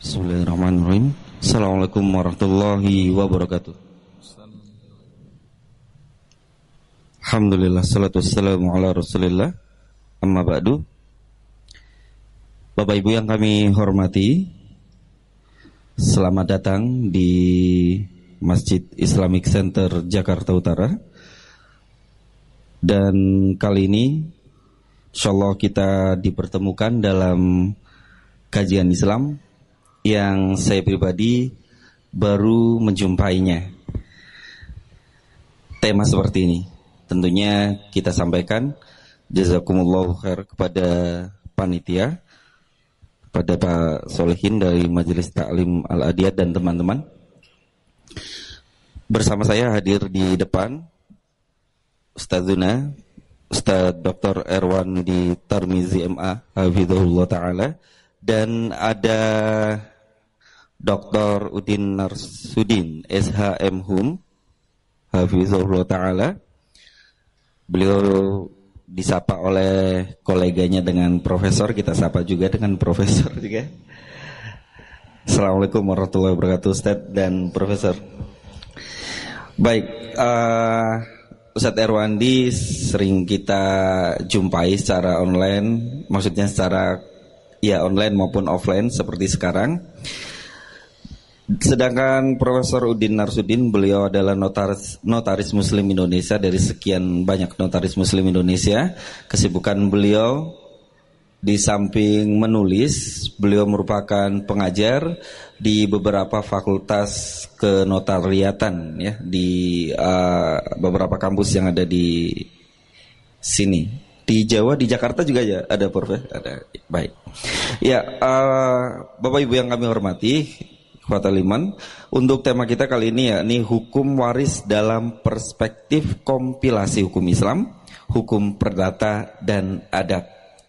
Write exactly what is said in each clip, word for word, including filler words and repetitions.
Bismillahirrahmanirrahim. Assalamualaikum warahmatullahi wabarakatuh. Alhamdulillah, salatu wassalamu ala rasulillah. Amma ba'du. Bapak Ibu yang kami hormati, selamat datang di Masjid Islamic Center Jakarta Utara. Dan kali ini insyaallah kita dipertemukan dalam kajian Islam yang saya pribadi baru menjumpainya. Tema seperti ini tentunya kita sampaikan jazakumullahu khair kepada panitia, pada Pak Solehin dari Majelis Taklim Al-Adiyat dan teman-teman. Bersama saya hadir di depan Ustadzuna Ustadz Doktor Erwandi Tarmizi M A hafizahullah ta'ala, dan ada Doktor Udin Narsudin S H M Hum hafizahullah ta'ala. Beliau disapa oleh koleganya dengan profesor, kita sapa juga dengan profesor juga. Assalamualaikum warahmatullahi wabarakatuh Ustadz dan profesor. Baik, uh, Ustadz Erwandi sering kita jumpai secara online, maksudnya secara ya online maupun offline seperti sekarang. Sedangkan Profesor Udin Narsudin, beliau adalah notaris, notaris Muslim Indonesia dari sekian banyak notaris Muslim Indonesia. Kesibukan beliau di samping menulis, beliau merupakan pengajar di beberapa fakultas kenotariatan ya, di uh, beberapa kampus yang ada di sini. Di Jawa, di Jakarta juga ya ada, Prof. Ada. Baik. Ya, uh, Bapak Ibu yang kami hormati, Fataliman, untuk tema kita kali ini ya, ini hukum waris dalam perspektif kompilasi hukum Islam, hukum perdata dan adat.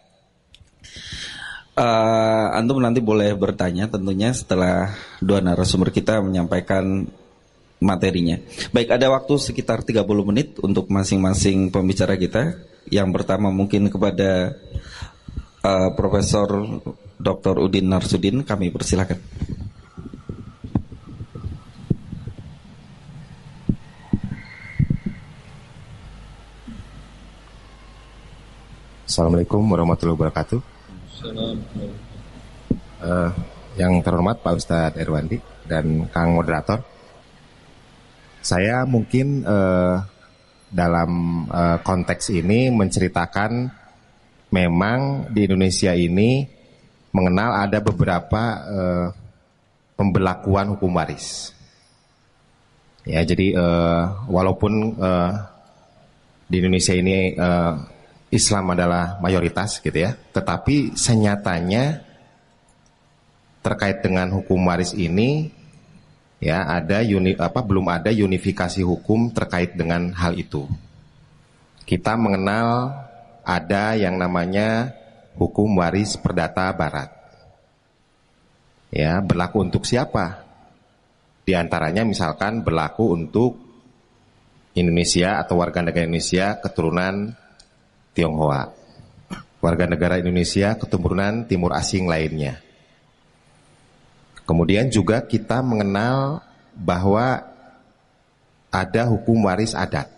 Uh, antum nanti boleh bertanya tentunya setelah dua narasumber kita menyampaikan materinya. Baik, ada waktu sekitar tiga puluh menit untuk masing-masing pembicara kita. Yang pertama mungkin kepada uh, Profesor Doktor Udin Narsudin, kami persilakan. Assalamualaikum warahmatullahi wabarakatuh. Uh, yang terhormat Pak Ustadz Erwandi dan Kang Moderator, saya mungkin uh, dalam uh, konteks ini menceritakan memang di Indonesia ini mengenal ada beberapa uh, pembelakuan hukum waris. Ya, jadi uh, walaupun uh, di Indonesia ini uh, Islam adalah mayoritas gitu ya, tetapi senyatanya terkait dengan hukum waris ini ya ada uni, apa belum ada unifikasi hukum terkait dengan hal itu. Kita mengenal ada yang namanya hukum waris perdata barat. Ya, berlaku untuk siapa? Di antaranya misalkan berlaku untuk Indonesia atau warga negara Indonesia keturunan Tionghoa, warga negara Indonesia keturunan Timur Asing lainnya. Kemudian juga kita mengenal bahwa ada hukum waris adat,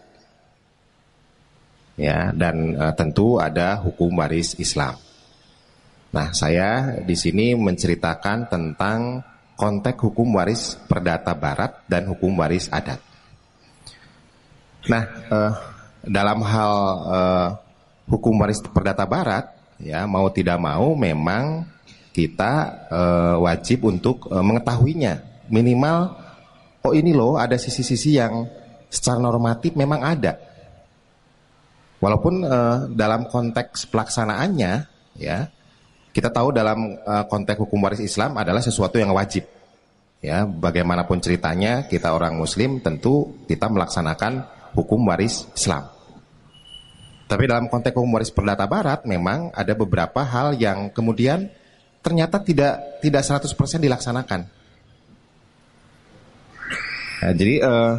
ya, dan e, tentu ada hukum waris Islam. Nah, saya di sini menceritakan tentang konteks hukum waris perdata Barat dan hukum waris adat. Nah, e, dalam hal e, hukum waris perdata Barat, ya mau tidak mau memang kita e, wajib untuk e, mengetahuinya. Minimal, oh ini loh ada sisi-sisi yang secara normatif memang ada. Walaupun e, dalam konteks pelaksanaannya, ya kita tahu dalam e, konteks hukum waris Islam adalah sesuatu yang wajib. Ya, bagaimanapun ceritanya kita orang Muslim tentu kita melaksanakan hukum waris Islam. Tapi dalam konteks hukum waris perdata Barat memang ada beberapa hal yang kemudian ternyata tidak tidak seratus persen dilaksanakan. Nah, jadi eh,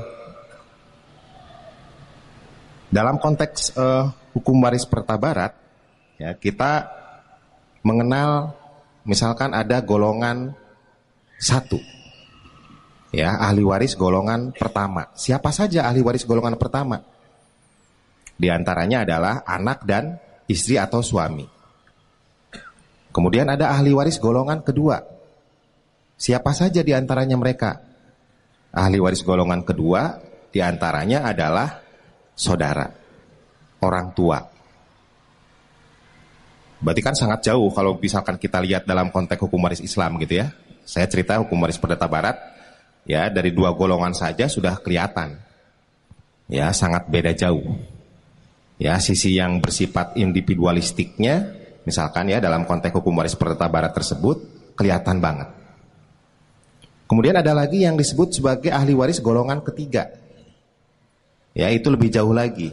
dalam konteks eh, hukum waris perdata Barat, ya kita mengenal misalkan ada golongan Satu, ya, ahli waris golongan pertama. Siapa saja ahli waris golongan pertama? Di antaranya adalah anak dan istri atau suami. Kemudian ada ahli waris golongan kedua. Siapa saja di antaranya mereka? Ahli waris golongan kedua di antaranya adalah saudara, orang tua. Berarti kan sangat jauh kalau misalkan kita lihat dalam konteks hukum waris Islam gitu ya. Saya cerita hukum waris Perdata Barat, ya, dari dua golongan saja sudah kelihatan. Ya, sangat beda jauh. Ya, sisi yang bersifat individualistiknya, misalkan ya dalam konteks hukum waris Perdata Barat tersebut kelihatan banget. Kemudian ada lagi yang disebut sebagai ahli waris golongan ketiga. Ya, itu lebih jauh lagi.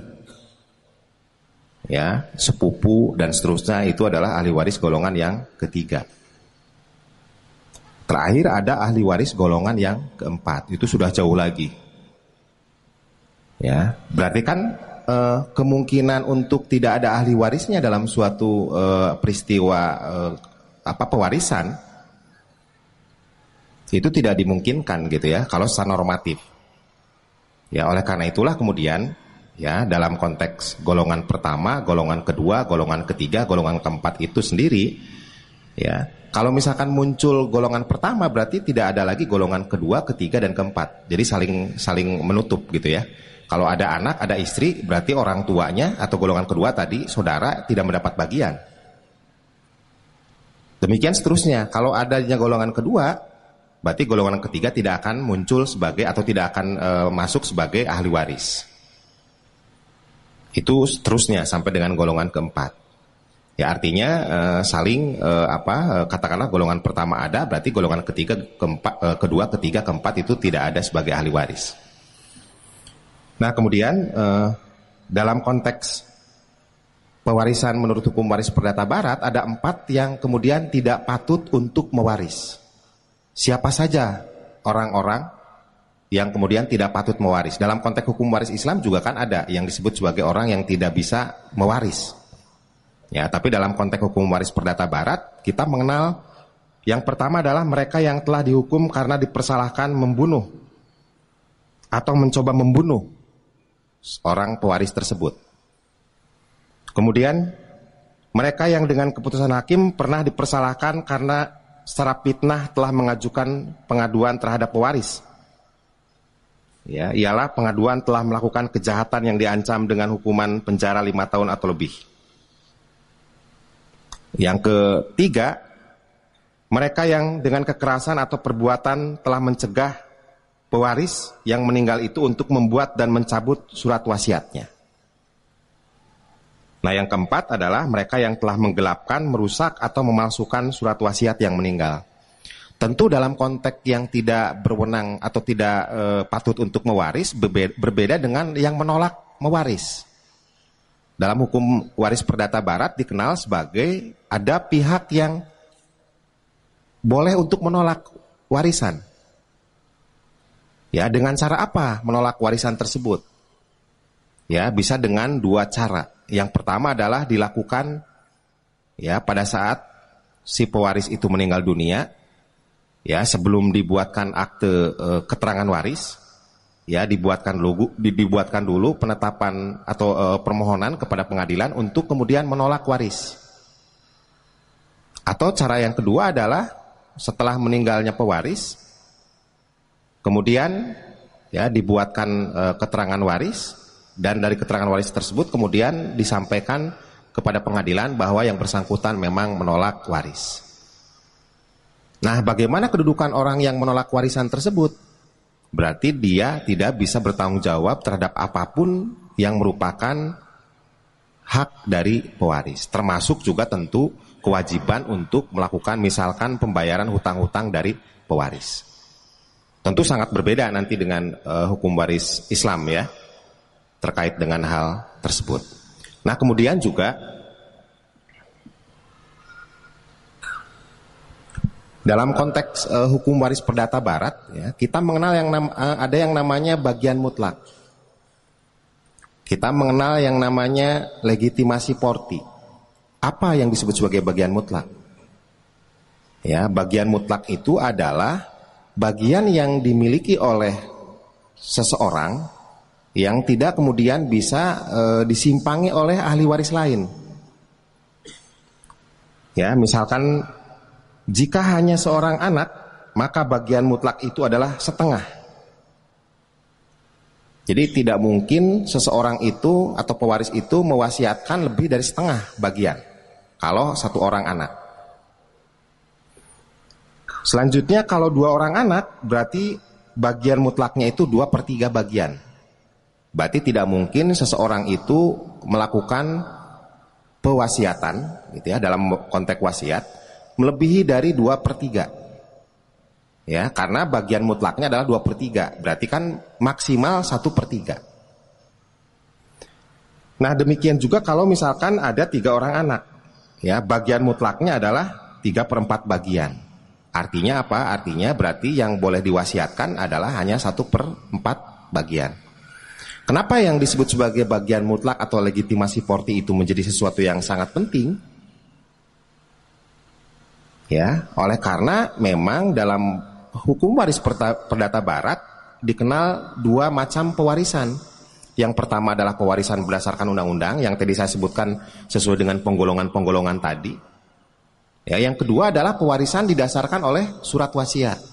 Ya, sepupu dan seterusnya itu adalah ahli waris golongan yang ketiga. Terakhir ada ahli waris golongan yang keempat. Itu sudah jauh lagi. Ya, berarti kan eh, kemungkinan untuk tidak ada ahli warisnya dalam suatu eh, peristiwa eh, apa pewarisan itu tidak dimungkinkan gitu ya kalau secara normatif. Ya, oleh karena itulah kemudian ya dalam konteks golongan pertama, golongan kedua, golongan ketiga, golongan keempat itu sendiri ya, kalau misalkan muncul golongan pertama berarti tidak ada lagi golongan kedua, ketiga dan keempat. Jadi saling saling menutup gitu ya. Kalau ada anak, ada istri, berarti orang tuanya atau golongan kedua tadi saudara tidak mendapat bagian. Demikian seterusnya. Kalau adanya golongan kedua, berarti golongan ketiga tidak akan muncul sebagai atau tidak akan e, masuk sebagai ahli waris. Itu seterusnya sampai dengan golongan keempat. Ya, artinya e, saling e, apa e, katakanlah golongan pertama ada, berarti golongan ketiga, keempat, e, kedua, ketiga, keempat itu tidak ada sebagai ahli waris. Nah, kemudian e, dalam konteks pewarisan menurut hukum waris Perdata Barat ada empat yang kemudian tidak patut untuk mewaris. Siapa saja orang-orang yang kemudian tidak patut mewaris? Dalam konteks hukum waris Islam juga kan ada yang disebut sebagai orang yang tidak bisa mewaris. Ya, tapi dalam konteks hukum waris Perdata Barat kita mengenal yang pertama adalah mereka yang telah dihukum karena dipersalahkan membunuh atau mencoba membunuh orang pewaris tersebut. Kemudian mereka yang dengan keputusan hakim pernah dipersalahkan karena secara fitnah telah mengajukan pengaduan terhadap pewaris. Ya, ialah pengaduan telah melakukan kejahatan yang diancam dengan hukuman penjara lima tahun atau lebih. Yang ketiga, mereka yang dengan kekerasan atau perbuatan telah mencegah pewaris yang meninggal itu untuk membuat dan mencabut surat wasiatnya. Nah, yang keempat adalah mereka yang telah menggelapkan, merusak atau memalsukan surat wasiat yang meninggal. Tentu dalam konteks yang tidak berwenang atau tidak e, patut untuk mewaris berbeda, berbeda dengan yang menolak mewaris. Dalam hukum waris Perdata Barat dikenal sebagai ada pihak yang boleh untuk menolak warisan. Ya, dengan cara apa menolak warisan tersebut? Ya, bisa dengan dua cara. Yang pertama adalah dilakukan ya pada saat si pewaris itu meninggal dunia, ya sebelum dibuatkan akte e, keterangan waris, ya dibuatkan dulu dibuatkan dulu penetapan atau e, permohonan kepada pengadilan untuk kemudian menolak waris. Atau cara yang kedua adalah setelah meninggalnya pewaris, kemudian ya dibuatkan e, keterangan waris. Dan dari keterangan waris tersebut kemudian disampaikan kepada pengadilan bahwa yang bersangkutan memang menolak waris. Nah, bagaimana kedudukan orang yang menolak warisan tersebut? Berarti dia tidak bisa bertanggung jawab terhadap apapun yang merupakan hak dari pewaris. Termasuk juga tentu kewajiban untuk melakukan misalkan pembayaran hutang-hutang dari pewaris. Tentu sangat berbeda nanti dengan uh, hukum waris Islam ya, terkait dengan hal tersebut. Nah, kemudian juga dalam konteks uh, hukum waris Perdata Barat, ya, kita mengenal yang nam, uh, ada yang namanya bagian mutlak. Kita mengenal yang namanya legitimasi porti. Apa yang disebut sebagai bagian mutlak? Ya, bagian mutlak itu adalah bagian yang dimiliki oleh seseorang yang tidak kemudian bisa e, disimpangi oleh ahli waris lain. Ya, misalkan jika hanya seorang anak, maka bagian mutlak itu adalah setengah. Jadi tidak mungkin seseorang itu atau pewaris itu mewasiatkan lebih dari setengah bagian kalau satu orang anak. Selanjutnya kalau dua orang anak, berarti bagian mutlaknya itu dua per tiga bagian. Berarti tidak mungkin seseorang itu melakukan pewasiatan, gitu ya, dalam konteks wasiat melebihi dari dua per tiga. Ya, karena bagian mutlaknya adalah dua per tiga, berarti kan maksimal satu per tiga. Nah, demikian juga kalau misalkan ada tiga orang anak, ya, bagian mutlaknya adalah tiga per empat bagian. Artinya apa? Artinya berarti yang boleh diwasiatkan adalah hanya satu per empat bagian. Kenapa yang disebut sebagai bagian mutlak atau legitimasi forti itu menjadi sesuatu yang sangat penting? Ya, oleh karena memang dalam hukum waris perdata barat dikenal dua macam pewarisan. Yang pertama adalah pewarisan berdasarkan undang-undang yang tadi saya sebutkan sesuai dengan penggolongan-penggolongan tadi. Ya, yang kedua adalah pewarisan didasarkan oleh surat wasiat.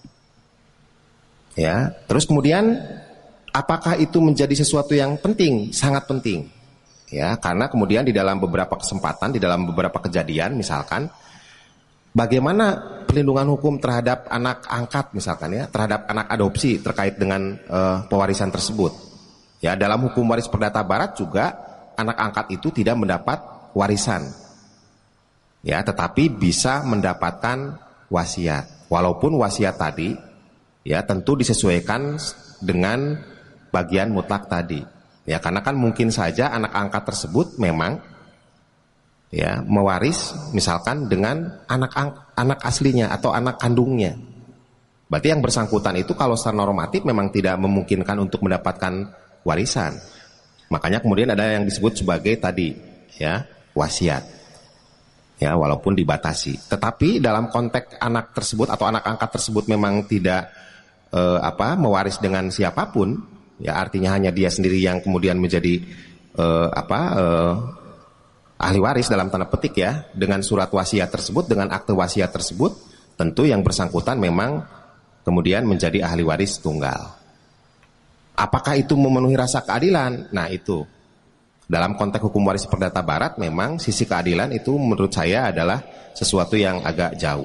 Ya, terus kemudian apakah itu menjadi sesuatu yang penting? Sangat penting. Ya, karena kemudian di dalam beberapa kesempatan, di dalam beberapa kejadian misalkan bagaimana perlindungan hukum terhadap anak angkat misalkan ya, terhadap anak adopsi terkait dengan uh, pewarisan tersebut. Ya, dalam hukum waris perdata barat juga anak angkat itu tidak mendapat warisan. Ya, tetapi bisa mendapatkan wasiat. Walaupun wasiat tadi ya tentu disesuaikan dengan bagian mutlak tadi. Ya, karena kan mungkin saja anak angkat tersebut memang ya mewaris misalkan dengan anak anak aslinya atau anak kandungnya. Berarti yang bersangkutan itu kalau secara normatif memang tidak memungkinkan untuk mendapatkan warisan. Makanya kemudian ada yang disebut sebagai tadi ya wasiat. Ya, walaupun dibatasi. Tetapi dalam konteks anak tersebut atau anak angkat tersebut memang tidak eh, apa mewaris dengan siapapun, ya artinya hanya dia sendiri yang kemudian menjadi eh, apa eh, ahli waris dalam tanda petik ya, dengan surat wasiat tersebut, dengan akte wasiat tersebut, tentu yang bersangkutan memang kemudian menjadi ahli waris tunggal. Apakah itu memenuhi rasa keadilan? Nah, itu dalam konteks hukum waris perdata barat memang sisi keadilan itu menurut saya adalah sesuatu yang agak jauh.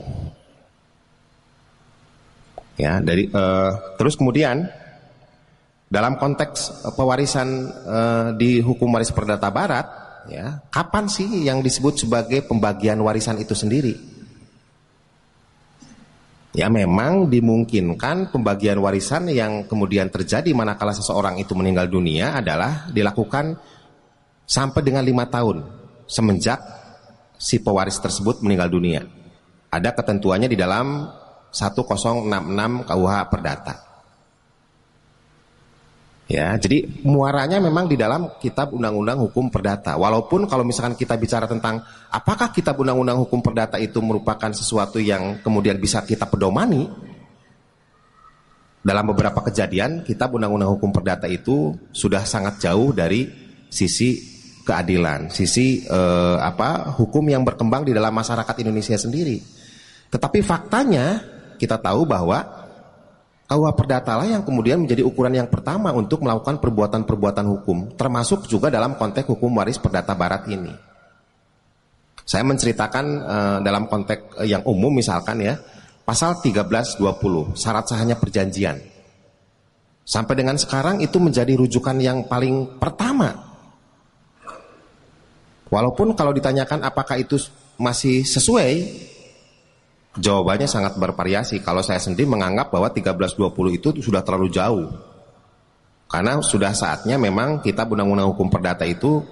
Ya, dari uh, terus kemudian dalam konteks pewarisan uh, di hukum waris perdata barat, ya, kapan sih yang disebut sebagai pembagian warisan itu sendiri? Ya, memang dimungkinkan pembagian warisan yang kemudian terjadi manakala seseorang itu meninggal dunia adalah dilakukan sampai dengan lima tahun semenjak si pewaris tersebut meninggal dunia. Ada ketentuannya di dalam sepuluh enam puluh enam K U H Perdata. Ya, jadi muaranya memang di dalam Kitab Undang-Undang Hukum Perdata. Walaupun kalau misalkan kita bicara tentang apakah Kitab Undang-Undang Hukum Perdata itu merupakan sesuatu yang kemudian bisa kita pedomani, dalam beberapa kejadian Kitab Undang-Undang Hukum Perdata itu sudah sangat jauh dari sisi keadilan, sisi eh, apa hukum yang berkembang di dalam masyarakat Indonesia sendiri. Tetapi faktanya kita tahu bahwa K U H Perdata lah yang kemudian menjadi ukuran yang pertama untuk melakukan perbuatan-perbuatan hukum, termasuk juga dalam konteks hukum waris perdata barat ini. Saya menceritakan eh, dalam konteks eh, yang umum misalkan ya, pasal tiga belas dua puluh syarat sahnya perjanjian. Sampai dengan sekarang itu menjadi rujukan yang paling pertama. Walaupun kalau ditanyakan apakah itu masih sesuai, jawabannya sangat bervariasi. Kalau saya sendiri menganggap bahwa tiga belas dua puluh itu sudah terlalu jauh. Karena sudah saatnya memang Kitab Undang-Undang Hukum Perdata itu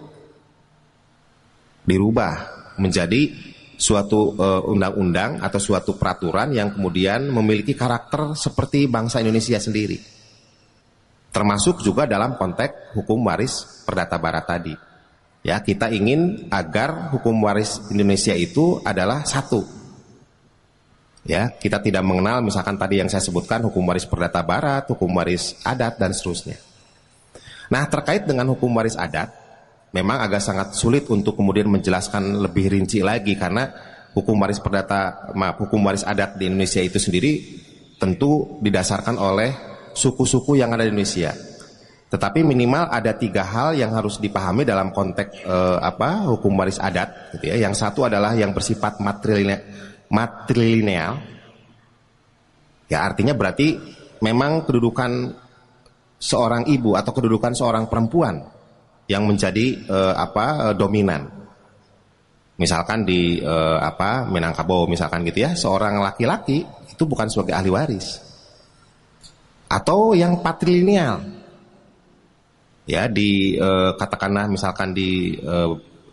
dirubah menjadi suatu undang-undang uh, atau suatu peraturan yang kemudian memiliki karakter seperti bangsa Indonesia sendiri. Termasuk juga dalam konteks hukum waris perdata barat tadi. Ya, kita ingin agar hukum waris Indonesia itu adalah satu. Ya, kita tidak mengenal misalkan tadi yang saya sebutkan hukum waris perdata barat, hukum waris adat dan seterusnya. Nah, terkait dengan hukum waris adat, memang agak sangat sulit untuk kemudian menjelaskan lebih rinci lagi karena hukum waris perdata, maaf, hukum waris adat di Indonesia itu sendiri tentu didasarkan oleh suku-suku yang ada di Indonesia. Tetapi minimal ada tiga hal yang harus dipahami dalam konteks eh, apa hukum waris adat, gitu ya. Yang satu adalah yang bersifat matrilineal, matrilineal. Ya, artinya berarti memang kedudukan seorang ibu atau kedudukan seorang perempuan yang menjadi eh, apa eh, dominan. Misalkan di eh, apa Minangkabau misalkan gitu ya, seorang laki-laki itu bukan sebagai ahli waris. Atau yang patrilineal. Ya, di eh, katakanlah misalkan di eh,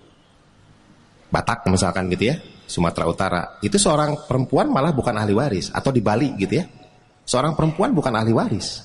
Batak misalkan gitu ya, Sumatera Utara, itu seorang perempuan malah bukan ahli waris. Atau di Bali gitu ya, seorang perempuan bukan ahli waris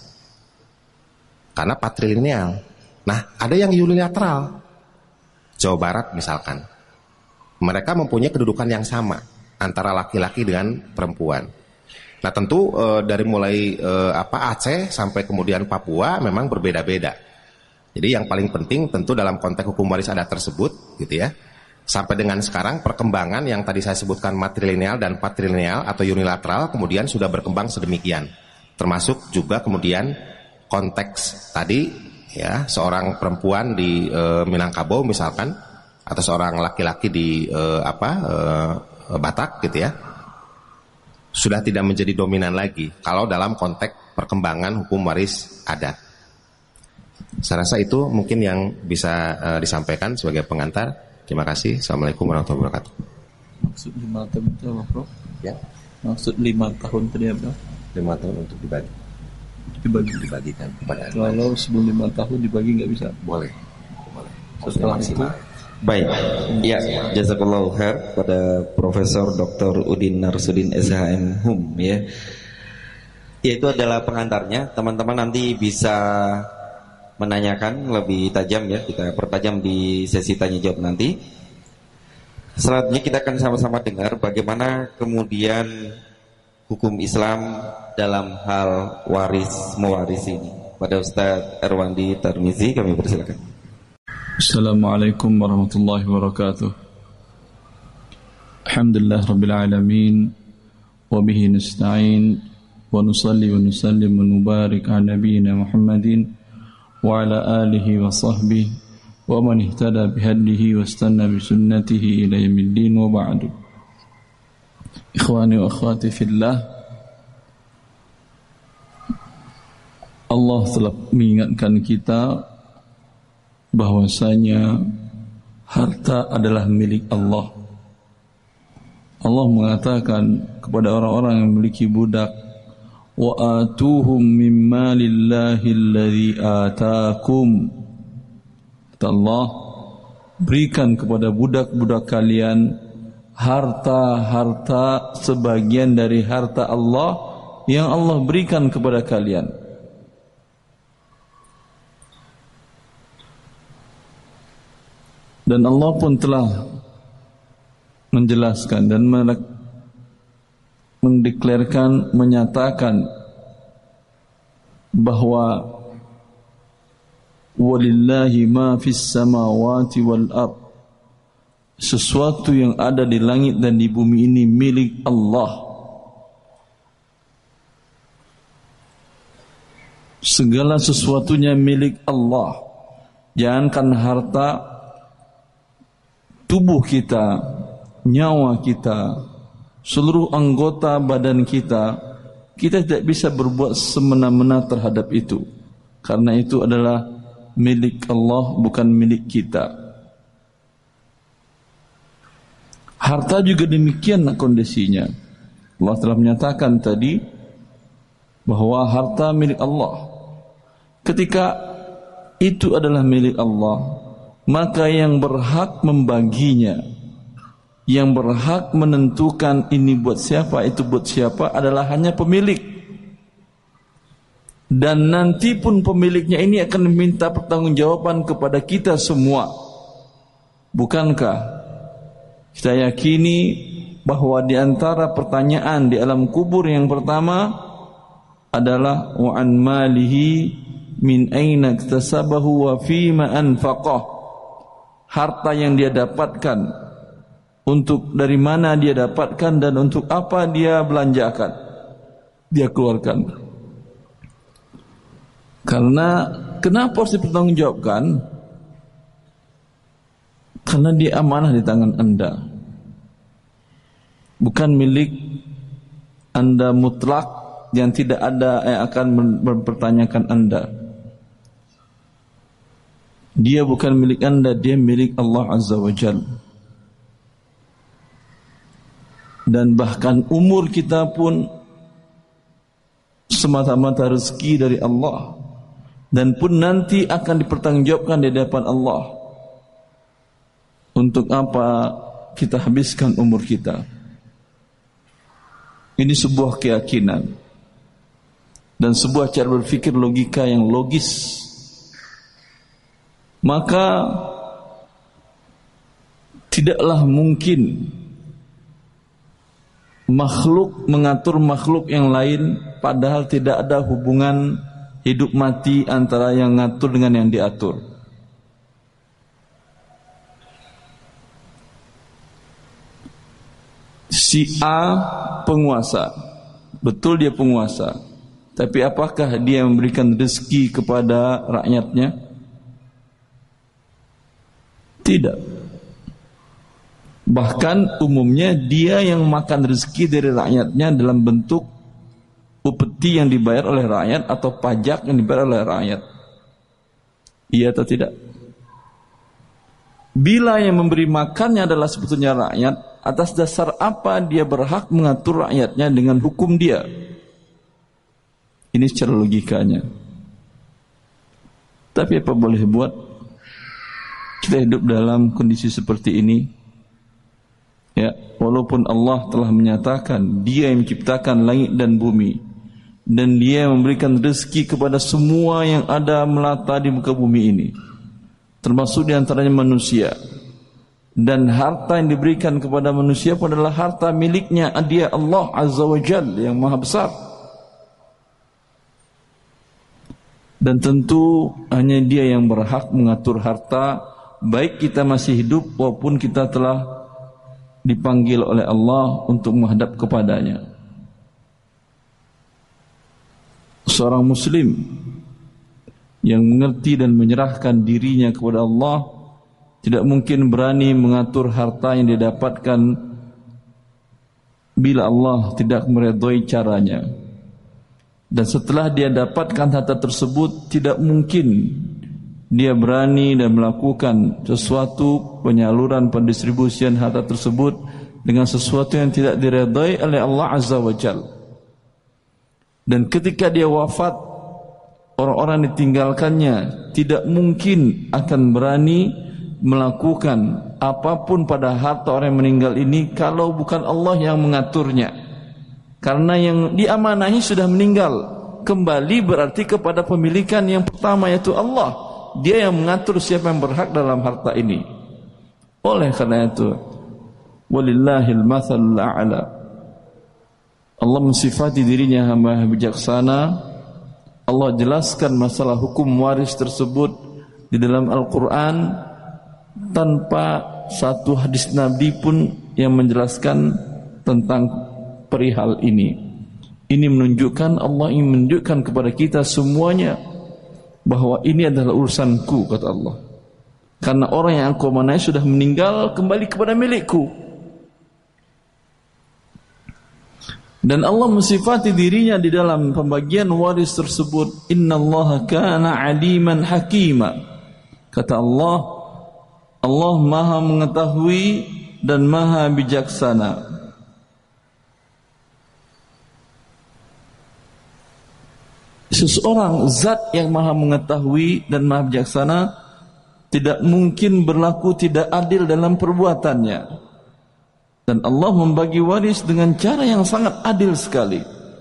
karena patrilineal. Nah, ada yang unilateral, Jawa Barat misalkan, mereka mempunyai kedudukan yang sama antara laki-laki dengan perempuan. Nah, tentu e, dari mulai e, apa Aceh sampai kemudian Papua memang berbeda-beda. Jadi yang paling penting tentu dalam konteks hukum waris adat tersebut gitu ya, sampai dengan sekarang perkembangan yang tadi saya sebutkan matrilineal dan patrilineal atau unilateral kemudian sudah berkembang sedemikian, termasuk juga kemudian konteks tadi ya, seorang perempuan di e, Minangkabau misalkan atau seorang laki-laki di e, apa e, Batak gitu ya, sudah tidak menjadi dominan lagi kalau dalam konteks perkembangan hukum waris adat. Saya rasa itu mungkin yang bisa uh, disampaikan sebagai pengantar. Terima kasih. Assalamualaikum warahmatullahi wabarakatuh. Maksud lima tahun itu apa, Bro? Ya. Maksud lima tahun tadi apa? Lima tahun untuk dibagi. Dibagi. Dibagikan kepada. Kalau sebelum lima tahun dibagi nggak bisa? Boleh. Boleh. Setelah itu. Baik, ya, jazakallahu khair pada Profesor Doktor Udin Narsudin S H M H U M ya. Ya, itu adalah pengantarnya. Teman-teman nanti bisa menanyakan lebih tajam ya, kita pertajam di sesi tanya jawab nanti. Selanjutnya kita akan sama-sama dengar bagaimana kemudian hukum Islam dalam hal waris mewaris ini. Pada Ustaz Erwandi Tarmizi kami persilakan. Assalamualaikum warahmatullahi wabarakatuh. Alhamdulillah rabbil alamin wa bihi nasta'in wa nusalli wa nusallim wa nubarik ala nabiyyina Muhammadin wa ala alihi wa sahbihi wa man ihtada bihadihi wa istanna bi sunnatihi ila yaumiddin wa ba'du. Ikhwani wa akhwati fillah, Allah telah mengingatkan kita bahwasanya harta adalah milik Allah. Allah mengatakan kepada orang-orang yang memiliki budak, wa atuhum mimma lillahi alladhi ataakum. Kata Allah, berikan kepada budak-budak kalian harta-harta sebagian dari harta Allah yang Allah berikan kepada kalian. Dan Allah pun telah menjelaskan dan mendeklarkan, menyatakan bahwa walillahi ma fis samawati wal ard, sesuatu yang ada di langit dan di bumi ini milik Allah. Segala sesuatunya milik Allah. Jangankan harta, tubuh kita, nyawa kita, seluruh anggota badan kita, kita tidak bisa berbuat semena-mena terhadap itu, karena itu adalah milik Allah, bukan milik kita. Harta juga demikian kondisinya. Allah telah menyatakan tadi bahwa harta milik Allah. Ketika itu adalah milik Allah, maka yang berhak membaginya, yang berhak menentukan ini buat siapa, itu buat siapa adalah hanya pemilik. Dan nanti pun pemiliknya ini akan meminta pertanggungjawaban kepada kita semua. Bukankah kita yakini bahwa di antara pertanyaan di alam kubur yang pertama adalah wa an malihi min aina iktasabahu wa fima anfaqah. Harta yang dia dapatkan, untuk dari mana dia dapatkan dan untuk apa dia belanjakan, dia keluarkan. Karena kenapa harus dipertanggungjawabkan? Karena dia amanah di tangan Anda, bukan milik Anda mutlak yang tidak ada yang akan mempertanyakan Anda. Dia bukan milik Anda, dia milik Allah Azza wa Jalla. Dan bahkan umur kita pun semata-mata rezeki dari Allah, dan pun nanti akan dipertanggungjawabkan di hadapan Allah. Untuk apa kita habiskan umur kita? Ini sebuah keyakinan dan sebuah cara berpikir logika yang logis. Maka tidaklah mungkin makhluk mengatur makhluk yang lain, padahal tidak ada hubungan hidup mati antara yang ngatur dengan yang diatur. Si A penguasa, betul dia penguasa, tapi apakah dia memberikan rezeki kepada rakyatnya? Tidak. Bahkan umumnya dia yang makan rezeki dari rakyatnya dalam bentuk upeti yang dibayar oleh rakyat atau pajak yang dibayar oleh rakyat. Iya atau tidak? Bila yang memberi makannya adalah sebetulnya rakyat, atas dasar apa dia berhak mengatur rakyatnya dengan hukum dia? Ini secara logikanya. Tapi apa boleh buat? Kita hidup dalam kondisi seperti ini. Ya, walaupun Allah telah menyatakan Dia yang menciptakan langit dan bumi, dan Dia yang memberikan rezeki kepada semua yang ada melata di muka bumi ini, termasuk di antaranya manusia. Dan harta yang diberikan kepada manusia pun adalah harta miliknya Dia, Allah Azza wa Jalla yang maha besar. Dan tentu hanya Dia yang berhak mengatur harta, baik kita masih hidup maupun kita telah dipanggil oleh Allah untuk menghadap kepadanya. Seorang muslim yang mengerti dan menyerahkan dirinya kepada Allah tidak mungkin berani mengatur harta yang didapatkan bila Allah tidak meredhoi caranya. Dan setelah dia dapatkan harta tersebut, tidak mungkin dia berani dan melakukan sesuatu penyaluran pendistribusian harta tersebut dengan sesuatu yang tidak diredai oleh Allah Azza wa Jalla. Dan ketika dia wafat, orang-orang ditinggalkannya tidak mungkin akan berani melakukan apapun pada harta orang yang meninggal ini kalau bukan Allah yang mengaturnya. Karena yang diamanahi sudah meninggal, kembali berarti kepada pemilikan yang pertama, yaitu Allah. Dia yang mengatur siapa yang berhak dalam harta ini. Oleh karena itu, walillahil matsalul a'la. Allah mensifati dirinya Maha bijaksana. Allah jelaskan masalah hukum waris tersebut di dalam Al-Quran tanpa satu hadis Nabi pun yang menjelaskan tentang perihal ini. Ini menunjukkan, Allah ingin menunjukkan kepada kita semuanya bahwa ini adalah urusanku, kata Allah. Karena orang yang aku amanai sudah meninggal, kembali kepada milikku. Dan Allah mensifati dirinya di dalam pembagian waris tersebut, innallaha kana aliman hakima. Kata Allah, Allah maha mengetahui dan maha bijaksana. Seseorang zat yang maha mengetahui dan maha bijaksana tidak mungkin berlaku tidak adil dalam perbuatannya. Dan Allah membagi waris dengan cara yang sangat adil sekali.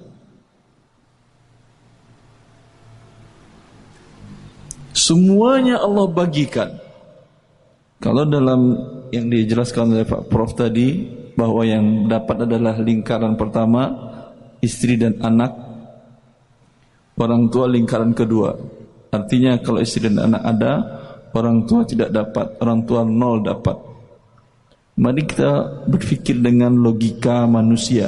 Semuanya Allah bagikan. Kalau dalam yang dijelaskan oleh Pak Prof tadi, bahwa yang dapat adalah lingkaran pertama, istri dan anak, orang tua lingkaran kedua. Artinya kalau istri dan anak ada, orang tua tidak dapat, orang tua nol dapat. Mari kita berpikir dengan logika manusia.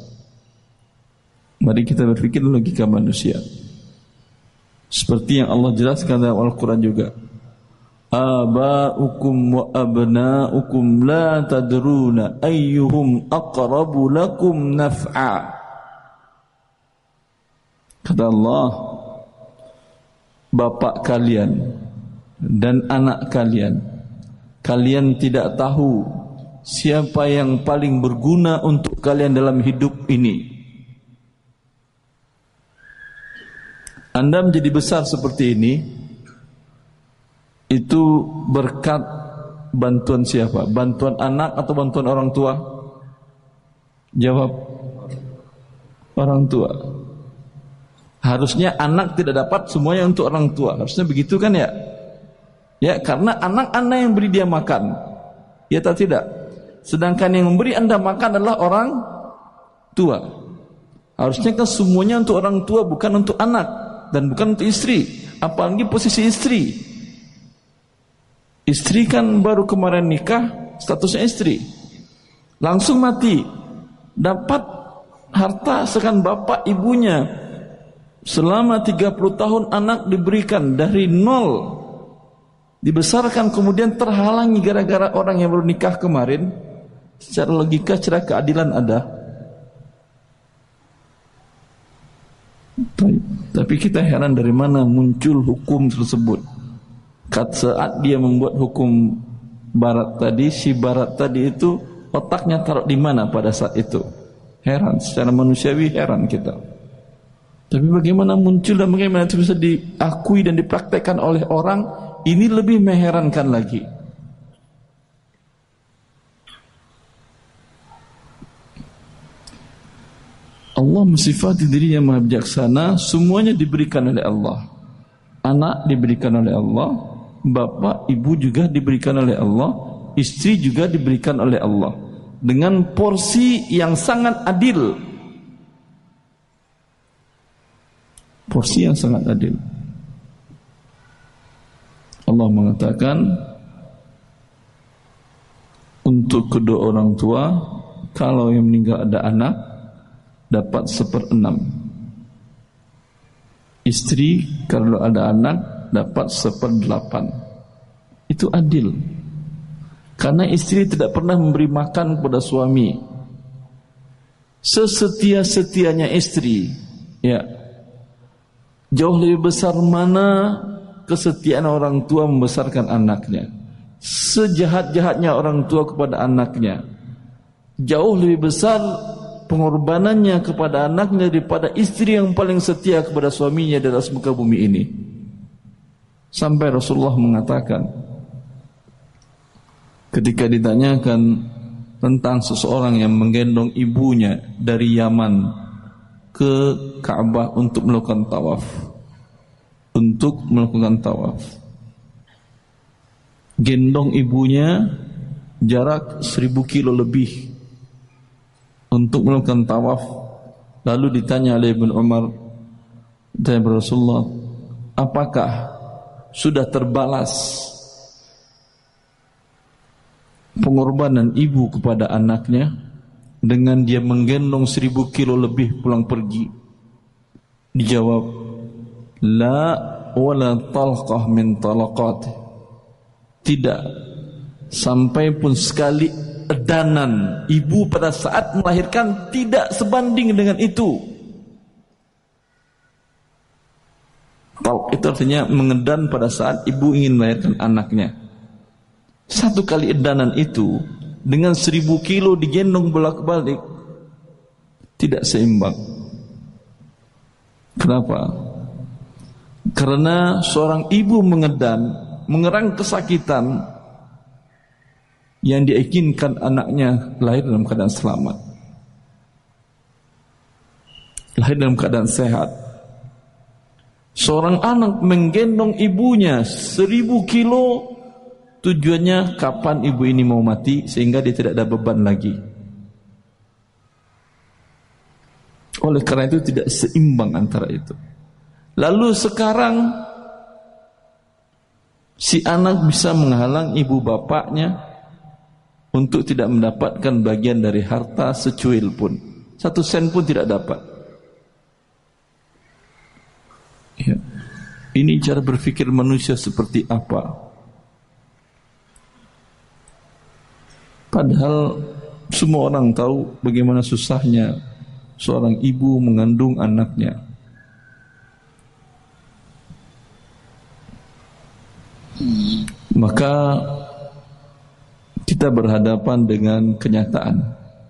Mari kita berpikir logika manusia. Seperti yang Allah jelaskan dalam Al-Quran juga. Aba'ukum wa abna'ukum la tadruna ayyuhum aqrabu lakum naf'a. Kata Allah, bapak kalian dan anak kalian, kalian tidak tahu siapa yang paling berguna untuk kalian dalam hidup ini. Anda menjadi besar seperti ini itu berkat bantuan siapa? Bantuan anak atau bantuan orang tua? Jawab, orang tua. Harusnya anak tidak dapat semuanya untuk orang tua. Harusnya begitu kan ya? Ya, karena anak-anak yang beri dia makan. Ya atau tidak? Sedangkan yang memberi Anda makan adalah orang tua. Harusnya kan semuanya untuk orang tua, bukan untuk anak dan bukan untuk istri. Apalagi posisi istri. Istri kan baru kemarin nikah, statusnya istri. Langsung mati. Dapat harta sekan bapak ibunya. Selama tiga puluh tahun anak diberikan dari nol. Dibesarkan kemudian terhalangi gara-gara orang yang baru nikah kemarin. Secara logika, secara keadilan ada. Tapi kita heran dari mana muncul hukum tersebut. Saat dia membuat hukum barat tadi, si barat tadi itu otaknya taruh di mana pada saat itu? Heran, secara manusiawi heran kita. Tapi bagaimana muncul dan bagaimana itu bisa diakui dan dipraktekkan oleh orang, ini lebih mengherankan lagi. Allah mensifati dirinya maha bijaksana, semuanya diberikan oleh Allah. Anak diberikan oleh Allah, bapak, ibu juga diberikan oleh Allah, istri juga diberikan oleh Allah. Dengan porsi yang sangat adil. Porsi yang sangat adil. Allah mengatakan, untuk kedua orang tua, kalau yang meninggal ada anak, dapat seperenam. Istri kalau ada anak dapat seperdelapan. Itu adil. Karena istri tidak pernah memberi makan kepada suami. Sesetia-setianya istri, ya, jauh lebih besar mana kesetiaan orang tua membesarkan anaknya. Sejahat-jahatnya orang tua kepada anaknya, jauh lebih besar pengorbanannya kepada anaknya daripada istri yang paling setia kepada suaminya di atas muka bumi ini. Sampai Rasulullah mengatakan, ketika ditanyakan tentang seseorang yang menggendong ibunya dari Yaman ke Ka'bah untuk melakukan tawaf, untuk melakukan tawaf, gendong ibunya jarak seribu kilo lebih untuk melakukan tawaf. Lalu ditanya oleh Ibn Umar, dan Rasulullah, apakah sudah terbalas pengorbanan ibu kepada anaknya dengan dia menggendong seribu kilo lebih pulang pergi? Dijawab, la wala talqah min talaqat. Tidak sampai pun sekali edanan ibu pada saat melahirkan tidak sebanding dengan itu. Talq itu artinya mengedan pada saat ibu ingin melahirkan anaknya. Satu kali edanan itu dengan seribu kilo digendong bolak-balik tidak seimbang. Kenapa? Karena seorang ibu mengedan, mengerang kesakitan, yang diinginkan anaknya lahir dalam keadaan selamat, lahir dalam keadaan sehat. Seorang anak menggendong ibunya seribu kilo, tujuannya kapan ibu ini mau mati sehingga dia tidak ada beban lagi. Oleh karena itu tidak seimbang antara itu. Lalu sekarang si anak bisa menghalang ibu bapaknya untuk tidak mendapatkan bagian dari harta secuil pun, satu sen pun tidak dapat. Ya. Ini cara berpikir manusia seperti apa? Padahal semua orang tahu bagaimana susahnya seorang ibu mengandung anaknya. Maka kita berhadapan dengan kenyataan.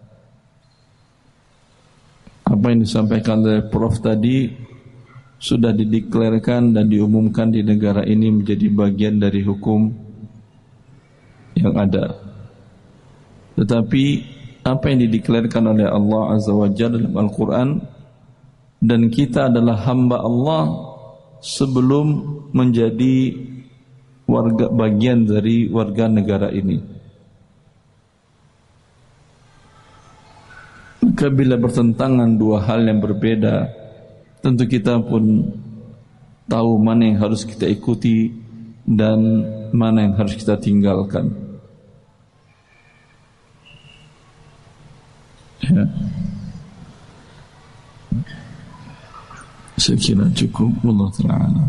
Apa yang disampaikan oleh Prof tadi sudah dideklarkan dan diumumkan di negara ini menjadi bagian dari hukum yang ada. Tetapi apa yang dideklarkan oleh Allah Azza wa Jalla dalam Al-Quran, dan kita adalah hamba Allah sebelum menjadi warga bagian dari warga negara ini. Maka bila bertentangan dua hal yang berbeda, tentu kita pun tahu mana yang harus kita ikuti dan mana yang harus kita tinggalkan. Ya. Saya kira cukup. Allah Ta'ala.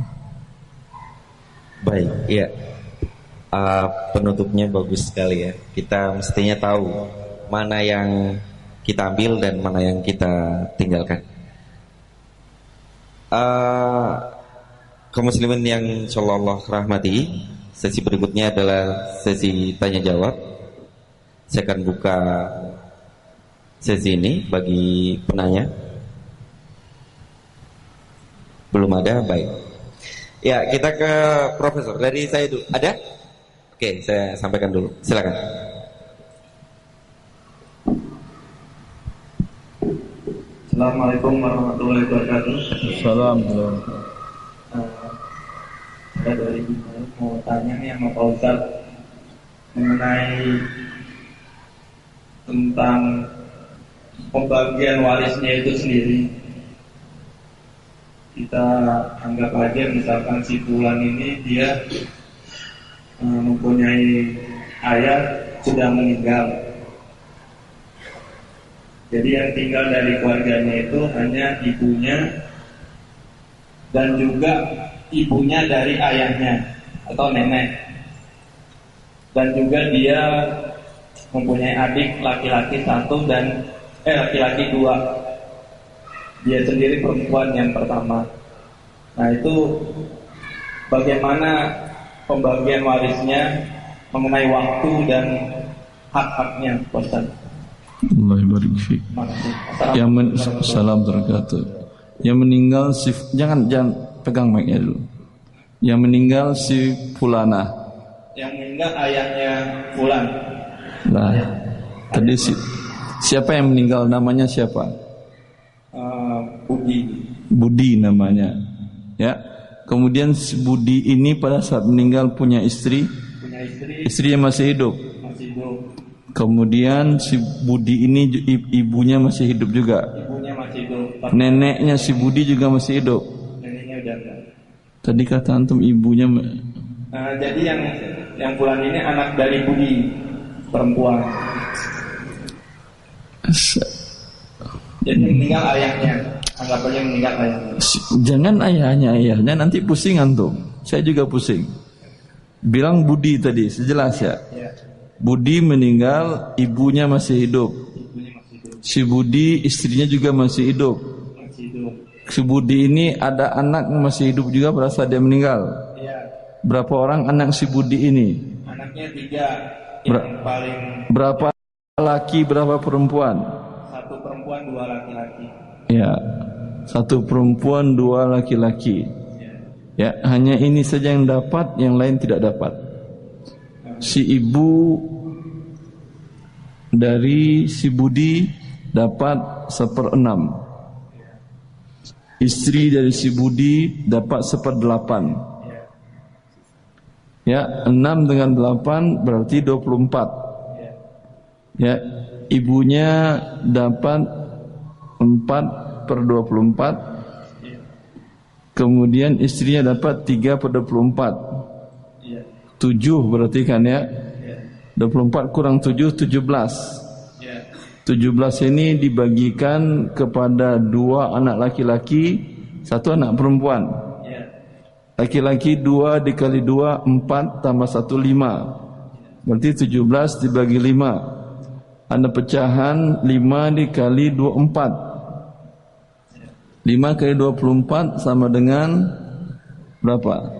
Baik, ya. Uh, penutupnya bagus sekali ya. Kita mestinya tahu mana yang kita ambil dan mana yang kita tinggalkan. Uh, kaum muslimin yang insyaallah Allah rahmati, sesi berikutnya adalah sesi tanya jawab. Saya akan buka sesi ini bagi penanya. Belum ada, baik. Ya, kita ke Profesor. Dari saya dulu. Ada? Oke, saya sampaikan dulu. Silakan. Assalamualaikum warahmatullahi wabarakatuh. Assalamualaikum. Uh, saya dari mau tanya nih sama Pak Ustadz mengenai tentang pembagian warisnya itu sendiri. Kita anggap aja misalkan si fulan ini dia uh, mempunyai ayah sudah meninggal. Jadi yang tinggal dari keluarganya itu hanya ibunya dan juga ibunya dari ayahnya atau nenek. Dan juga dia mempunyai adik laki-laki satu dan eh laki-laki dua. Dia sendiri perempuan yang pertama. Nah itu bagaimana pembagian warisnya mengenai waktu dan hak-haknya, Ustaz? Allah barik fiik. Yang men, salam berkata. Yang meninggal si, jangan jangan pegang mic-nya dulu. Yang meninggal si fulana. Yang meninggal ayahnya fulan. Nah, tadi si, siapa yang meninggal, namanya siapa? Uh, Budi. Budi namanya. Ya. Kemudian si Budi ini pada saat meninggal punya istri. Punya istri. Istrinya masih hidup. Masih hidup. Kemudian si Budi ini ibunya masih hidup juga. Ibunya masih hidup. Neneknya si Budi juga masih hidup. Neneknya udah enggak. Tadi kata antum ibunya. Nah, jadi yang yang fulan ini anak dari Budi, perempuan. Jadi meninggal ayahnya. Anggap aja meninggal ayahnya. Jangan ayahnya ayahnya nanti pusing antum. Saya juga pusing. Bilang Budi tadi, sejelas ya. Ya. Budi meninggal, ibunya masih hidup. Ibunya masih hidup. Si Budi istrinya juga masih hidup. Masih hidup. Si Budi ini ada anak masih hidup juga pada saat dia meninggal. Iya. Berapa orang anak si Budi ini? Anaknya tiga. Yang Ber- paling Berapa laki, berapa perempuan? satu perempuan, dua laki-laki. Ya, satu perempuan, dua laki-laki. Ya, hanya ini saja yang dapat, yang lain tidak dapat. Si ibu dari si Budi dapat seperenam. Istri dari si Budi dapat seperdelapan. Ya, enam dengan delapan berarti dua puluh empat. Ya, ibunya dapat empat per dua puluh empat. Kemudian istrinya dapat tiga per dua puluh empat. tujuh berarti kan ya? dua puluh empat kurang tujuh, tujuh belas. tujuh belas ini dibagikan kepada dua anak laki-laki, satu anak perempuan. Laki-laki dua dikali dua, empat tambah satu, lima. Berarti tujuh belas dibagi lima. Ada pecahan lima dikali dua puluh empat. lima kali dua puluh empat sama dengan berapa?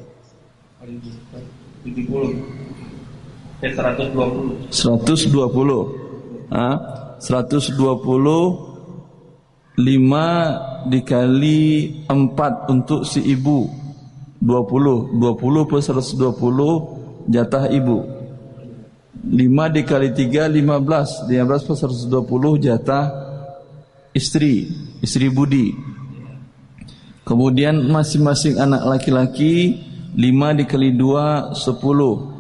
tujuh puluh. Eh, seratus dua puluh. seratus dua puluh. Ah, seratus dua puluh lima dikali empat untuk si ibu dua puluh. dua puluh plus seratus dua puluh jatah ibu. lima dikali tiga, lima belas. lima belas plus seratus dua puluh jatah istri, istri budi. Kemudian masing-masing anak laki-laki lima dikali dua, sepuluh.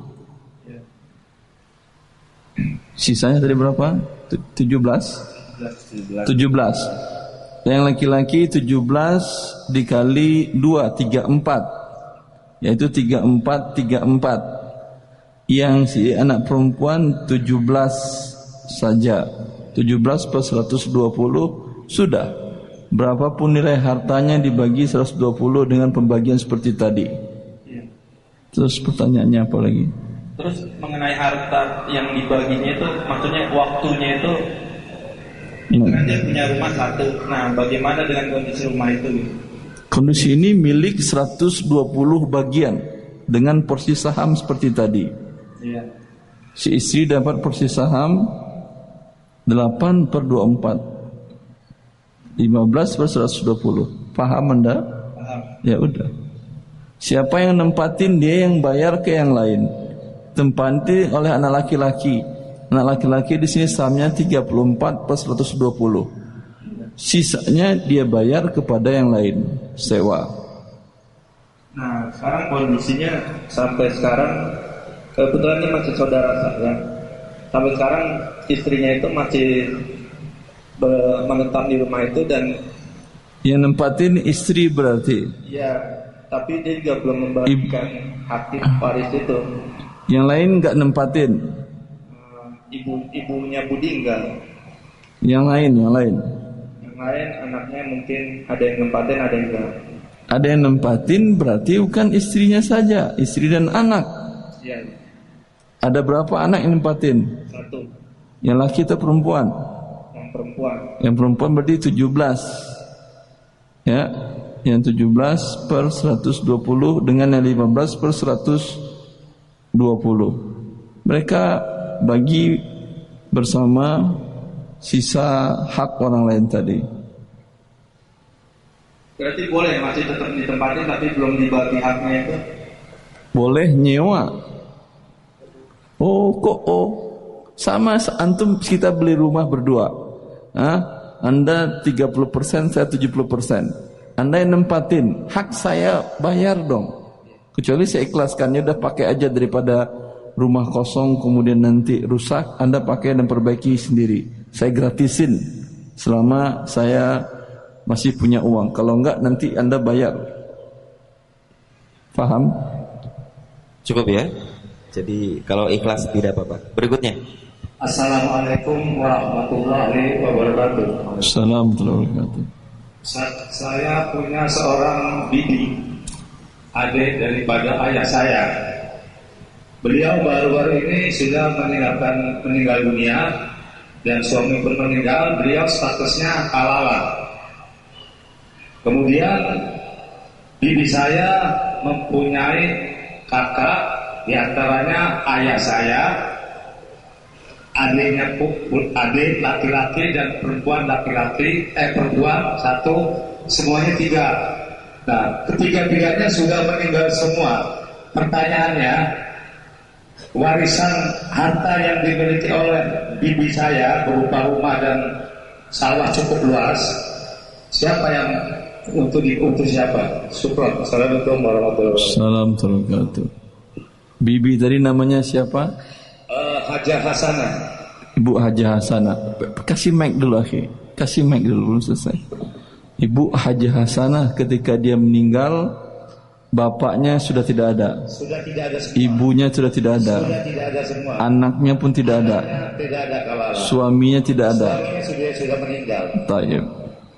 Sisanya tadi berapa? tujuh belas. tujuh belas. Yang laki-laki tujuh belas dikali dua, tiga puluh empat. Yaitu tiga puluh empat, tiga puluh empat. Yang si anak perempuan tujuh belas saja. tujuh belas plus seratus dua puluh sudah. Berapapun nilai hartanya dibagi seratus dua puluh dengan pembagian seperti tadi. Terus pertanyaannya apa lagi? Terus mengenai harta yang dibaginya itu, maksudnya waktunya itu, itu kan dia punya rumah satu. Nah, bagaimana dengan kondisi rumah itu? Kondisi ini milik seratus dua puluh bagian dengan porsi saham seperti tadi. Iya. Si istri dapat porsi saham delapan per dua puluh empat. lima belas per seratus dua puluh. Paham Anda? Paham. Ya udah. Siapa yang nempatin, dia yang bayar ke yang lain. Tempati oleh anak laki-laki. Anak laki-laki di sini sahamnya tiga puluh empat plus seratus dua puluh. Sisanya dia bayar kepada yang lain, sewa. Nah, sekarang kondisinya sampai sekarang, kebetulan ini masih saudara saya. Sampai sekarang istrinya itu masih menetap di rumah itu dan yang nempatin istri berarti. Iya, tapi dia juga belum membagikan hak waris itu. Yang lain enggak nempatin. Ibu ibunya Budi enggak. Yang lain, yang lain. Yang lain anaknya mungkin ada yang nempatin, ada yang enggak. Ada yang nempatin berarti bukan istrinya saja, istri dan anak. Iya. Ada berapa anak yang nempatin? Satu. Yang laki atau perempuan? Yang perempuan. Yang perempuan berarti tujuh belas. Ya, yang tujuh belas per seratus dua puluh dengan yang lima belas per seratus dua puluh. Mereka bagi bersama sisa hak orang lain tadi. Berarti boleh masih tetap ditempatin tapi belum dibagi haknya itu? Boleh nyewa. Oh kok oh sama antum kita beli rumah berdua. Hah? Anda tiga puluh persen, saya tujuh puluh persen. Anda yang nempatin, hak saya bayar dong. Kecuali saya ikhlaskannya udah pakai aja daripada rumah kosong kemudian nanti rusak, Anda pakai dan perbaiki sendiri. Saya gratisin selama saya masih punya uang. Kalau enggak nanti Anda bayar. Paham? Cukup ya. Jadi kalau ikhlas tidak apa-apa. Berikutnya. Assalamualaikum warahmatullahi wabarakatuh. Assalamualaikum warahmatullahi wabarakatuh. Saya punya seorang bibi, adik daripada ayah saya. Beliau baru-baru ini sudah meninggalkan meninggal dunia dan suami pun meninggal. Beliau statusnya kalala. Kemudian bibi saya mempunyai kakak, diantaranya ayah saya, adiknya adik laki-laki dan perempuan laki-laki, eh perempuan satu, semuanya tiga. Nah, ketiga-tiganya sudah meninggal semua. Pertanyaannya, warisan harta yang dimiliki oleh bibi saya berupa rumah dan sawah cukup luas, siapa yang untuk untuk siapa? Syukran. Assalamualaikum warahmatullahi wabarakatuh. Assalamualaikum warahmatullahi wabarakatuh. Bibi tadi namanya siapa? Uh, Hajah Hasanah. Ibu Hajah Hasanah. Kasih mic dulu akhi. Kasih mic dulu belum selesai. Ibu Haji Hasanah ketika dia meninggal, bapaknya sudah tidak ada. Sudah tidak ada semua. Ibunya sudah tidak ada. Sudah tidak ada semua. Anaknya pun tidak ada. Anaknya tidak ada kalau Suaminya tidak ada. Suaminya sudah sudah meninggal. Taib.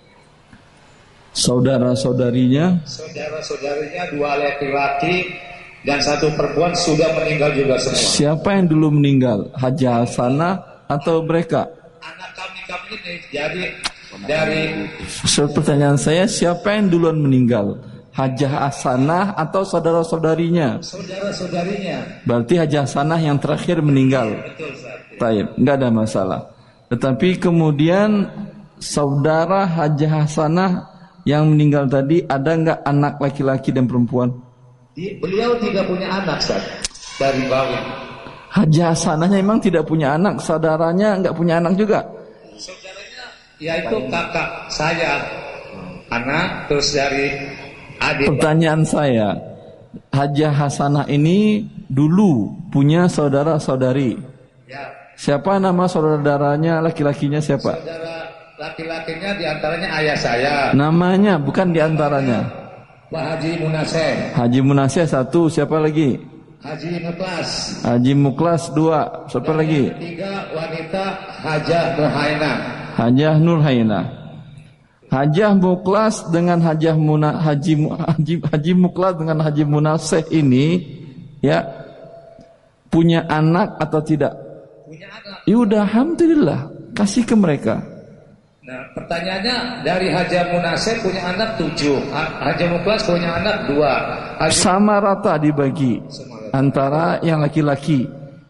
Saudara-saudarinya, saudara-saudarinya dua laki-laki dan satu perempuan sudah meninggal juga semua. Siapa yang dulu meninggal? Haji Hasanah atau mereka? Anak kami-kami ini jadi dari Pertanyaan saya, siapa yang duluan meninggal? Haji Hasanah atau saudara-saudarinya? Saudara-saudarinya. Berarti Haji Hasanah yang terakhir meninggal. Betul, Ustaz. Taib, enggak ada masalah. Tetapi kemudian saudara Haji Hasanah yang meninggal tadi, ada enggak anak laki-laki dan perempuan? Di, beliau tidak punya anak, Ustaz, dari bawah. Haji Hasanahnya memang tidak punya anak, saudaranya enggak punya anak juga. Saudaranya yaitu kakak saya, anak, terus dari adik. Pertanyaan saya, Haji Hasanah ini dulu punya saudara-saudari. Ya. Siapa nama saudaranya laki-lakinya siapa? Saudara laki-lakinya diantaranya ayah saya. Namanya bukan diantaranya. Pak Haji Munaseh. Haji Munaseh satu, siapa lagi? Haji Muklas. Haji Muklas dua, siapa Dan lagi? Tiga wanita Hajah Nurhaina. Hajah Nurhaina. Hajah Muklas dengan Hajah Muna, Haji, Haji Haji Muklas dengan Haji Munaseh ini, ya, punya anak atau tidak? Punya anak. Ya udah, alhamdulillah, kasih ke mereka. Nah, pertanyaannya, dari Haji Munaseh punya anak tujuh, Haji Muklas punya anak dua. Haji... Sama rata dibagi antara yang laki-laki,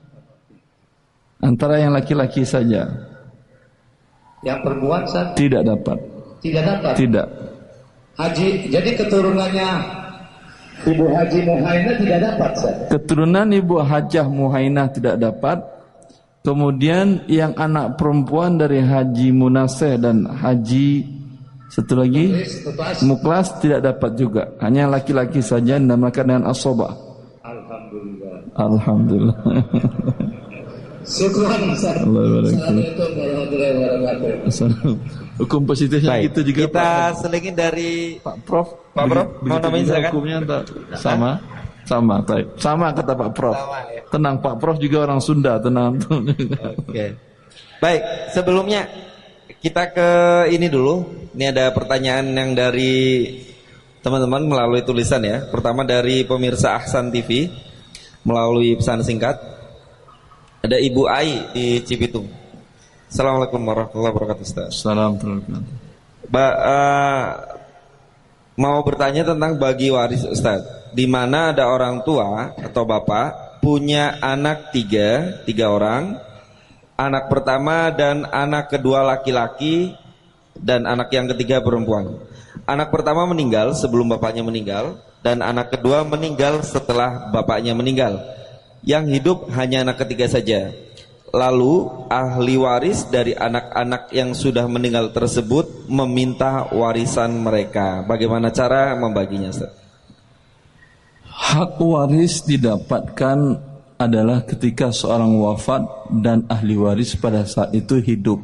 antara yang laki-laki saja. Yang perempuan Sat? Tidak dapat. Tidak dapat. Tidak. Haji, jadi keturunannya Ibu Haji Muhaina tidak dapat, Sat? Keturunan Ibu Hajah Muhaina tidak dapat. Kemudian yang anak perempuan dari Haji Munaseh dan Haji satu lagi Muklas tidak dapat juga. Hanya laki-laki saja yang dinamakan dengan asobah. Alhamdulillah. Alhamdulillah. Syukran, Ustaz. Assalamualaikum warahmatullahi wabarakatuh. Hukum positifnya Baik, gitu juga kita Pak. selingin dari Pak Prof. Pak Prof, mau nambahin silakan. Hukumnya tak sama. Sama, baik. Sama kata Pak Prof. Sama, ya. Tenang, Pak Prof juga orang Sunda, tenang. Oke. Baik, sebelumnya kita ke ini dulu. Ini ada pertanyaan yang dari teman-teman melalui tulisan ya. Pertama dari pemirsa Ahsan T V melalui pesan singkat. Ada Ibu Ai di Cibitung. Assalamualaikum warahmatullahi wabarakatuh, Ustaz. Assalamualaikum. Ba, uh, mau bertanya tentang bagi waris, Ustaz. Di mana ada orang tua atau bapak punya anak tiga, tiga orang, anak pertama dan anak kedua laki-laki dan anak yang ketiga perempuan. Anak pertama meninggal sebelum bapaknya meninggal dan anak kedua meninggal setelah bapaknya meninggal. Yang hidup hanya anak ketiga saja. Lalu ahli waris dari anak-anak yang sudah meninggal tersebut meminta warisan mereka. Bagaimana cara membaginya, Ustaz? Hak waris didapatkan adalah ketika seorang wafat dan ahli waris pada saat itu hidup.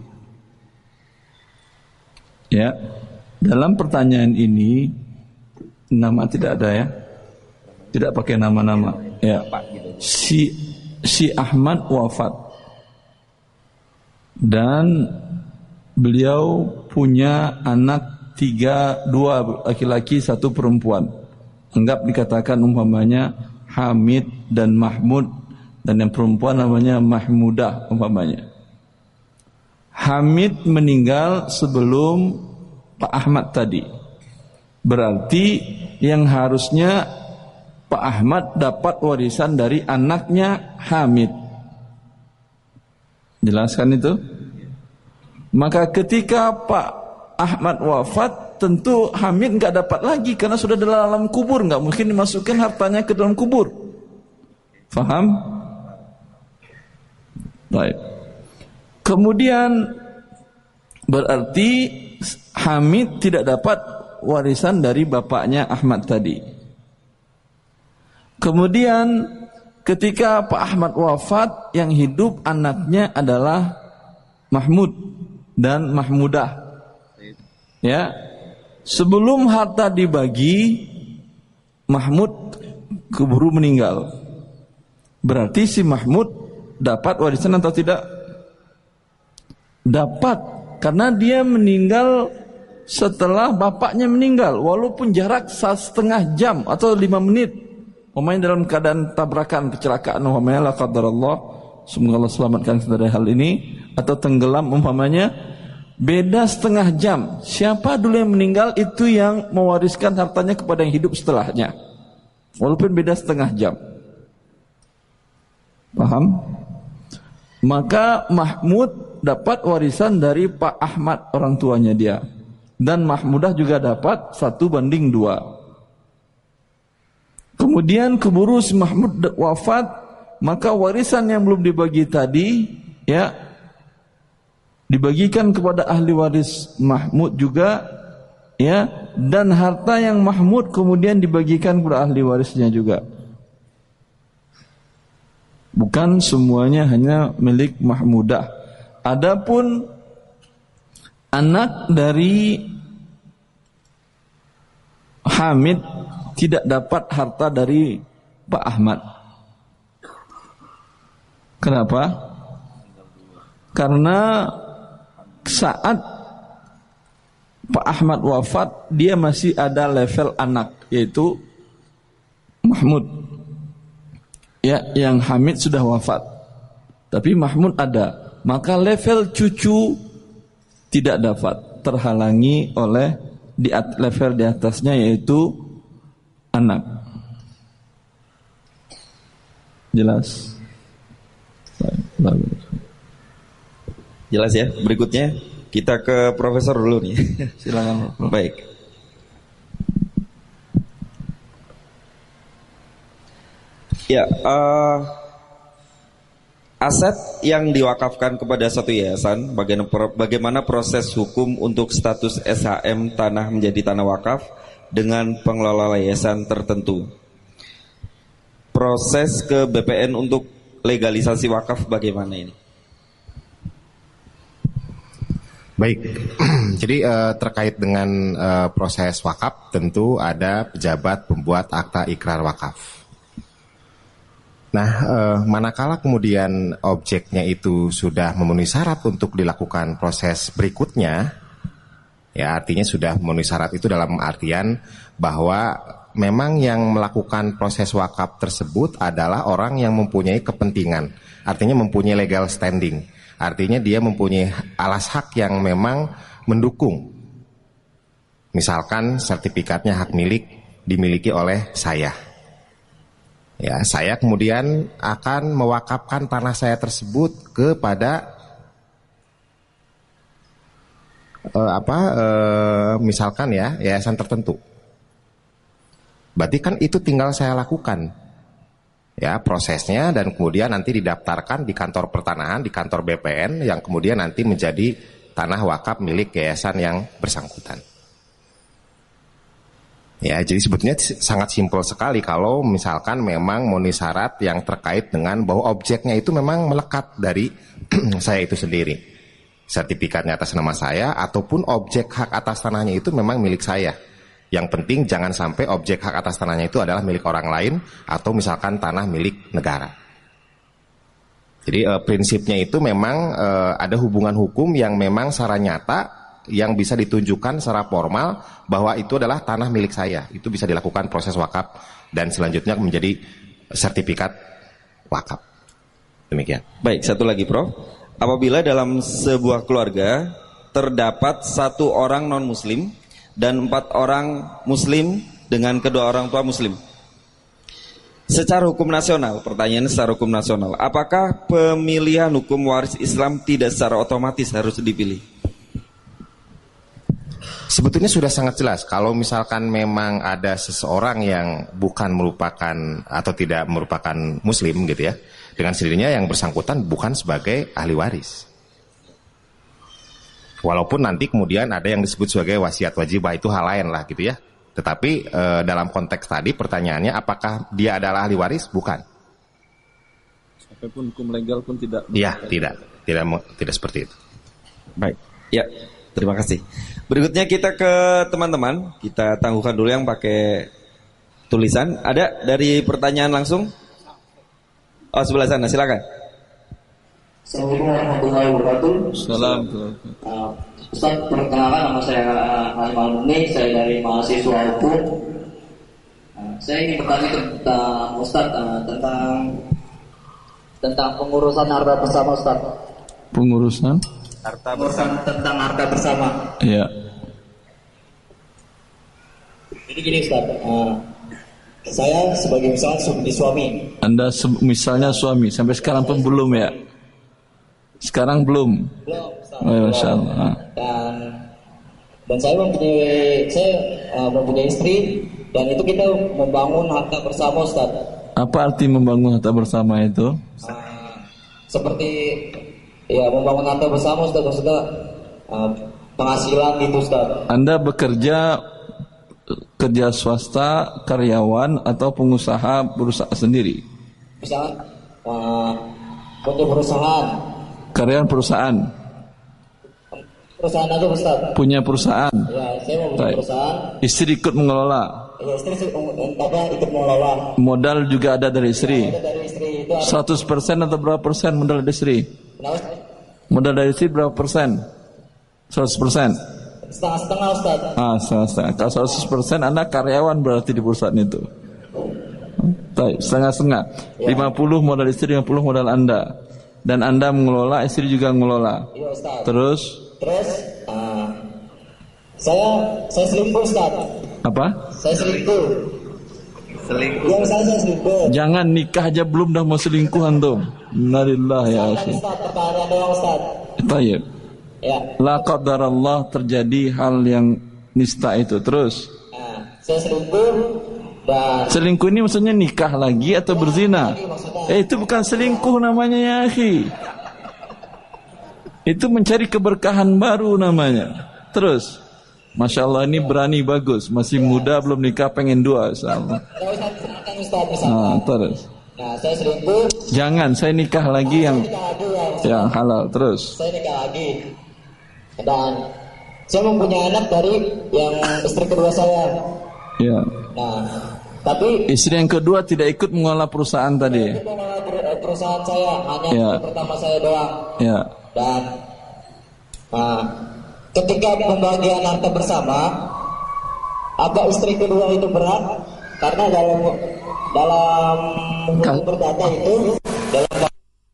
Ya, dalam pertanyaan ini nama tidak ada ya, tidak pakai nama-nama. Ya, si si Ahmad wafat dan beliau punya anak tiga, dua laki-laki, satu perempuan. Anggap dikatakan umpamanya Hamid dan Mahmud, dan yang perempuan namanya Mahmudah umpamanya. Hamid meninggal sebelum Pak Ahmad tadi. Berarti yang harusnya Pak Ahmad dapat warisan dari anaknya Hamid. Jelaskan itu? Maka ketika Pak Ahmad wafat, tentu Hamid enggak dapat lagi karena sudah dalam kubur, enggak mungkin dimasukkan hartanya ke dalam kubur. Faham? Baik. Kemudian berarti Hamid tidak dapat warisan dari bapaknya Ahmad tadi. Kemudian ketika Pak Ahmad wafat, yang hidup anaknya adalah Mahmud dan Mahmudah. Ya. sebelum harta dibagi, Mahmud keburu meninggal. Berarti si Mahmud dapat warisan atau tidak? Dapat, karena dia meninggal setelah bapaknya meninggal, walaupun jarak setengah jam atau lima menit. Umpamanya dalam keadaan tabrakan, kecelakaan, umpamanya la qadarallah, semoga Allah selamatkan kita dari hal ini, atau tenggelam umpamanya, beda setengah jam. Siapa dulu yang meninggal itu yang mewariskan hartanya kepada yang hidup setelahnya, walaupun beda setengah jam. Paham? Maka Mahmud dapat warisan dari Pak Ahmad, orang tuanya dia, dan Mahmudah juga dapat satu banding dua. Kemudian keburu si Mahmud wafat, maka warisan yang belum dibagi tadi, ya, dibagikan kepada ahli waris Mahmud juga, ya, dan harta yang Mahmud kemudian dibagikan kepada ahli warisnya juga. Bukan semuanya hanya milik Mahmudah. Adapun anak dari Hamid tidak dapat harta dari Pak Ahmad. Kenapa? Karena saat Pak Ahmad wafat, dia masih ada level anak, yaitu Mahmud. Ya, yang Hamid sudah wafat, tapi Mahmud ada. Maka level cucu tidak dapat, terhalangi oleh di level di atasnya, yaitu anak. Jelas? Jelas ya. Berikutnya kita ke Profesor dulu nih. Silakan. Baik. Ya, uh, aset yang diwakafkan kepada satu yayasan, bagaimana, bagaimana proses hukum untuk status S H M tanah menjadi tanah wakaf dengan pengelola yayasan tertentu? Proses ke B P N untuk legalisasi wakaf bagaimana ini? Baik, jadi uh, terkait dengan uh, proses wakaf, tentu ada pejabat pembuat akta ikrar wakaf. Nah, eh, manakala kemudian objeknya itu sudah memenuhi syarat untuk dilakukan proses berikutnya, ya artinya sudah memenuhi syarat itu dalam artian bahwa memang yang melakukan proses wakaf tersebut adalah orang yang mempunyai kepentingan, artinya mempunyai legal standing, artinya dia mempunyai alas hak yang memang mendukung. Misalkan sertifikatnya hak milik dimiliki oleh saya. Ya, saya kemudian akan mewakafkan tanah saya tersebut kepada eh, apa eh, misalkan ya yayasan tertentu. Berarti kan itu tinggal saya lakukan ya prosesnya, dan kemudian nanti didaftarkan di kantor pertanahan, di kantor B P N, yang kemudian nanti menjadi tanah wakaf milik yayasan yang bersangkutan. Ya, jadi sebetulnya sangat simpel sekali kalau misalkan memang memenuhi syarat yang terkait dengan bahwa objeknya itu memang melekat dari saya itu sendiri. Sertifikatnya atas nama saya ataupun objek hak atas tanahnya itu memang milik saya. Yang penting jangan sampai objek hak atas tanahnya itu adalah milik orang lain atau misalkan tanah milik negara. Jadi eh, prinsipnya itu memang eh, ada hubungan hukum yang memang secara nyata yang bisa ditunjukkan secara formal bahwa itu adalah tanah milik saya. Itu bisa dilakukan proses wakaf dan selanjutnya menjadi sertifikat wakaf. Demikian. Baik, satu lagi Prof. Apabila dalam sebuah keluarga terdapat satu orang non-muslim dan empat orang muslim dengan kedua orang tua muslim, secara hukum nasional, pertanyaannya secara hukum nasional, apakah pemilihan hukum waris Islam tidak secara otomatis harus dipilih? Sebetulnya sudah sangat jelas kalau misalkan memang ada seseorang yang bukan merupakan atau tidak merupakan muslim gitu ya, dengan sendirinya yang bersangkutan bukan sebagai ahli waris. Walaupun nanti kemudian ada yang disebut sebagai wasiat wajibah, itu hal lain lah gitu ya. Tetapi e, dalam konteks tadi pertanyaannya apakah dia adalah ahli waris? Bukan. Apapun hukum legal pun tidak. Iya, tidak. Tidak tidak seperti itu. Baik. Ya. Terima kasih. Berikutnya kita ke teman-teman. Kita tangguhkan dulu yang pakai tulisan. Ada dari pertanyaan langsung? Oh, sebelah sana, silakan. Assalamualaikum warahmatullahi wabarakatuh. Salam. Uh, Ustaz, perkenalkan nama saya Halim Al-Muni, saya dari mahasiswa hukum. Uh, saya ingin bertanya tentang Ustaz uh, tentang tentang pengurusan harta bersama Ustaz. Pengurusan? Harta Pengurusan tentang harta bersama. Iya. Jadi gini Ustaz, uh, saya sebagai misalnya sebagai suami. Anda se- misalnya suami, sampai sekarang pun belum ya? Sekarang belum? Belum, Ustaz. Oh, Masya Allah. Dan dan saya mempunyai saya uh, mempunyai istri dan itu kita membangun harta bersama Ustaz. Apa arti membangun harta bersama itu? Uh, seperti ya membangun harta bersama Ustaz, maksudnya uh, penghasilan gitu Ustaz. Anda bekerja kerja swasta, karyawan atau pengusaha berusaha sendiri? Misalnya uh, punya perusahaan. Karyawan perusahaan. Perusahaan aja Ustaz. Punya perusahaan. Ya, saya mau punya Baik. perusahaan. Istri ikut mengelola. Ya, istri apa ikut mengelola. Modal juga ada dari istri. Ada dari istri itu ada. seratus persen atau berapa persen modal dari istri? Kenapa? Modal dari istri berapa persen? seratus persen. Setengah-setengah Ustaz. Ah, setengah-setengah. Kalau seratus persen Anda karyawan berarti di perusahaan itu. Baik, setengah-setengah. lima puluh modal istri, lima puluh modal Anda. Dan Anda mengelola, istri juga mengelola. Iya Ustaz. Terus Terus uh, saya saya selingkuh Ustaz. apa? Saya selingkuh. selingkuh. Ya misalnya saya selingkuh. Jangan nikah aja belum dah mau selingkuh antum. Innalillah ya Kan akhi. Ustaz, pertanyaan doang Ustaz. Tayyib. Ya. La qadarallah, terjadi hal yang nista itu. Terus Nah, saya selingkuh dan selingkuh ini maksudnya nikah lagi atau berzina? Eh itu bukan selingkuh namanya ya akhi. Itu mencari keberkahan baru namanya. Terus Masya Allah ini berani bagus. Masih muda belum nikah pengen dua Insya Allah. kalau Ustaz misalkan Ustaz misalkan. Nah, terus Nah, saya selingkuh. jangan saya nikah lagi yang Nikah lagi ya. Ustaz. yang halal. Terus Saya nikah lagi. Dan saya mempunyai anak dari yang istri kedua saya. ya. Nah, tapi Istri yang kedua tidak ikut mengelola perusahaan tadi. itu mengelola per- perusahaan saya hanya Ya. yang pertama saya doang. Ya. Dan nah, ketika pembagian harta bersama, agak istri kedua itu berat karena dalam dalam hukum perdata itu dalam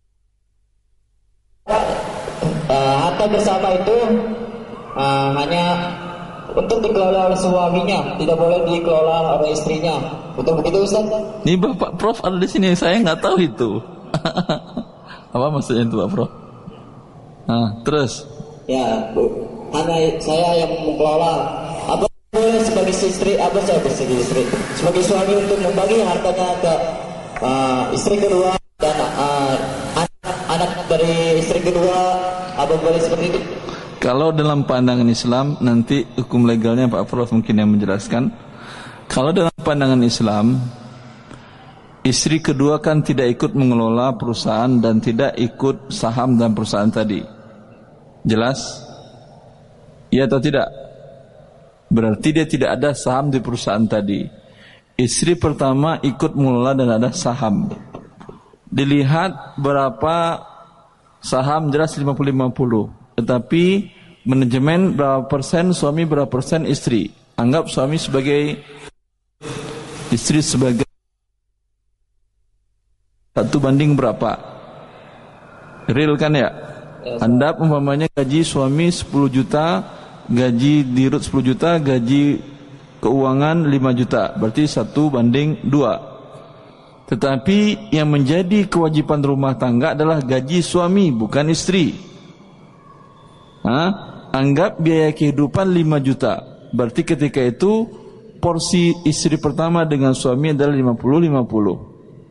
uh, harta bersama itu uh, hanya untuk dikelola oleh suaminya, tidak boleh dikelola oleh istrinya. Betul begitu Ustaz? Ini Bapak Prof ada di sini, saya nggak tahu itu. Apa maksudnya itu Pak Prof? Nah, terus Ya, Bu. Hanya saya yang mengelola. Apa boleh sebagai istri, apa saya sebagai istri, sebagai suami untuk membagi hartanya ke uh, istri kedua dan uh, anak, anak dari istri kedua, apa boleh seperti itu? kalau dalam pandangan Islam, nanti hukum legalnya Pak Prof mungkin yang menjelaskan. Kalau dalam pandangan Islam, istri kedua kan tidak ikut mengelola perusahaan dan tidak ikut saham dalam perusahaan tadi. Jelas? Iya atau tidak? Berarti dia tidak ada saham di perusahaan tadi. Istri pertama ikut mengelola dan ada saham. Dilihat berapa saham, jelas lima puluh lima puluh. Tetapi manajemen berapa persen suami, berapa persen istri. Anggap suami sebagai, istri sebagai satu banding berapa? Real kan ya? Anda umpamanya gaji suami sepuluh juta, gaji dirut sepuluh juta, gaji keuangan lima juta, berarti satu banding dua. Tetapi yang menjadi kewajiban rumah tangga adalah gaji suami, bukan istri. Hah? Anggap biaya kehidupan lima juta, berarti ketika itu porsi istri pertama dengan suami adalah lima puluh lima puluh.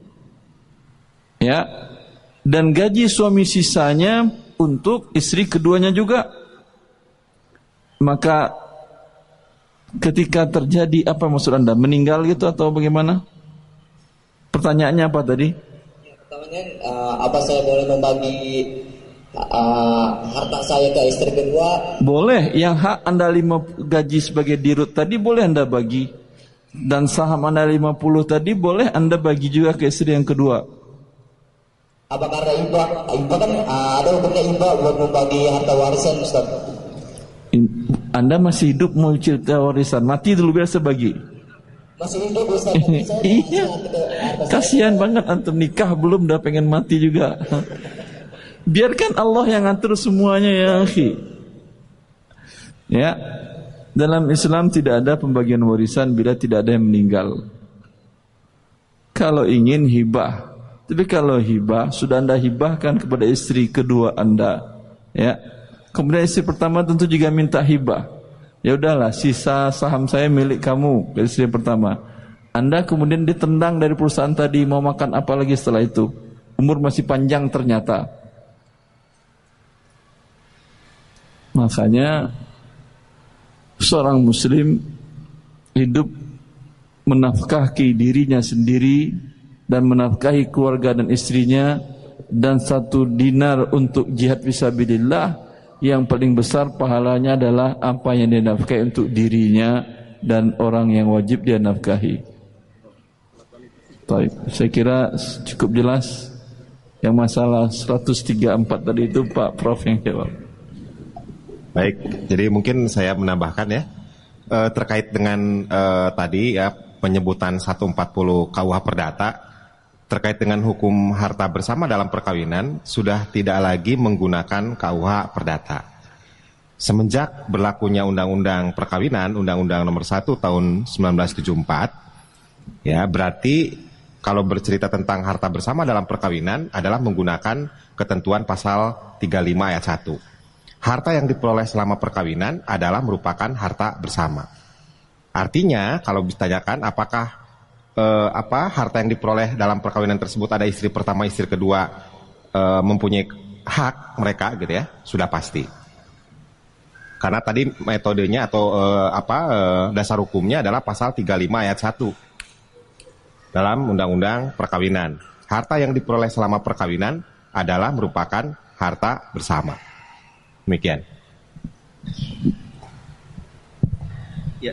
Ya. Dan gaji suami sisanya untuk istri keduanya juga. Maka ketika terjadi, apa maksud Anda? Meninggal gitu atau bagaimana? Pertanyaannya apa tadi? Ya, pertamanya uh, apa saya boleh membagi uh, harta saya ke istri kedua. Boleh, yang hak Anda lima gaji sebagai dirut tadi boleh Anda bagi. Dan saham Anda lima puluh tadi boleh Anda bagi juga ke istri yang kedua. Apa karena iba? Iba kan uh, ada hukumnya iba buat membagi harta warisan, Ustaz. Anda masih hidup mau cerita warisan, mati dulu biasa bagi. Masih hidup Ustaz. Iya. Kasihan banget antum nikah belum udah pengen mati juga. Biarkan Allah yang ngatur semuanya ya akhi. Ya. Dalam Islam tidak ada pembagian warisan bila tidak ada yang meninggal. Kalau ingin hibah. Tapi kalau hibah sudah Anda hibahkan kepada istri kedua Anda, ya. Kemudian istri pertama tentu juga minta hibah. Ya udahlah, sisa saham saya milik kamu, ke istri pertama. Anda kemudian ditendang dari perusahaan tadi, mau makan apa lagi setelah itu? Umur masih panjang ternyata. Makanya seorang muslim hidup menafkahi dirinya sendiri dan menafkahi keluarga dan istrinya, dan satu dinar untuk jihad fisabilillah yang paling besar pahalanya adalah apa yang dia nafkahi untuk dirinya dan orang yang wajib dia nafkahi. Baik, saya kira cukup jelas. Yang masalah seratus tiga puluh empat tadi itu Pak Prof yang jawab. Baik, jadi mungkin saya menambahkan ya, e, terkait dengan e, tadi ya penyebutan seratus empat puluh K U H Perdata terkait dengan hukum harta bersama dalam perkawinan sudah tidak lagi menggunakan K U H Perdata. Semenjak berlakunya Undang-Undang Perkawinan, Undang-Undang Nomor satu Tahun seribu sembilan ratus tujuh puluh empat, ya berarti kalau bercerita tentang harta bersama dalam perkawinan adalah menggunakan ketentuan pasal tiga puluh lima ayat satu. Harta yang diperoleh selama perkawinan adalah merupakan harta bersama. Artinya kalau ditanyakan apakah eh, apa harta yang diperoleh dalam perkawinan tersebut ada istri pertama, istri kedua eh, mempunyai hak mereka gitu ya, sudah pasti. Karena tadi metodenya atau eh, apa eh, dasar hukumnya adalah pasal tiga puluh lima ayat satu dalam Undang-Undang Perkawinan. Harta yang diperoleh selama perkawinan adalah merupakan harta bersama. Demikian. Ya.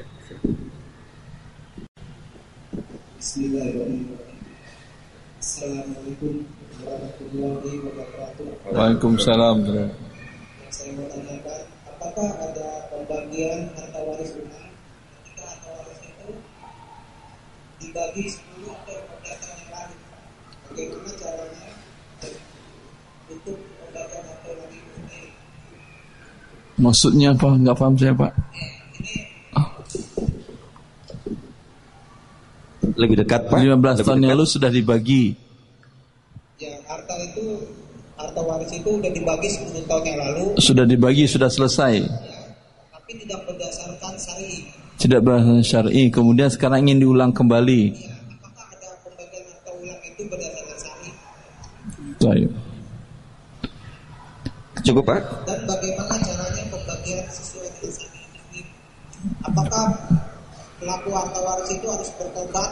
Bismillahirrahmanirrahim. Assalamualaikum warahmatullahi wabarakatuh. Waalaikumsalam. Saya mau tanyakan, apakah ada pembagian harta waris rumah ketika harta waris itu dibagi sepuluh atau lima belas tahun yang lalu? Bagaimana caranya untuk pembagian harta waris ini? Maksudnya apa? Enggak paham saya, Pak. Lebih dekat Pak. lima belas Lebih tahun dekat. yang lalu sudah dibagi. Ya, harta itu, harta waris itu sudah dibagi sepuluh tahun yang lalu. Sudah dibagi, sudah selesai. Ya, tapi tidak berdasarkan syar'i. Tidak berdasarkan syar'i. Kemudian sekarang ingin diulang kembali. Ya, apakah ada pembagian harta ulang itu berdasarkan syar'i? Baik. Cukup Pak. Dan bagaimana caranya pembagian sesuai dengan syar'i ini? Apakah pelaku harta waris itu harus bertobat?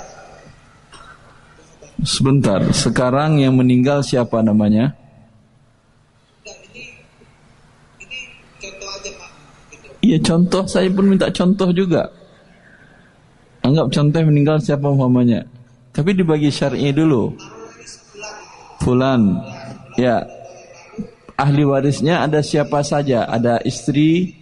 Sebentar, sekarang yang meninggal siapa namanya? Enggak, ini ini contoh aja Pak. Gitu. Iya, contoh, saya pun minta contoh juga. Anggap contoh yang meninggal siapa umpamanya. Tapi dibagi syar'i dulu. Fulan. Ya. Ahli warisnya ada siapa saja? Ada istri.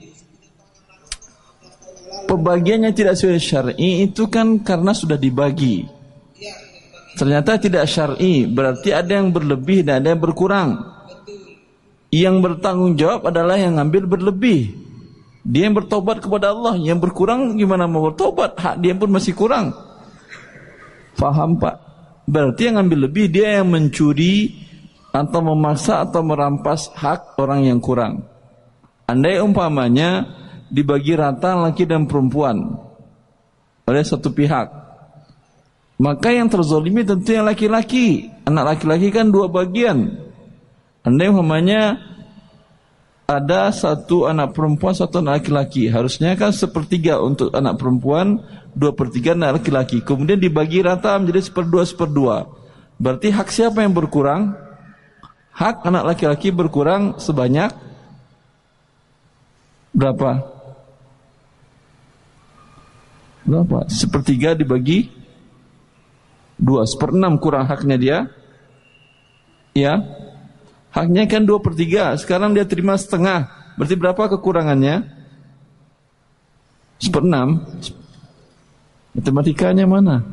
Pembagiannya tidak sesuai syar'i itu kan karena sudah dibagi. Ternyata tidak syar'i, berarti ada yang berlebih dan ada yang berkurang. Yang bertanggung jawab adalah yang ngambil berlebih. Dia yang bertobat kepada Allah. Yang berkurang gimana mau bertobat? Hak dia pun masih kurang. Faham Pak? Berarti yang ngambil lebih dia yang mencuri atau memaksa atau merampas hak orang yang kurang. Andai umpamanya dibagi rata laki dan perempuan oleh satu pihak, maka yang terzolimi tentu yang laki-laki. Anak laki-laki kan dua bagian. Andai umpamanya ada satu anak perempuan, satu anak laki-laki, harusnya kan sepertiga untuk anak perempuan, dua per tiga anak laki-laki. Kemudian dibagi rata menjadi seperdua seperdua. Berarti hak siapa yang berkurang? hak anak laki-laki berkurang sebanyak berapa? Berapa? Sepertiga dibagi dua, seperenam kurang haknya dia. Ya, haknya kan dua per tiga. Sekarang dia terima setengah. Berarti berapa kekurangannya? Seperenam. Matematikanya mana?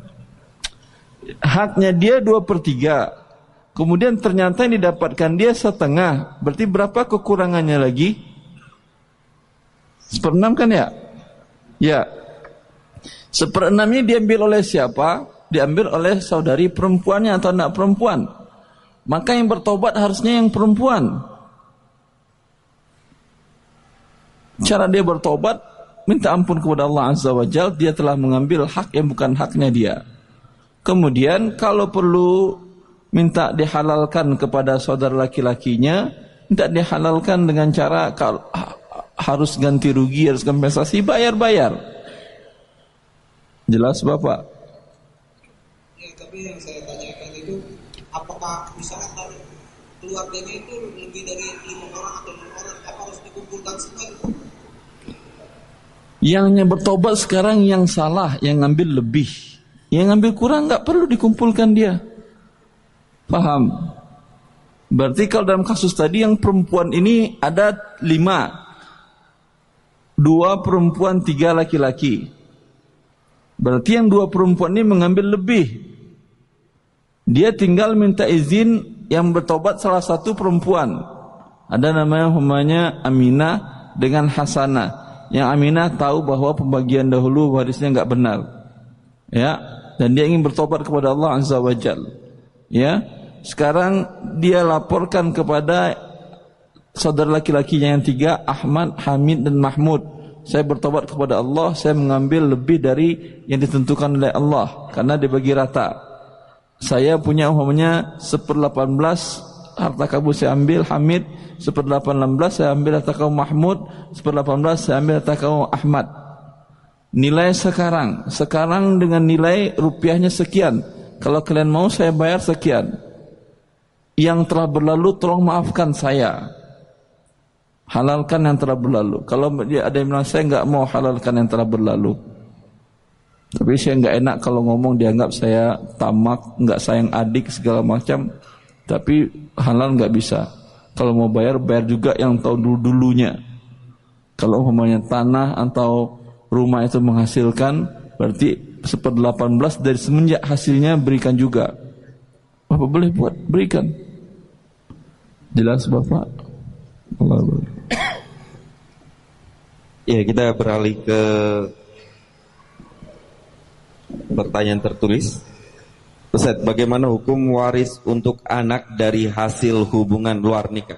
Haknya dia dua per tiga. Kemudian ternyata yang didapatkan dia setengah. Berarti berapa kekurangannya lagi? Seperenam kan ya? Ya. Seperenamnya diambil oleh siapa? Diambil oleh saudari perempuannya atau anak perempuan. Maka yang bertobat harusnya yang perempuan. Cara dia bertobat, minta ampun kepada Allah Azza wa Jalla, dia telah mengambil hak yang bukan haknya dia. Kemudian kalau perlu minta dihalalkan kepada saudara laki-lakinya, minta dihalalkan dengan cara kalau harus ganti rugi, harus kompensasi, bayar-bayar. Jelas Bapak? Ya, tapi yang saya tanyakan itu, apakah misalkan keluarganya itu lebih dari lima orang atau enam orang, apa harus dikumpulkan semua? Yang bertobat sekarang yang salah, yang ngambil lebih. Yang ngambil kurang nggak perlu dikumpulkan dia. Paham? Berarti kalau dalam kasus tadi yang perempuan ini ada lima, dua perempuan, tiga laki-laki. Berarti yang dua perempuan ini mengambil lebih. Dia tinggal minta izin yang bertobat salah satu perempuan. Ada namanya namanya Aminah dengan Hasanah. Yang Aminah tahu bahwa pembagian dahulu warisnya enggak benar. Ya, dan dia ingin bertobat kepada Allah Azza wa Jalla. Ya. Sekarang dia laporkan kepada saudara laki-lakinya yang tiga, Ahmad, Hamid dan Mahmud. Saya bertobat kepada Allah, saya mengambil lebih dari yang ditentukan oleh Allah karena dibagi rata. Saya punya umpamanya seperdelapan belas harta kamu saya ambil Hamid, seperdelapan enam belas saya ambil harta kamu Mahmud, seperdelapan belas saya ambil harta kamu Ahmad. Nilai sekarang, sekarang dengan nilai rupiahnya sekian. Kalau kalian mau saya bayar sekian. Yang telah berlalu tolong maafkan saya. Halalkan yang telah berlalu. Kalau dia ada yang bilang saya enggak mau halalkan yang telah berlalu. Tapi saya enggak enak kalau ngomong dianggap saya tamak, enggak sayang adik segala macam. Tapi halal enggak bisa. Kalau mau bayar, bayar juga yang tahu dulu-dulunya. Kalau umpamanya tanah atau rumah itu menghasilkan, berarti seperdelapan belas dari semenjak hasilnya berikan juga. Bapak boleh buat, berikan. Jelas Bapak? Allah boleh. Ya, kita beralih ke pertanyaan tertulis. Ustaz, bagaimana hukum waris untuk anak dari hasil hubungan luar nikah?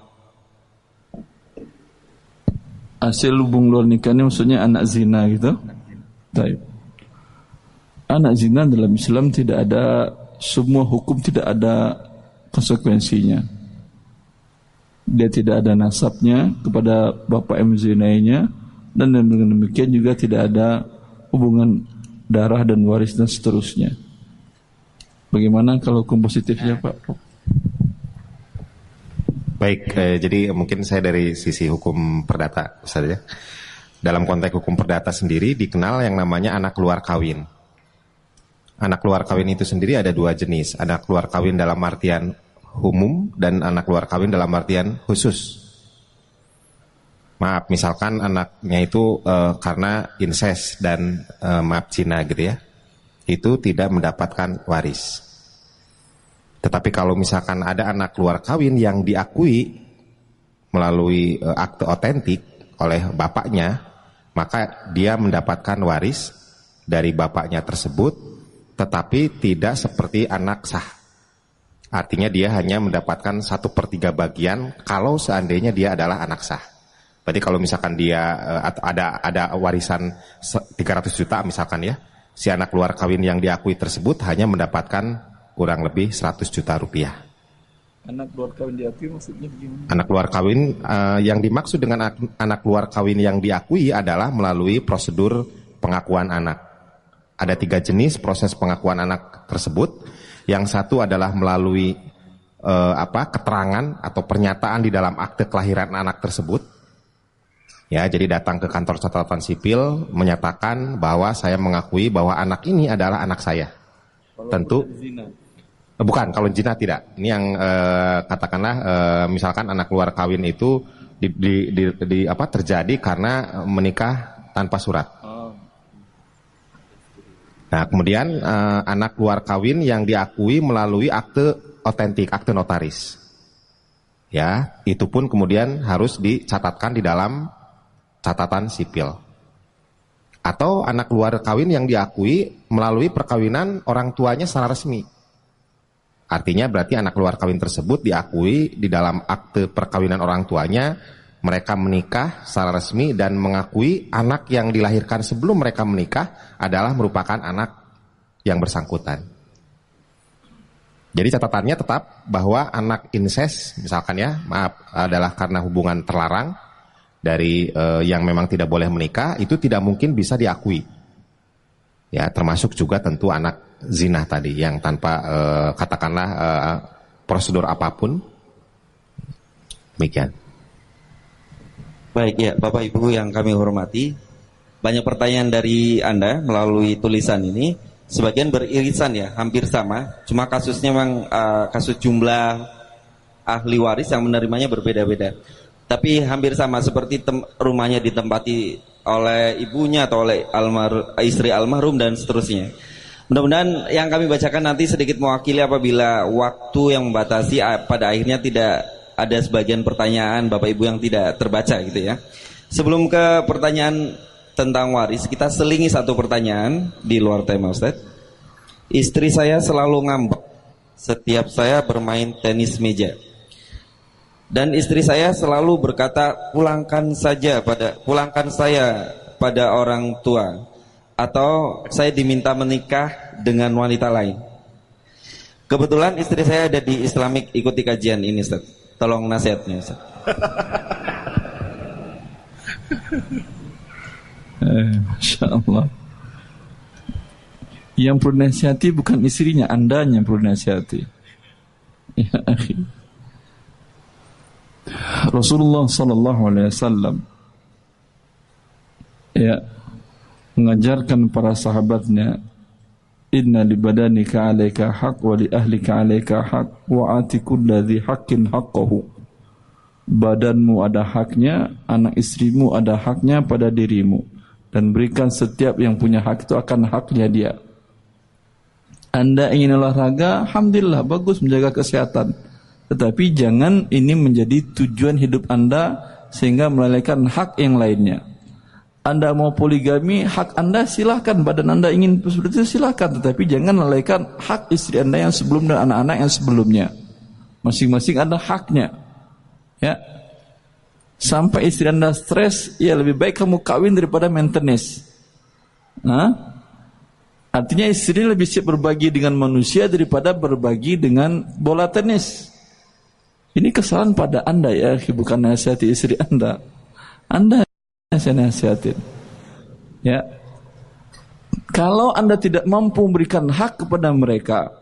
Hasil hubungan luar nikah ini maksudnya anak zina gitu? Baik. Anak zina dalam Islam tidak ada, semua hukum tidak ada konsekuensinya. Dia tidak ada nasabnya kepada bapak yang menzinainya, dan dengan demikian juga tidak ada hubungan darah dan waris dan seterusnya. Bagaimana kalau hukum positifnya Pak? Baik, eh, jadi mungkin saya dari sisi hukum perdata saja. Dalam konteks hukum perdata sendiri dikenal yang namanya anak luar kawin. Anak luar kawin itu sendiri ada dua jenis. Anak luar kawin dalam artian umum dan anak luar kawin dalam artian khusus. Maaf, misalkan anaknya itu uh, karena incest dan uh, maaf Cina gitu ya, itu tidak mendapatkan waris. Tetapi kalau misalkan ada anak luar kawin yang diakui melalui uh, akte otentik oleh bapaknya, maka dia mendapatkan waris dari bapaknya tersebut, tetapi tidak seperti anak sah. Artinya dia hanya mendapatkan satu per tiga bagian kalau seandainya dia adalah anak sah. Berarti kalau misalkan dia ada ada warisan tiga ratus juta misalkan ya, si anak luar kawin yang diakui tersebut hanya mendapatkan kurang lebih seratus juta rupiah. Anak luar kawin diakui maksudnya begini? Anak luar kawin uh, yang dimaksud dengan anak, anak luar kawin yang diakui adalah melalui prosedur pengakuan anak. Ada tiga jenis proses pengakuan anak tersebut. Yang satu adalah melalui eh, apa keterangan atau pernyataan di dalam akte kelahiran anak tersebut. Ya, jadi datang ke kantor catatan sipil menyatakan bahwa saya mengakui bahwa anak ini adalah anak saya. Kalau tentu zina. Bukan, kalau zina tidak. Ini yang eh, katakanlah eh, misalkan anak luar kawin itu di, di, di, di apa terjadi karena menikah tanpa surat. Nah, kemudian eh, anak luar kawin yang diakui melalui akte otentik, akte notaris. Ya, itu pun kemudian harus dicatatkan di dalam catatan sipil. Atau anak luar kawin yang diakui melalui perkawinan orang tuanya secara resmi. Artinya berarti anak luar kawin tersebut diakui di dalam akte perkawinan orang tuanya, mereka menikah secara resmi dan mengakui anak yang dilahirkan sebelum mereka menikah adalah merupakan anak yang bersangkutan. Jadi catatannya tetap bahwa anak incest misalkan ya, maaf, adalah karena hubungan terlarang dari eh, yang memang tidak boleh menikah, itu tidak mungkin bisa diakui. Ya, termasuk juga tentu anak zina tadi yang tanpa eh, katakanlah eh, prosedur apapun. Demikian. Baik ya, Bapak Ibu yang kami hormati, banyak pertanyaan dari Anda melalui tulisan ini. Sebagian beririsan ya, hampir sama. Cuma kasusnya memang uh, kasus jumlah ahli waris yang menerimanya berbeda-beda. Tapi hampir sama, seperti tem- rumahnya ditempati oleh ibunya atau oleh almar- istri almarhum dan seterusnya. Mudah-mudahan yang kami bacakan nanti sedikit mewakili apabila waktu yang membatasi pada akhirnya tidak ada sebagian pertanyaan Bapak Ibu yang tidak terbaca gitu ya. Sebelum ke pertanyaan tentang waris, kita selingi satu pertanyaan di luar tema, Ustaz. Istri saya selalu ngambek setiap saya bermain tenis meja. Dan istri saya selalu berkata, pulangkan saja pada pulangkan saya pada orang tua, atau saya diminta menikah dengan wanita lain. Kebetulan istri saya ada di Islamic, ikuti kajian ini, Ustaz. Tolong nasihatnya, Ustaz. eh, Masya Allah. Yang perlu nasihati bukan istrinya, andanya yang perlu nasihati. Ya akhi, Rasulullah sallallahu alaihi wasallam ya mengajarkan para sahabatnya, inna li badanika 'alaika haq wa li ahlika 'alaika haq wa ati kulli dzi haqqin haqqahu. Badanmu ada haknya, anak istrimu ada haknya pada dirimu, dan berikan setiap yang punya hak itu akan haknya dia. Anda ingin olahraga, alhamdulillah, bagus, menjaga kesehatan. Tetapi jangan ini menjadi tujuan hidup Anda sehingga melalaikan hak yang lainnya. Anda mau poligami, hak Anda silahkan, badan Anda ingin seperti itu silahkan, tetapi jangan melalaikan hak istri Anda yang sebelum dan anak-anak yang sebelumnya. Masing-masing ada haknya. Ya. Sampai istri Anda stres, ya lebih baik kamu kawin daripada main tenis. Nah, artinya istri lebih siap berbagi dengan manusia daripada berbagi dengan bola tenis. Ini kesalahan pada Anda ya, bukan nasihati istri Anda. Anda yang saya nasihatin. Ya. Kalau Anda tidak mampu memberikan hak kepada mereka,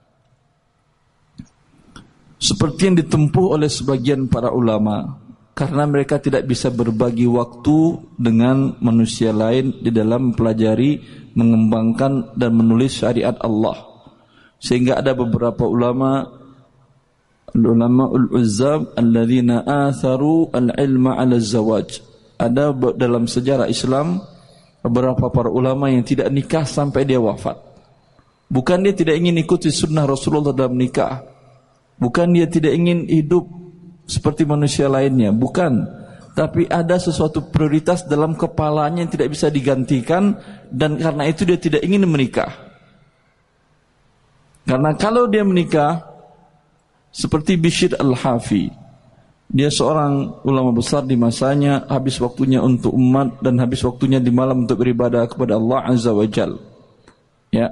seperti yang ditempuh oleh sebagian para ulama, karena mereka tidak bisa berbagi waktu dengan manusia lain di dalam mempelajari, mengembangkan dan menulis syariat Allah. Sehingga ada beberapa ulama, ulama ul-uzzab alladzina atharu al-ilma 'ala az-zawaj. Ada dalam sejarah Islam beberapa para ulama yang tidak nikah sampai dia wafat. Bukan dia tidak ingin ikuti sunnah Rasulullah dalam nikah, bukan dia tidak ingin hidup seperti manusia lainnya, bukan. Tapi ada sesuatu prioritas dalam kepalanya yang tidak bisa digantikan, dan karena itu dia tidak ingin menikah. Karena kalau dia menikah, seperti Bishr al-Hafi, dia seorang ulama besar di masanya, habis waktunya untuk umat dan habis waktunya di malam untuk beribadah kepada Allah Azza wa Jal. Ya.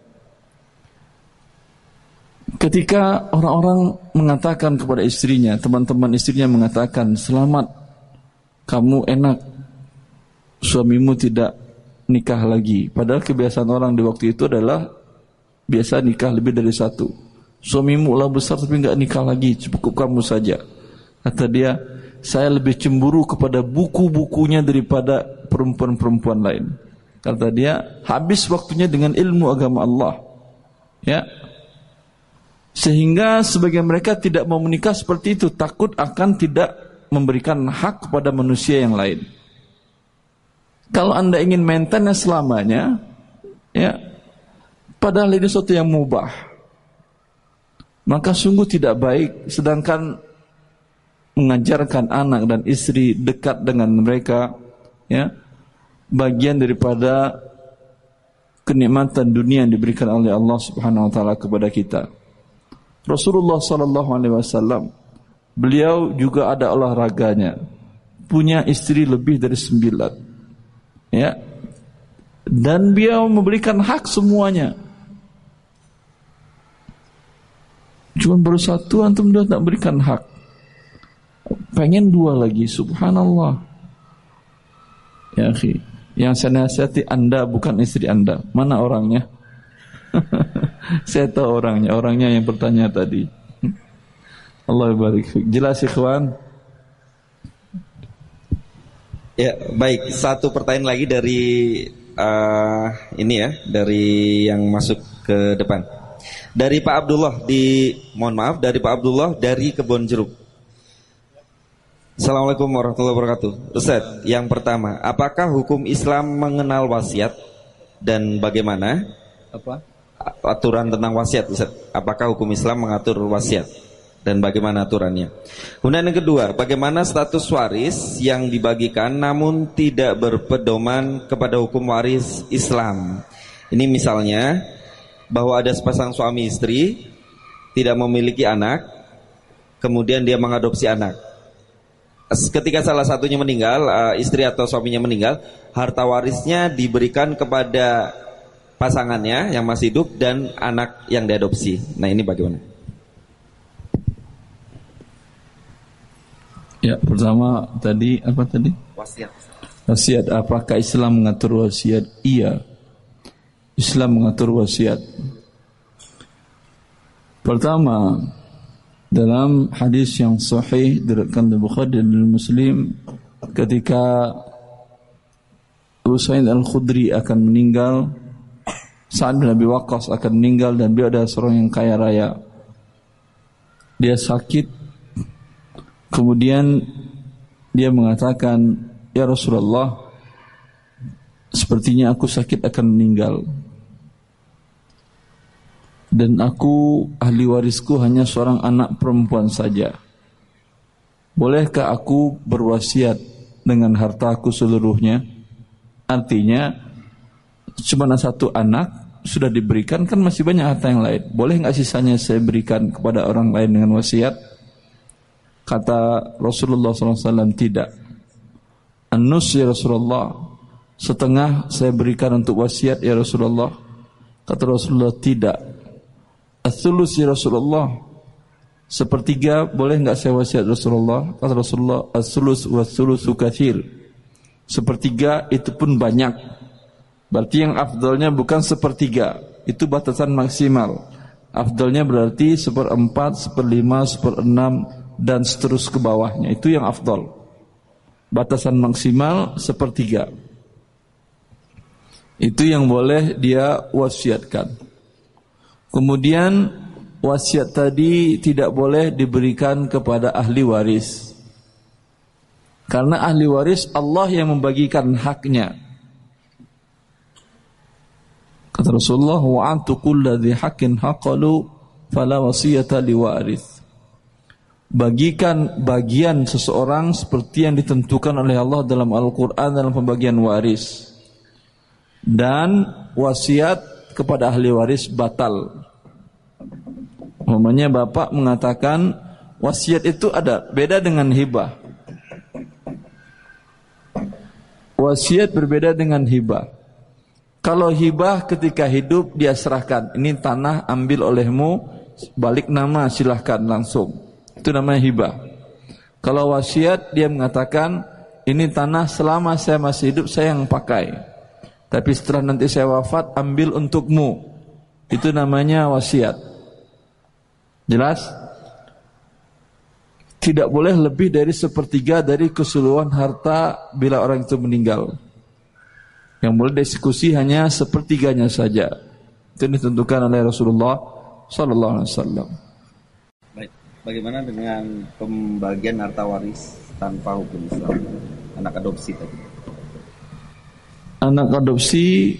Ketika orang-orang mengatakan kepada istrinya, teman-teman istrinya mengatakan, selamat, kamu enak, suamimu tidak nikah lagi. Padahal kebiasaan orang di waktu itu adalah biasa nikah lebih dari satu. Suamimu ulah besar tapi enggak nikah lagi, cukup kamu saja. Kata dia, saya lebih cemburu kepada buku-bukunya daripada perempuan-perempuan lain. Kata dia, habis waktunya dengan ilmu agama Allah. Ya. Sehingga sebagian mereka tidak mau menikah seperti itu, takut akan tidak memberikan hak kepada manusia yang lain. Kalau Anda ingin maintain selamanya, ya, padahal ini sesuatu yang mubah, maka sungguh tidak baik. Sedangkan mengajarkan anak dan istri dekat dengan mereka, ya, bagian daripada kenikmatan dunia yang diberikan oleh Allah Subhanahu wa taala kepada kita. Rasulullah sallallahu alaihi wasallam, beliau juga ada olahraganya, punya istri lebih dari sembilan, ya, dan beliau memberikan hak semuanya. Cuma baru satu antum sudah tak berikan hak, pengen dua lagi. Subhanallah. Ya akhi, yang saya nasihati Anda bukan istri Anda. Mana orangnya? Saya tahu orangnya, orangnya yang bertanya tadi. Allah barik. Jelas ikhwan? Ya, baik. Satu pertanyaan lagi dari uh, ini ya, dari yang masuk ke depan. Dari Pak Abdullah di, mohon maaf, dari Pak Abdullah dari Kebon Jeruk. Assalamualaikum warahmatullahi wabarakatuh. Ustaz, yang pertama, apakah hukum Islam mengenal wasiat dan bagaimana? Apa? Aturan tentang wasiat, Ustaz. Apakah hukum Islam mengatur wasiat dan bagaimana aturannya? Kemudian yang kedua, bagaimana status waris yang dibagikan namun tidak berpedoman kepada hukum waris Islam? Ini misalnya bahwa ada sepasang suami istri tidak memiliki anak, kemudian dia mengadopsi anak. Ketika salah satunya meninggal, istri atau suaminya meninggal, harta warisnya diberikan kepada pasangannya yang masih hidup dan anak yang diadopsi. Nah, ini bagaimana? Ya, pertama tadi apa tadi? Wasiat. Wasiat, apakah Islam mengatur wasiat? Iya. Islam mengatur wasiat. Pertama, dalam hadis yang sahih diriwayatkan oleh Bukhari dan Muslim, ketika Abu Sa'id Al-Khudri akan meninggal, Sa'ad bin Abi Waqqas akan meninggal, dan beliau adalah seorang yang kaya raya. Dia sakit, kemudian dia mengatakan, ya Rasulullah, sepertinya aku sakit akan meninggal, dan aku, ahli warisku hanya seorang anak perempuan saja. Bolehkah aku berwasiat dengan hartaku seluruhnya? Artinya cuma satu anak sudah diberikan, kan masih banyak harta yang lain. Boleh nggak sisanya saya berikan kepada orang lain dengan wasiat? Kata Rasulullah shallallahu alaihi wasallam, tidak. An-nus ya Rasulullah, setengah saya berikan untuk wasiat ya Rasulullah. Kata Rasulullah, tidak. Ats-tsulus ya Rasulullah, sepertiga boleh enggak saya wasiat Rasulullah? Kata Rasulullah, ats-tsulus wa ats-tsulusu katsir, sepertiga itu pun banyak. Berarti yang afdalnya bukan sepertiga, itu batasan maksimal. Afdalnya berarti seperempat, seperlima, seperenam, dan seterus ke bawahnya. Itu yang afdal. Batasan maksimal sepertiga. Itu yang boleh dia wasiatkan. Kemudian wasiat tadi tidak boleh diberikan kepada ahli waris, karena ahli waris Allah yang membagikan haknya. Kata Rasulullah, wa'antu kulladhi haqqin haqqalu fala wasiyata liwarith. Bagikan bagian seseorang seperti yang ditentukan oleh Allah dalam Al-Quran dalam pembagian waris. Dan wasiat kepada ahli waris batal. Umpamanya bapak mengatakan wasiat itu ada, beda dengan hibah. Wasiat berbeda dengan hibah. Kalau hibah ketika hidup dia serahkan, ini tanah ambil olehmu, balik nama silahkan langsung. Itu namanya hibah. Kalau wasiat dia mengatakan, ini tanah selama saya masih hidup saya yang pakai, tapi setelah nanti saya wafat ambil untukmu. Itu namanya wasiat. Jelas? Tidak boleh lebih dari sepertiga dari keseluruhan harta bila orang itu meninggal. Yang boleh dieksekusi hanya sepertiganya saja. Itu ditentukan oleh Rasulullah sallallahu alaihi wasallam. Baik, bagaimana dengan pembagian harta waris tanpa hukum Islam? Anak adopsi tadi. Anak adopsi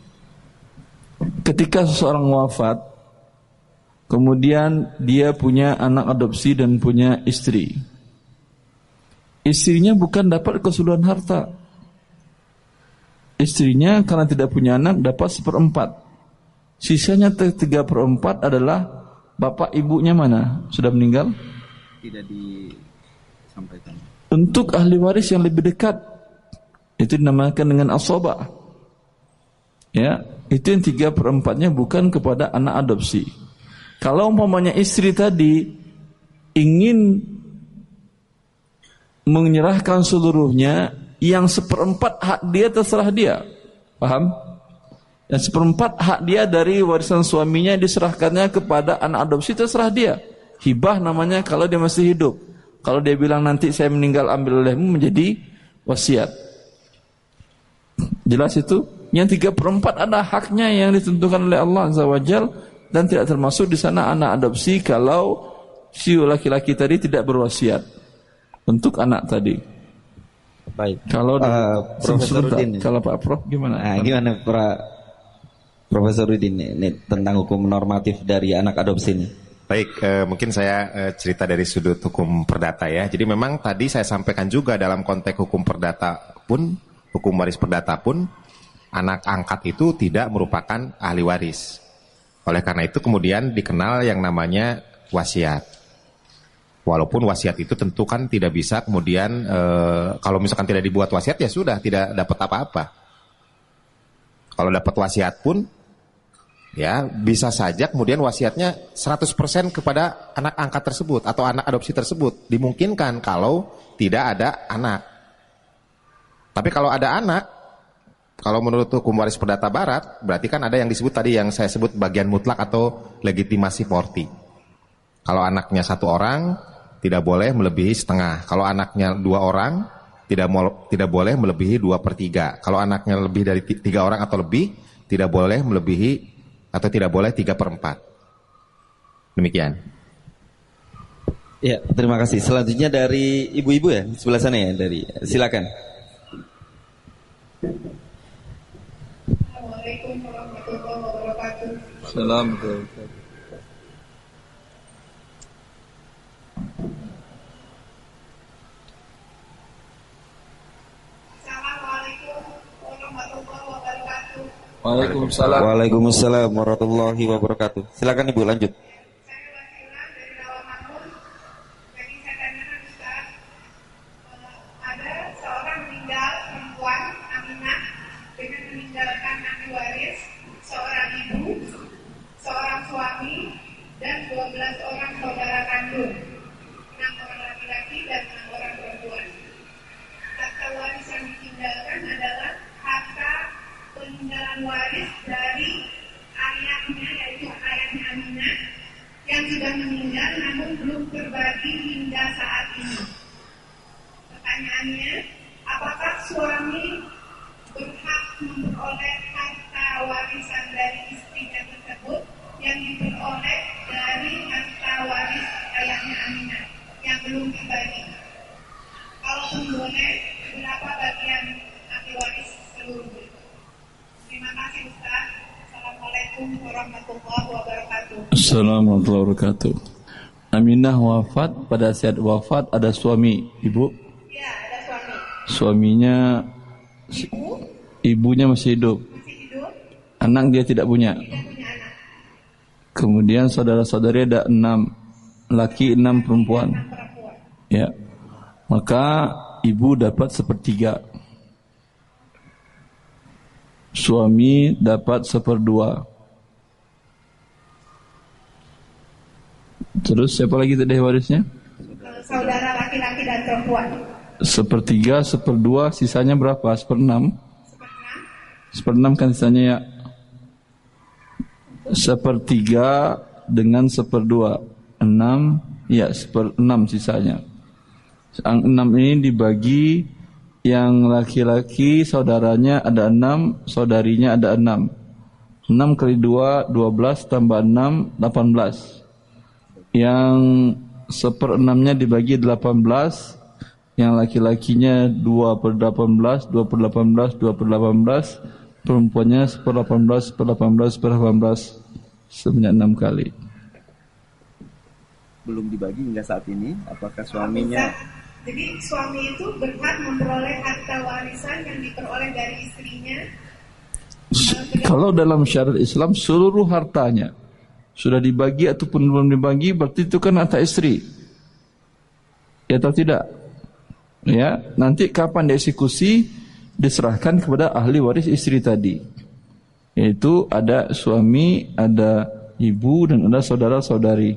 ketika seseorang wafat, kemudian dia punya anak adopsi dan punya istri. Istrinya bukan dapat keseluruhan harta. Istrinya karena tidak punya anak dapat seperempat. Sisanya tiga per empat adalah bapak ibunya mana? Sudah meninggal? Tidak disampaikan. Untuk ahli waris yang lebih dekat, itu dinamakan dengan asabah. Ya, itu yang tiga per empatnya bukan kepada anak adopsi. Kalau umpamanya istri tadi ingin menyerahkan seluruhnya, yang seperempat hak dia terserah dia. Paham? Yang seperempat hak dia dari warisan suaminya diserahkannya kepada anak adopsi, terserah dia. Hibah namanya kalau dia masih hidup. Kalau dia bilang nanti saya meninggal ambil olehmu, menjadi wasiat. Jelas itu? Yang tiga per empat ada haknya yang ditentukan oleh Allah Azza wa Jal, dan tidak termasuk di sana anak adopsi kalau si laki-laki tadi tidak berwasiat untuk anak tadi. Baik. Kalau uh, Profesor Rudin, kalau Pak Prof gimana? Nah, gimana Pak Profesor Rudin ini tentang hukum normatif dari anak adopsi ini? Baik, eh, mungkin saya eh, cerita dari sudut hukum perdata ya. Jadi memang tadi saya sampaikan juga dalam konteks hukum perdata pun, hukum waris perdata pun, anak angkat itu tidak merupakan ahli waris. Oleh karena itu kemudian dikenal yang namanya wasiat. Walaupun wasiat itu tentu kan tidak bisa kemudian e, kalau misalkan tidak dibuat wasiat ya sudah tidak dapat apa-apa. Kalau dapat wasiat pun ya bisa saja kemudian wasiatnya seratus persen kepada anak angkat tersebut atau anak adopsi tersebut. Dimungkinkan kalau tidak ada anak. Tapi kalau ada anak, kalau menurut hukum waris perdata barat, berarti kan ada yang disebut tadi yang saya sebut bagian mutlak atau legitimasi forti. Kalau anaknya satu orang, tidak boleh melebihi setengah. Kalau anaknya dua orang, tidak mo- tidak boleh melebihi dua per tiga. Kalau anaknya lebih dari tiga orang atau lebih, tidak boleh melebihi atau tidak boleh tiga per empat. Demikian. Ya, terima kasih. Selanjutnya dari ibu-ibu ya, sebelah sana ya, dari silakan. Assalamualaikum warahmatullahi wabarakatuh. Assalamualaikum. Waalaikumsalam. Waalaikumsalam warahmatullahi wabarakatuh. Silakan Ibu lanjut. Saya Wasila dari Rawamangun. Jadi saya tanyakan Ustaz, ada seorang meninggal perempuan Aminah dengan meninggalkan ahli waris, seorang ibu, seorang suami, dan dua belas orang saudara kandung, enam orang laki-laki dan enam orang perempuan. Harta waris yang ditinggalkan adalah harta peninggalan waris dari ayahnya, yaitu ayahnya Aminah yang sudah meninggal namun belum terbagi hingga saat ini. Pertanyaannya, apakah suami berhak memperoleh harta warisan dari istrinya tersebut yang diperoleh dari harta waris ayahnya Aminah yang belum terbagi? Kalaupun boleh, berapa bagian ahli waris seluruhnya? Terima kasih Ustaz. Assalamualaikum warahmatullahi wabarakatuh. Assalamualaikum warahmatullahi wabarakatuh. Aminah wafat, pada saat wafat ada suami, ibu? Ya, ada suami. Suaminya, Ibu ibunya masih hidup. masih hidup, Anak dia tidak punya. tidak punya anak. Kemudian saudara-saudari ada enam, laki enam perempuan. Enam perempuan. Ya, maka ibu dapat sepertiga. Suami dapat seperdua. Terus siapa lagi tadi warisnya? Saudara laki-laki dan perempuan. Sepertiga, seperdua, sisanya berapa? Seperenam. Seperenam. Seperenam kan sisanya ya. Sepertiga dengan seperdua. enam, ya seperenam sisanya. Yang enam ini dibagi, yang laki-laki saudaranya ada enam, saudarinya ada enam. Enam kali dua, dua belas tambah enam, delapan belas. Yang seperenamnya dibagi delapan belas, yang laki-lakinya dua per delapan belas, dua per delapan belas, dua per delapan belas, perempuannya seper delapan belas, seper delapan belas, seper delapan belas, sebanyak enam kali. Belum dibagi hingga saat ini, apakah suaminya? Jadi suami itu berhak memperoleh harta warisan yang diperoleh dari istrinya. Kalau dalam syariat Islam seluruh hartanya sudah dibagi ataupun belum dibagi, berarti itu kan harta istri. Ya atau tidak? Ya, nanti kapan dieksekusi diserahkan kepada ahli waris istri tadi. Yaitu ada suami, ada ibu, dan ada saudara-saudari.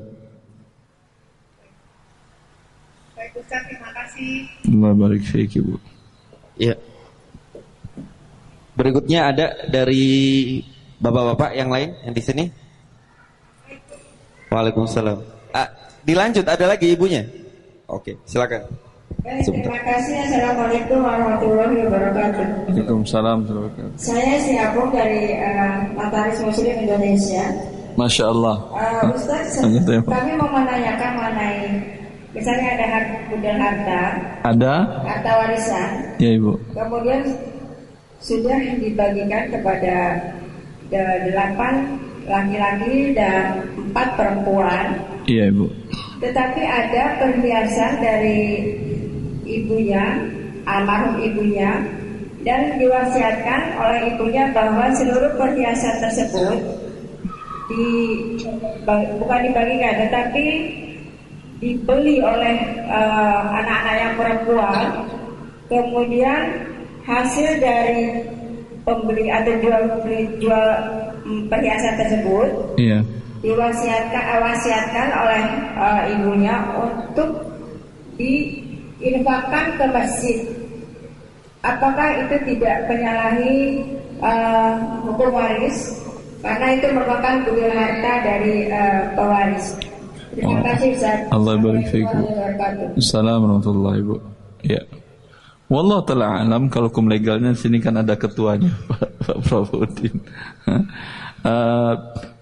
Baik Ustaz, terima kasih. Allah barik fiik, Ibu. Ya. Berikutnya ada dari bapak-bapak yang lain yang di sini. Waalaikumsalam. Ah, dilanjut, ada lagi ibunya. Oke, silakan. Baik, terima kasih. Assalamualaikum warahmatullahi wabarakatuh. Waalaikumsalam. Saya si Agung dari uh, Notaris Muslim Indonesia. Masya Allah. Uh, Ustaz, kami mau menanyakan mengenai misalnya ada harta, budal harta, ada harta warisan. Ya Ibu. Kemudian sudah dibagikan kepada delapan laki-laki dan empat perempuan. Iya Ibu. Tetapi ada perhiasan dari ibunya, almarhum ibunya, dan diwasiatkan oleh ibunya bahwa seluruh perhiasan tersebut di, bukan dibagikan, tetapi dibeli oleh uh, anak-anak yang perempuan. Kemudian hasil dari pembeli atau jual beli jual perhiasan tersebut, iya, diwasiatkan wasiatkan oleh uh, ibunya untuk diinfakkan ke masjid. Apakah itu tidak menyalahi uh, hukum waris? Karena itu merupakan budal harta dari uh, pewaris. Terima oh. kasih Ustaz. Allah barik fiikum. Assalamualaikum warahmatullahi wabarakatuh. Ya. Wallahu ta'ala alam. Kalau hukum legalnya sini kan ada ketuanya Pak Prabudin. uh,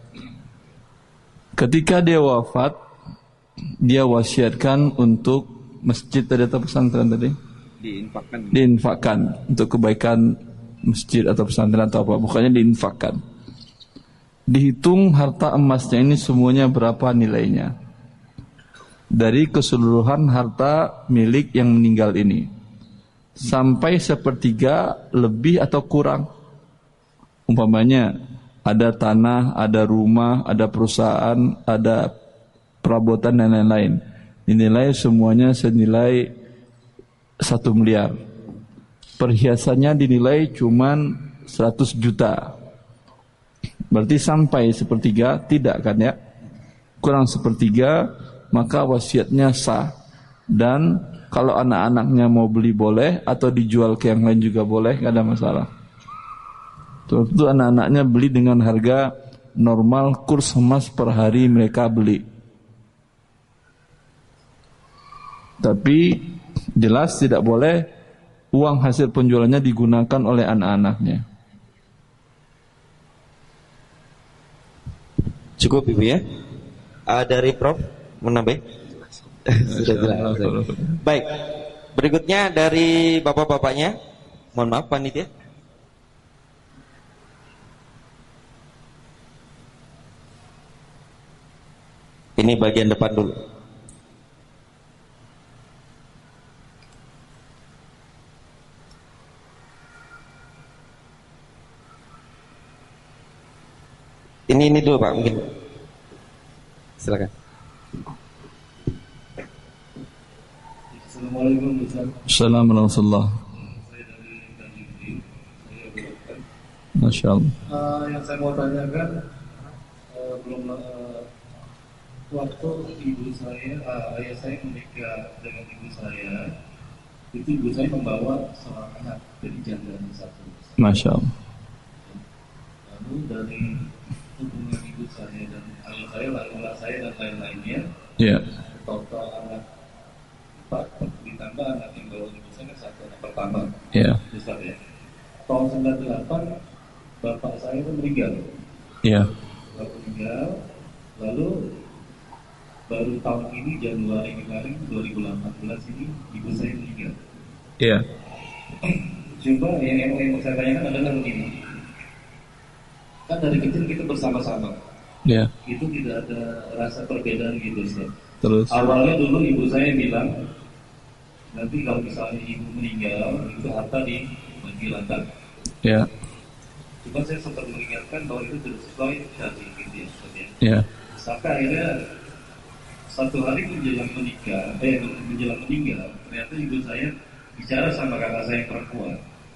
ketika dia wafat, dia wasiatkan untuk masjid tadi atau pesantren tadi? Diinfakkan. Diinfakkan untuk kebaikan masjid atau pesantren atau apa. Bukannya diinfakkan. Dihitung harta emasnya ini semuanya berapa nilainya dari keseluruhan harta milik yang meninggal ini, sampai sepertiga lebih atau kurang. Umpamanya ada tanah, ada rumah, ada perusahaan, ada perabotan dan lain-lain, dinilai semuanya senilai satu miliar. Perhiasannya dinilai cuman seratus juta. Berarti sampai sepertiga tidak kan ya? Kurang sepertiga, maka wasiatnya sah. Dan kalau anak-anaknya mau beli boleh, atau dijual ke yang lain juga boleh, nggak ada masalah. Tentu anak-anaknya beli dengan harga normal kurs emas per hari mereka beli. Tapi jelas tidak boleh uang hasil penjualannya digunakan oleh anak-anaknya. Cukup Ibu ya. Uh, dari Prof menambah. Sudah jelas. Baik. Berikutnya dari bapak-bapaknya. Mohon maaf panitia. Ini bagian depan dulu. Ini ini dulu Pak, mungkin. Silakan. Assalamualaikum warahmatullahi Assalamualaikum. Saya dari Tanjung. Saya berdoa. Masya Allah. Uh, yang saya mau tanyakan, uh, belum uh, waktu ibu saya, uh, ayah saya menikah dengan ibu saya, itu ibu saya membawa seorang anak dari janda satu. Masya Allah. Lalu dari hubungan ibu saya dan ayah saya, lalu saya dan lain-lainnya, Iya. Total anak empat ditambah anak yang baru misalnya satu anak pertama. Iya. Besar ya. Tahun sembilan puluh delapan bapak saya itu meninggal. Iya. Bapak meninggal, lalu baru tahun ini Januari kemarin dua ribu delapan belas ini ibu saya meninggal. Iya. Coba yang, yang, yang saya tanyakan adalah begini. Kan dari kecil kita bersama-sama. Iya. Itu tidak ada rasa perbedaan gitu, Ustaz. Terus Awalnya dulu ibu saya bilang, nanti kalau misalnya ibu meninggal, itu harta dibagi rata. Iya. Cuma saya sempat mengingatkan bahwa itu tidak sesuai syar'i gitu ya, Ustaz ya. Iya. Sampai akhirnya satu hari menjelang menikah, eh menjelang meninggal, ternyata ibu saya bicara sama kakak saya perempuan.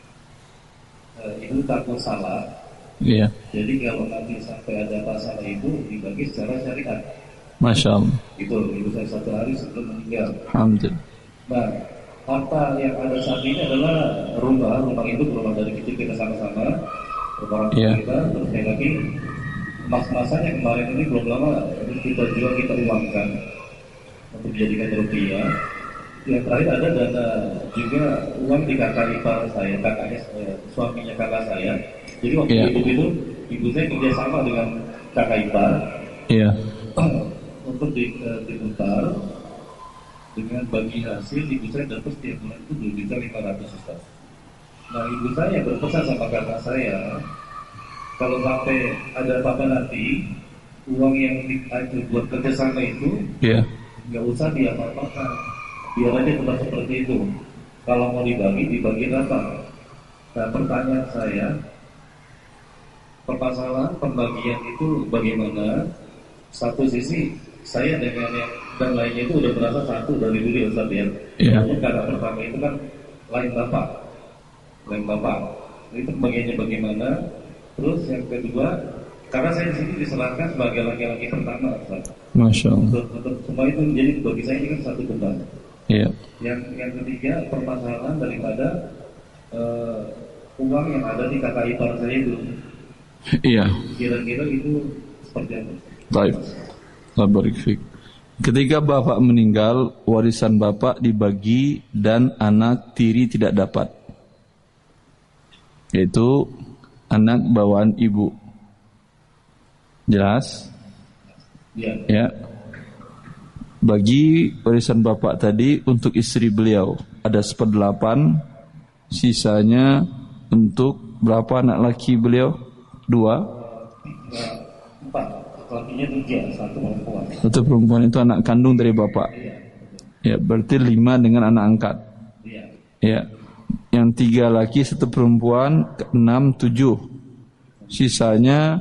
E, ibu takut salah. Iya. Jadi kalau nanti sampai ada masalah itu dibagi secara syariat. Masya Allah. Itu ibu saya satu hari sebelum meninggal. Alhamdulillah. Nah, harta yang ada saat ini adalah rumah, rumah itu rumah dari kecil kita sama-sama, rumah orang tua Iya. kita. Terus kayak lagi emas-emasanya kemarin ini belum lama kita jual, kita uangkan untuk dijadikan rupiah. Yang terakhir ada dana juga uang di kakak ipar saya, kakaknya eh, suaminya kakak saya. Jadi waktu Iya. ibu itu ibu saya kerjasama dengan kakak ipar. Iya. Untuk di, uh, diputar dengan bagi hasil ibu saya dapat setiap bulan itu dua juta lima ratus Ustaz. Nah ibu saya berpesan sama kakak saya, kalau sampai ada apa-apa nanti uang yang itu buat kerjasama itu Iya. nggak usah diapa-apakan, biar aja tetap seperti itu. Kalau mau dibagi dibagi rata. Nah pertanyaan saya, permasalahan pembagian itu bagaimana? Satu sisi saya dengan yang dan lainnya itu udah merasa satu dari dulu ya Ustaz ya. Iya. Walaupun kakak pertama itu kan lain bapak, lain bapak. Itu pembagiannya bagaimana? Terus yang kedua, karena saya di sini diserahkan sebagai laki-laki pertama Ustaz. Masya Allah. Untuk, untuk semua itu jadi bagi saya ini kan satu beban. Iya. Yang yang ketiga permasalahan daripada uh, uang yang ada di kakak ipar saya itu. Iya. Kira-kira itu seperti apa? Baik. Allah barik fiik. Ketika bapak meninggal, warisan bapak dibagi dan anak tiri tidak dapat. Yaitu anak bawaan ibu. Jelas? Ya. Ya. Bagi warisan bapak tadi untuk istri beliau ada seperdelapan, sisanya untuk berapa anak laki beliau? Dua. Empat. Lakinya tiga, satu perempuan. Satu perempuan itu anak kandung dari bapak. Ya, berarti lima dengan anak angkat. Iya. Ya. Yang tiga laki, satu perempuan, enam, tujuh. Sisanya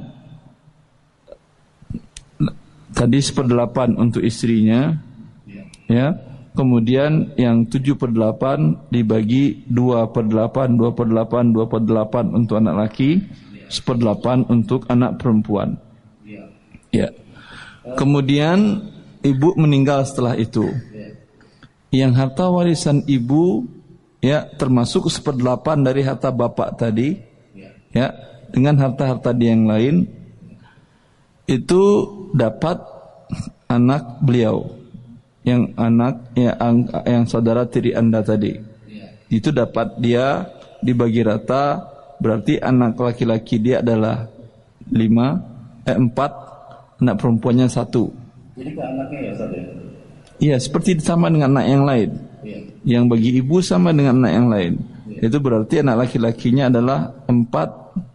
tadi seperdelapan untuk istrinya. Ya. Kemudian yang tujuh per delapan dibagi dua per delapan, dua per delapan, dua per delapan untuk anak laki, seperdelapan untuk anak perempuan. Ya. Kemudian ibu meninggal setelah itu. Yang harta warisan ibu ya termasuk seperdelapan dari harta bapak tadi. Ya, dengan harta-harta dia yang lain itu dapat anak beliau. Yang anak ya, yang saudara tiri Anda tadi. Itu dapat dia dibagi rata, berarti anak laki-laki dia adalah lima eh empat, anak perempuannya satu. Jadi ke anaknya ya Ustaz ya? Iya, seperti sama dengan anak yang lain. Iya. Yang bagi ibu sama dengan anak yang lain. Iya. Itu berarti anak laki-lakinya adalah empat,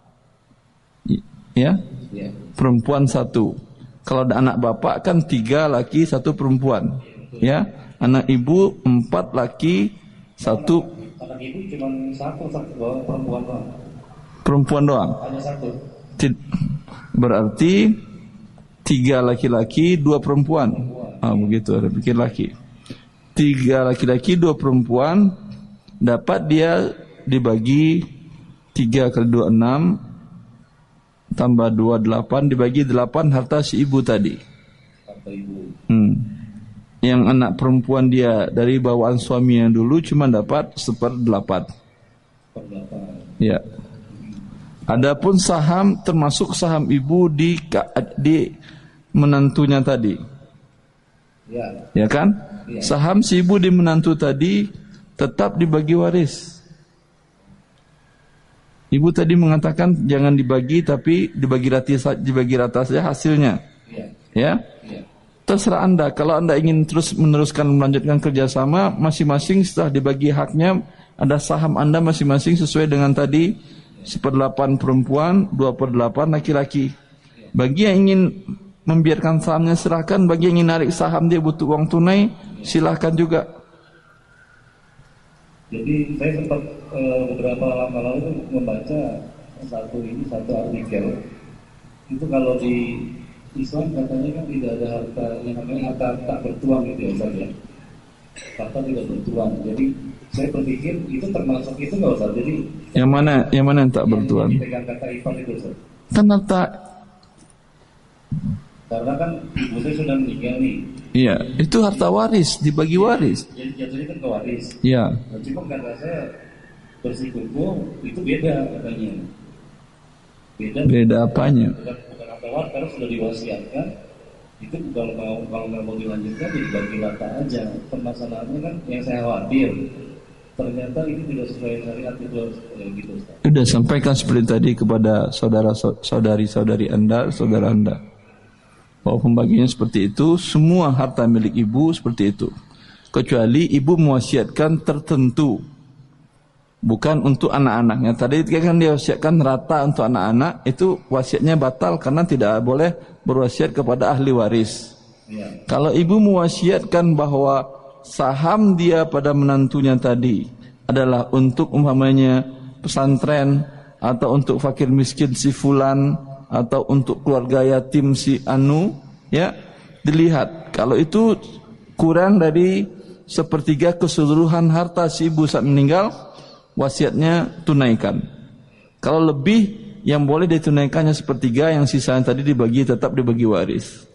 ya, iya. Perempuan satu. Kalau ada anak bapak kan tiga laki satu perempuan, iya. Ya. Anak ibu empat laki satu. Anak, anak ibu cuma satu, satu perempuan doang. Perempuan doang. Hanya satu. Berarti tiga laki-laki, dua perempuan. Ah, begitu, ada pikir laki. Tiga laki-laki, dua perempuan, dapat dia dibagi tiga kali dua enam, tambah dua delapan, dibagi delapan harta si ibu tadi. Harta ibu. Hmm. Yang anak perempuan dia dari bawaan suami yang dulu cuma dapat seperdelapan. Seperdelapan. Ya. Adapun saham termasuk saham ibu di di menantunya tadi. Ya. Ya kan? Ya. Saham si ibu di menantu tadi tetap dibagi waris. Ibu tadi mengatakan jangan dibagi tapi dibagi rata dibagi rata saja hasilnya. Ya. Ya. Ya. Terserah Anda. Kalau Anda ingin terus meneruskan melanjutkan kerjasama, masing-masing setelah dibagi haknya ada saham Anda masing-masing sesuai dengan tadi seperdelapan perempuan, dua per delapan laki-laki. Bagi yang ingin membiarkan sahamnya serahkan, bagi yang ingin narik saham dia butuh uang tunai, silahkan juga. Jadi saya sempat e, beberapa lama lalu membaca satu ini satu artikel itu kalau di Islam katanya kan tidak ada harta yang namanya harta tak bertuan gitu ya Ustaz ya. Harta tidak bertuan. Jadi saya berpikir itu termasuk itu nggak Ustaz. Jadi yang mana yang mana yang tak bertuan? Yang dipegang kata Ifan itu Ustaz. Kan harta. Karena kan ibu saya sudah meninggal nih. Iya, itu harta waris, dibagi waris. Jadi jatuhnya kan ke waris. Iya. Nah, cuma kata saya bersikupu itu beda katanya. Beda. Beda apanya? Bukan, bukan harta waris karena sudah diwasiatkan. Itu kalau mau kalau nggak mau dilanjutkan jadi bagi rata aja. Permasalahannya kan yang saya khawatir ternyata ini tidak sesuai syariat itu ya, gitu Ustaz. Sudah sampaikan seperti tadi kepada saudara saudari saudari Anda, saudara Anda. Bahwa pembagiannya seperti itu, semua harta milik ibu seperti itu. Kecuali ibu mewasiatkan tertentu, bukan untuk anak-anaknya. Tadi kan dia wasiatkan rata untuk anak-anak, itu wasiatnya batal karena tidak boleh berwasiat kepada ahli waris. Ya. Kalau ibu mewasiatkan bahwa saham dia pada menantunya tadi adalah untuk umpamanya pesantren atau untuk fakir miskin si fulan atau untuk keluarga yatim si anu, ya, dilihat kalau itu kurang dari sepertiga keseluruhan harta si ibu saat meninggal, wasiatnya tunaikan. Kalau lebih, yang boleh ditunaikannya sepertiga, yang sisanya tadi dibagi tetap dibagi waris.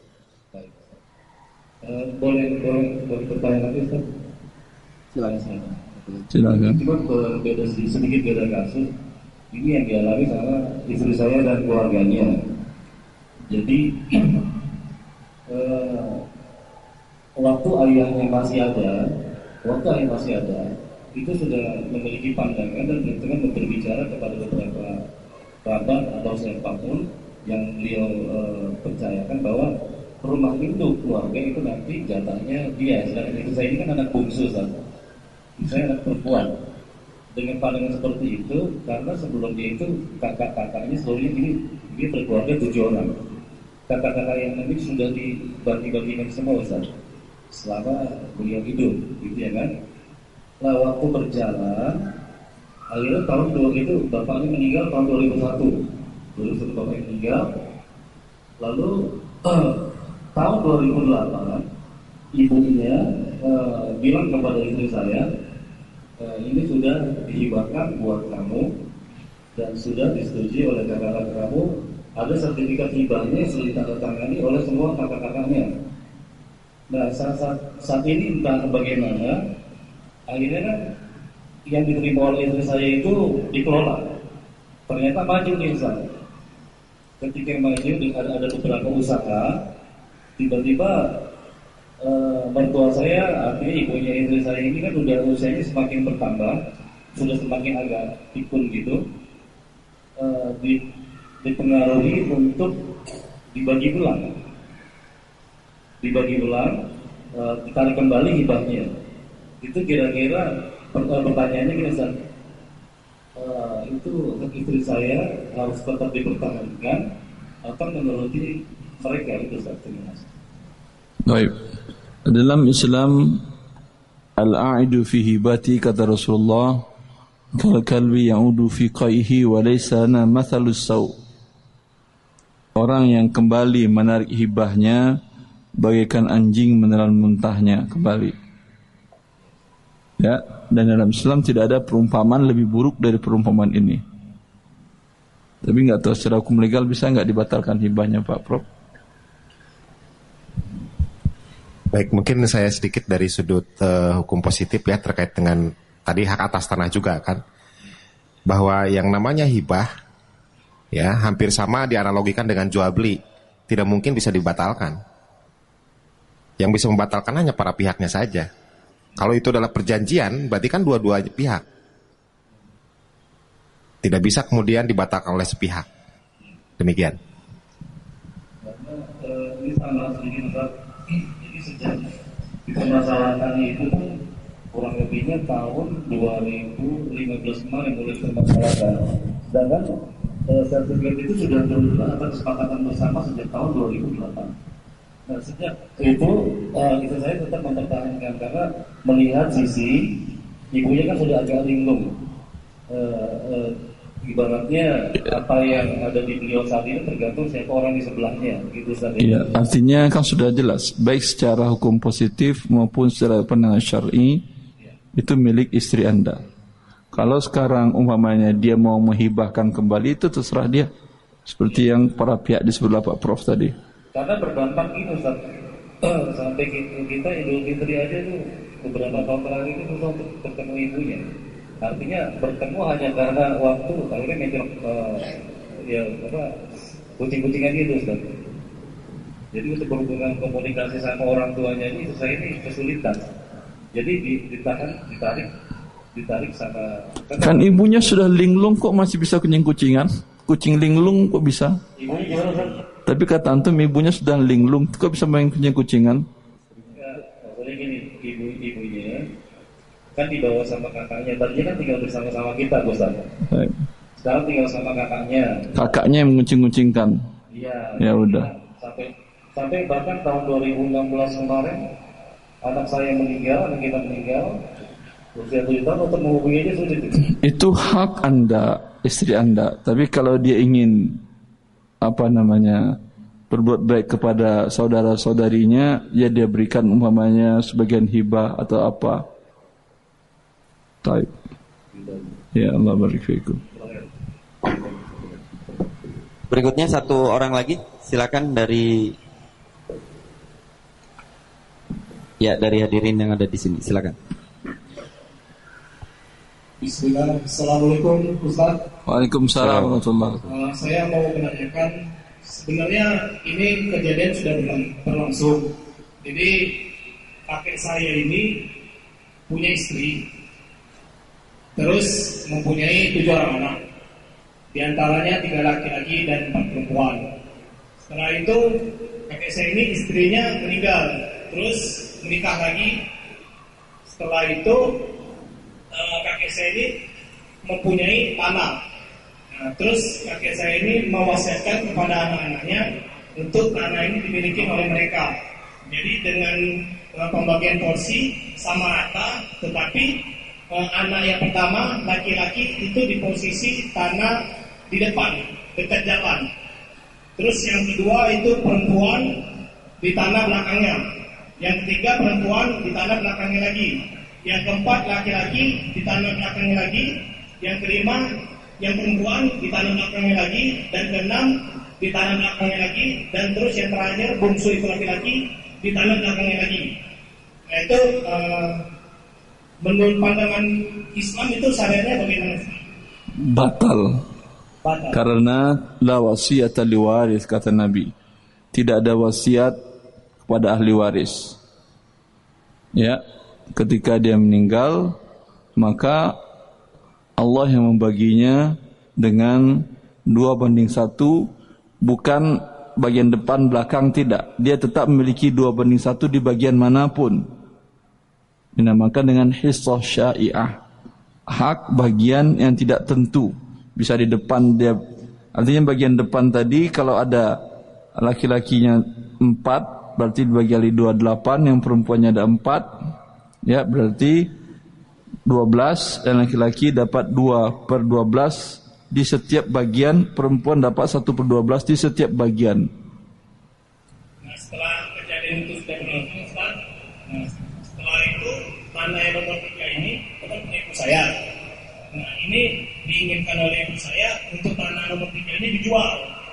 Uh, boleh boleh boleh bertanya lagi Ustaz? Silakan. Silakan. Cuma beda sedikit beda kasus. Ini yang dialami sama istri saya dan keluarganya. Jadi eh, waktu ayahnya masih ada, waktu ayah masih ada, itu sudah memiliki pandangan dan dengan berbicara kepada beberapa kerabat atau siapapun yang beliau eh, percayakan bahwa rumah induk keluarga itu nanti jatahnya dia. Sedangkan istri saya ini kan anak bungsu, saya anak perempuan. Dengan pandangan seperti itu, karena sebelum dia itu kakak-kakaknya seluruhnya ini dia berkeluarga tujuh orang. Kakak-kakak yang nanti sudah dibagi-bagikan semua Ustaz selama beliau hidup, gitu ya kan? Nah waktu berjalan, akhirnya tahun dua itu bapaknya meninggal tahun dua ribu satu, dua ribu satu bapaknya meninggal. Lalu eh, tahun dua ribu delapan ibunya eh, bilang kepada istri saya, Uh, ini sudah dihibahkan buat kamu dan sudah disetujui oleh kakak-kakak kamu. Ada sertifikat hibahnya yang sudah ditandatangani oleh semua kakak-kakaknya. Nah saat, saat, saat ini entah bagaimana, akhirnya kan yang diterima oleh istri saya itu dikelola. Ternyata maju nih Ustaz. Ketika maju ada, ada beberapa usaha, tiba-tiba Uh, mertua saya, artinya ibunya istri saya ini kan udah usianya semakin bertambah, sudah semakin agak pikun gitu, uh, di, dipengaruhi untuk dibagi ulang, dibagi ulang, uh, ditarik kembali hibahnya. Itu kira-kira pertanyaannya gini Ustaz, uh, itu istri saya harus tetap dipertahankan atau menuruti mereka itu Ustaz? Terima kasih. Baik. Dalam Islam, al-a'idu fi hibati kata Rasulullah, kal kalbi ya'udu fi qaihi wa laysa lana mathalus saw. Orang yang kembali menarik hibahnya bagaikan anjing menelan muntahnya kembali. Ya, dan dalam Islam tidak ada perumpamaan lebih buruk dari perumpamaan ini. Tapi enggak tahu secara hukum legal bisa enggak dibatalkan hibahnya Pak Prof? Baik, mungkin saya sedikit dari sudut uh, hukum positif ya terkait dengan tadi hak atas tanah juga kan, bahwa yang namanya hibah ya hampir sama dianalogikan dengan jual beli, tidak mungkin bisa dibatalkan. Yang bisa membatalkan hanya para pihaknya saja. Kalau itu adalah perjanjian, berarti kan dua-dua pihak. Tidak bisa kemudian dibatalkan oleh sepihak. Demikian. Karena eh, ini sama sedikit Ustaz. Jadi sejak dipermasalahkan itu kan kurang lebihnya tahun dua ribu lima belas kemarin mulai dipermasalahkan. Sedangkan eh, sertifikat itu sudah dilakukan atas kesepakatan bersama sejak tahun dua ribu delapan. Nah sejak itu uh, itu saya tetap mempertahankan karena melihat sisi ibunya kan sudah agak linglung. Uh, uh, ibaratnya apa yang ada di beliau saat ini tergantung siapa orang di sebelahnya gitu saja. Iya, artinya kan sudah jelas baik secara hukum positif maupun secara pandangan syar'i ya, itu milik istri Anda. Kalau sekarang umpamanya dia mau menghibahkan kembali itu terserah dia. Seperti yang para pihak disebut Pak Prof tadi. Karena berdampak itu Ustaz. Sampai kita Idul Fitri aja tuh beberapa tahun terakhir itu susah untuk bertemu ibunya. Artinya bertemu hanya karena waktu akhirnya mencari uh, ya apa kucing-kucingan itu Ustaz. Jadi untuk berhubungan komunikasi sama orang tuanya ini saya ini kesulitan. Jadi ditahan, ditarik, ditarik sama. Kan ibunya sudah linglung kok masih bisa kucing-kucingan? Kucing linglung kok bisa? Ibunya gimana Ustaz? Tapi kata antum ibunya sudah linglung, kok bisa main kucing-kucingan? Ya, maksudnya gini, ibu-ibunya kan dibawa sama kakaknya. Tadinya kan tinggal bersama-sama kita, Ustaz. Sekarang tinggal sama kakaknya. Kakaknya yang mengucing-kucingkan. Iya. Ya udah. Sampai sampai bahkan tahun dua ribu enam belas kemarin anak saya meninggal, anak kita meninggal. Usia tujuh tahun untuk menghubungi aja sulit. Itu hak Anda, istri Anda. Tapi kalau dia ingin apa namanya berbuat baik kepada saudara-saudarinya, ya dia berikan umpamanya sebagian hibah atau apa. Taib. Ya Allah barik fiikum. Berikutnya satu orang lagi, silakan dari ya dari hadirin yang ada di sini, silakan. Bismillah, Assalamualaikum Ustaz. Waalaikumsalam warahmatullahi wabarakatuh. Uh, saya mau menanyakan, sebenarnya ini kejadian sudah berlangsung. Jadi kakek saya ini punya istri, terus mempunyai tujuh orang anak, di antaranya tiga laki-laki dan empat perempuan. Setelah itu kakek saya ini istrinya meninggal, terus menikah lagi. Setelah itu Uh, kakek saya ini mempunyai tanah. Nah, terus kakek saya ini mewasiatkan kepada anak-anaknya untuk tanah ini dimiliki oleh mereka. Jadi dengan uh, pembagian porsi sama rata, tetapi uh, anak yang pertama laki-laki itu di posisi tanah di depan, dekat jalan. Terus yang kedua itu perempuan di tanah belakangnya. Yang ketiga perempuan di tanah belakangnya lagi. Yang keempat laki-laki di tanah belakangnya lagi, yang kelima yang perempuan di tanah belakangnya lagi, dan keenam di tanah belakangnya lagi, dan terus yang terakhir bungsu itu laki-laki di tanah belakangnya lagi. Nah itu uh, menurut pandangan Islam itu syariatnya bagaimana? Batal. Batal. Karena la wasiyata li waris kata Nabi. Tidak ada wasiat kepada ahli waris. Ya. Ketika dia meninggal, maka Allah yang membaginya dengan dua banding satu, bukan bagian depan belakang, tidak. Dia tetap memiliki dua banding satu di bagian manapun. Dinamakan dengan hissah syai'ah, hak bagian yang tidak tentu. Bisa di depan dia, artinya bagian depan tadi kalau ada laki-lakinya empat, berarti dibagi kali dua delapan, yang perempuannya ada empat. Ya berarti dua belas, dan laki-laki dapat dua per dua belas di setiap bagian, perempuan dapat satu per dua belas di setiap bagian. Nah setelah kejadian itu sudah berlangsung, nah, setelah itu tanah yang nomor tiga ini tetap punya ibu saya. Nah ini diinginkan oleh ibu saya untuk tanah nomor tiga ini dijual.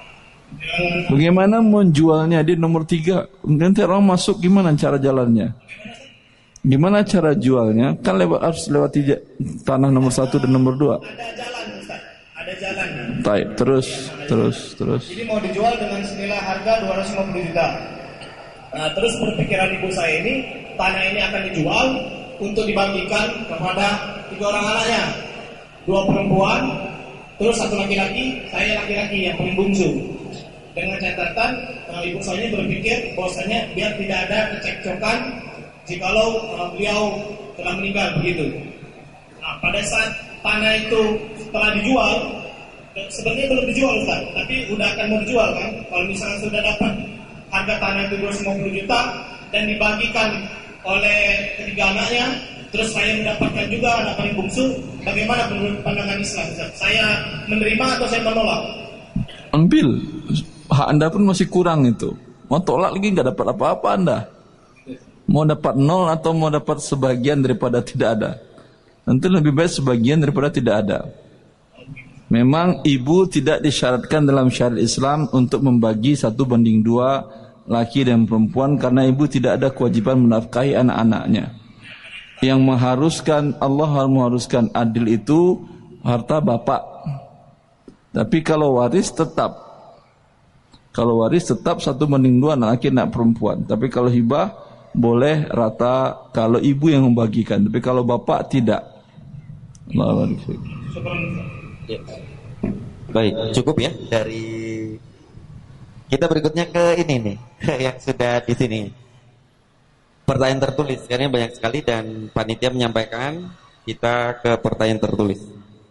Dan bagaimana menjualnya di nomor tiga? Nanti orang masuk gimana cara jalannya? Gimana cara jualnya? Kan lewat harus lewati tanah nomor satu dan nomor dua. Ada jalan, Ustaz. Ada jalan. Baik, terus, terus, terus. Jadi mau dijual dengan senilai harga dua ratus lima puluh juta. Nah, terus berpikiran ibu saya ini, tanah ini akan dijual untuk dibagikan kepada tiga orang anaknya, dua perempuan, terus satu laki-laki, saya laki-laki yang paling bungsu. Dengan catatan, uh, ibu saya ini berpikir bahwasanya biar tidak ada kecekcokan jikalau uh, beliau telah meninggal begitu. Nah, pada saat tanah itu telah dijual, sebenarnya belum dijual Ustaz, tapi udah akan mau dijual kan. Kalau misalnya sudah dapat harga tanah itu dua ratus lima puluh juta dan dibagikan oleh ketiga anaknya, terus saya mendapatkan juga anak paling bungsu, bagaimana menurut pandangan Islam Ustaz? Saya menerima atau saya menolak? Ambil, hak Anda pun masih kurang itu. Mau tolak lagi nggak dapat apa-apa Anda. Mau dapat nol atau mau dapat sebagian daripada tidak ada. Nanti lebih baik sebagian daripada tidak ada. Memang ibu tidak disyaratkan dalam syariat Islam untuk membagi satu banding dua laki dan perempuan, karena ibu tidak ada kewajiban menafkahi anak-anaknya. Yang mengharuskan, Allah mengharuskan adil itu harta bapak. Tapi kalau waris tetap, kalau waris tetap satu banding dua anak laki anak perempuan. Tapi kalau hibah boleh rata kalau ibu yang membagikan. Tapi kalau bapak tidak. Allah ya. Baik, cukup ya dari kita. Berikutnya ke ini nih yang sudah di sini. Pertanyaan tertulis karena banyak sekali dan panitia menyampaikan kita ke pertanyaan tertulis.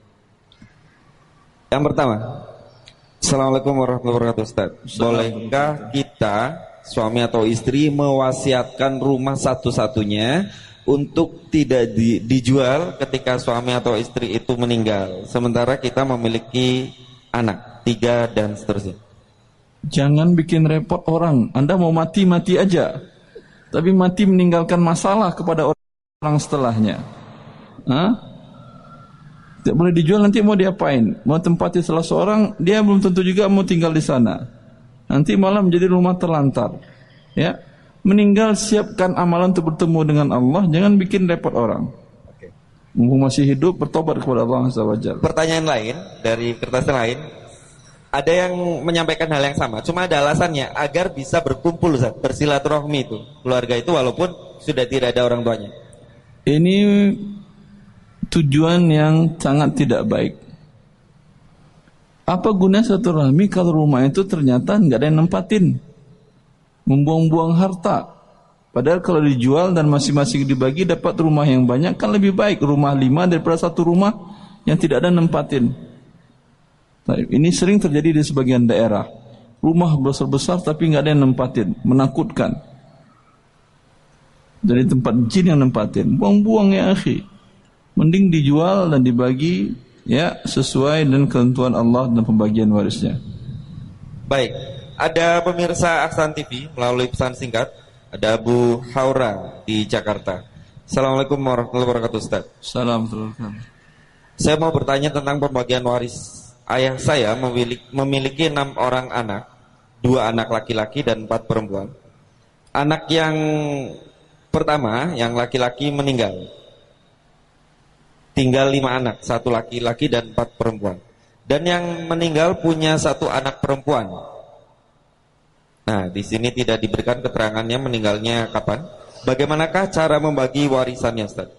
Yang pertama, Assalamualaikum warahmatullahi wabarakatuh Ustaz. Bolehkah kita suami atau istri mewasiatkan rumah satu-satunya untuk tidak di, dijual ketika suami atau istri itu meninggal, sementara kita memiliki anak tiga dan seterusnya? Jangan bikin repot orang. Anda mau mati-mati aja, tapi mati meninggalkan masalah kepada orang setelahnya. Hah? Tidak boleh dijual, nanti mau diapain? Mau tempati salah seorang, dia belum tentu juga mau tinggal di sana. Nanti malah menjadi rumah terlantar. Ya, meninggal siapkan amalan untuk bertemu dengan Allah, jangan bikin repot orang. Oke. Mumpung masih hidup, bertobat kepada Allah Azza wa Jalla. Pertanyaan lain dari kertas lain, ada yang menyampaikan hal yang sama, cuma ada alasannya agar bisa berkumpul, Ustaz, bersilaturahmi itu keluarga itu walaupun sudah tidak ada orang tuanya. Ini tujuan yang sangat tidak baik. Apa guna silaturahmi kalau rumah itu ternyata nggak ada yang nempatin? Membuang-buang harta. Padahal kalau dijual dan masing-masing dibagi dapat rumah yang banyak, kan lebih baik rumah lima daripada satu rumah yang tidak ada nempatin. Ini sering terjadi di sebagian daerah. Rumah besar-besar tapi nggak ada yang nempatin, menakutkan. Jadi tempat jin yang nempatin, buang-buang ya akhi. Mending dijual dan dibagi ya sesuai dengan ketentuan Allah dan pembagian warisnya. Baik, ada pemirsa Aksan T V melalui pesan singkat. Ada Abu Haura di Jakarta. Assalamualaikum warahmatullahi wabarakatuh Ustaz. Assalamualaikum. Saya mau bertanya tentang pembagian waris. Ayah saya memiliki, memiliki enam orang anak, dua anak laki-laki dan empat perempuan. Anak yang pertama, yang laki-laki meninggal. Tinggal lima anak, satu laki-laki dan empat perempuan. Dan yang meninggal punya satu anak perempuan. Nah, di sini tidak diberikan keterangannya meninggalnya kapan. Bagaimanakah cara membagi warisannya, Ustaz?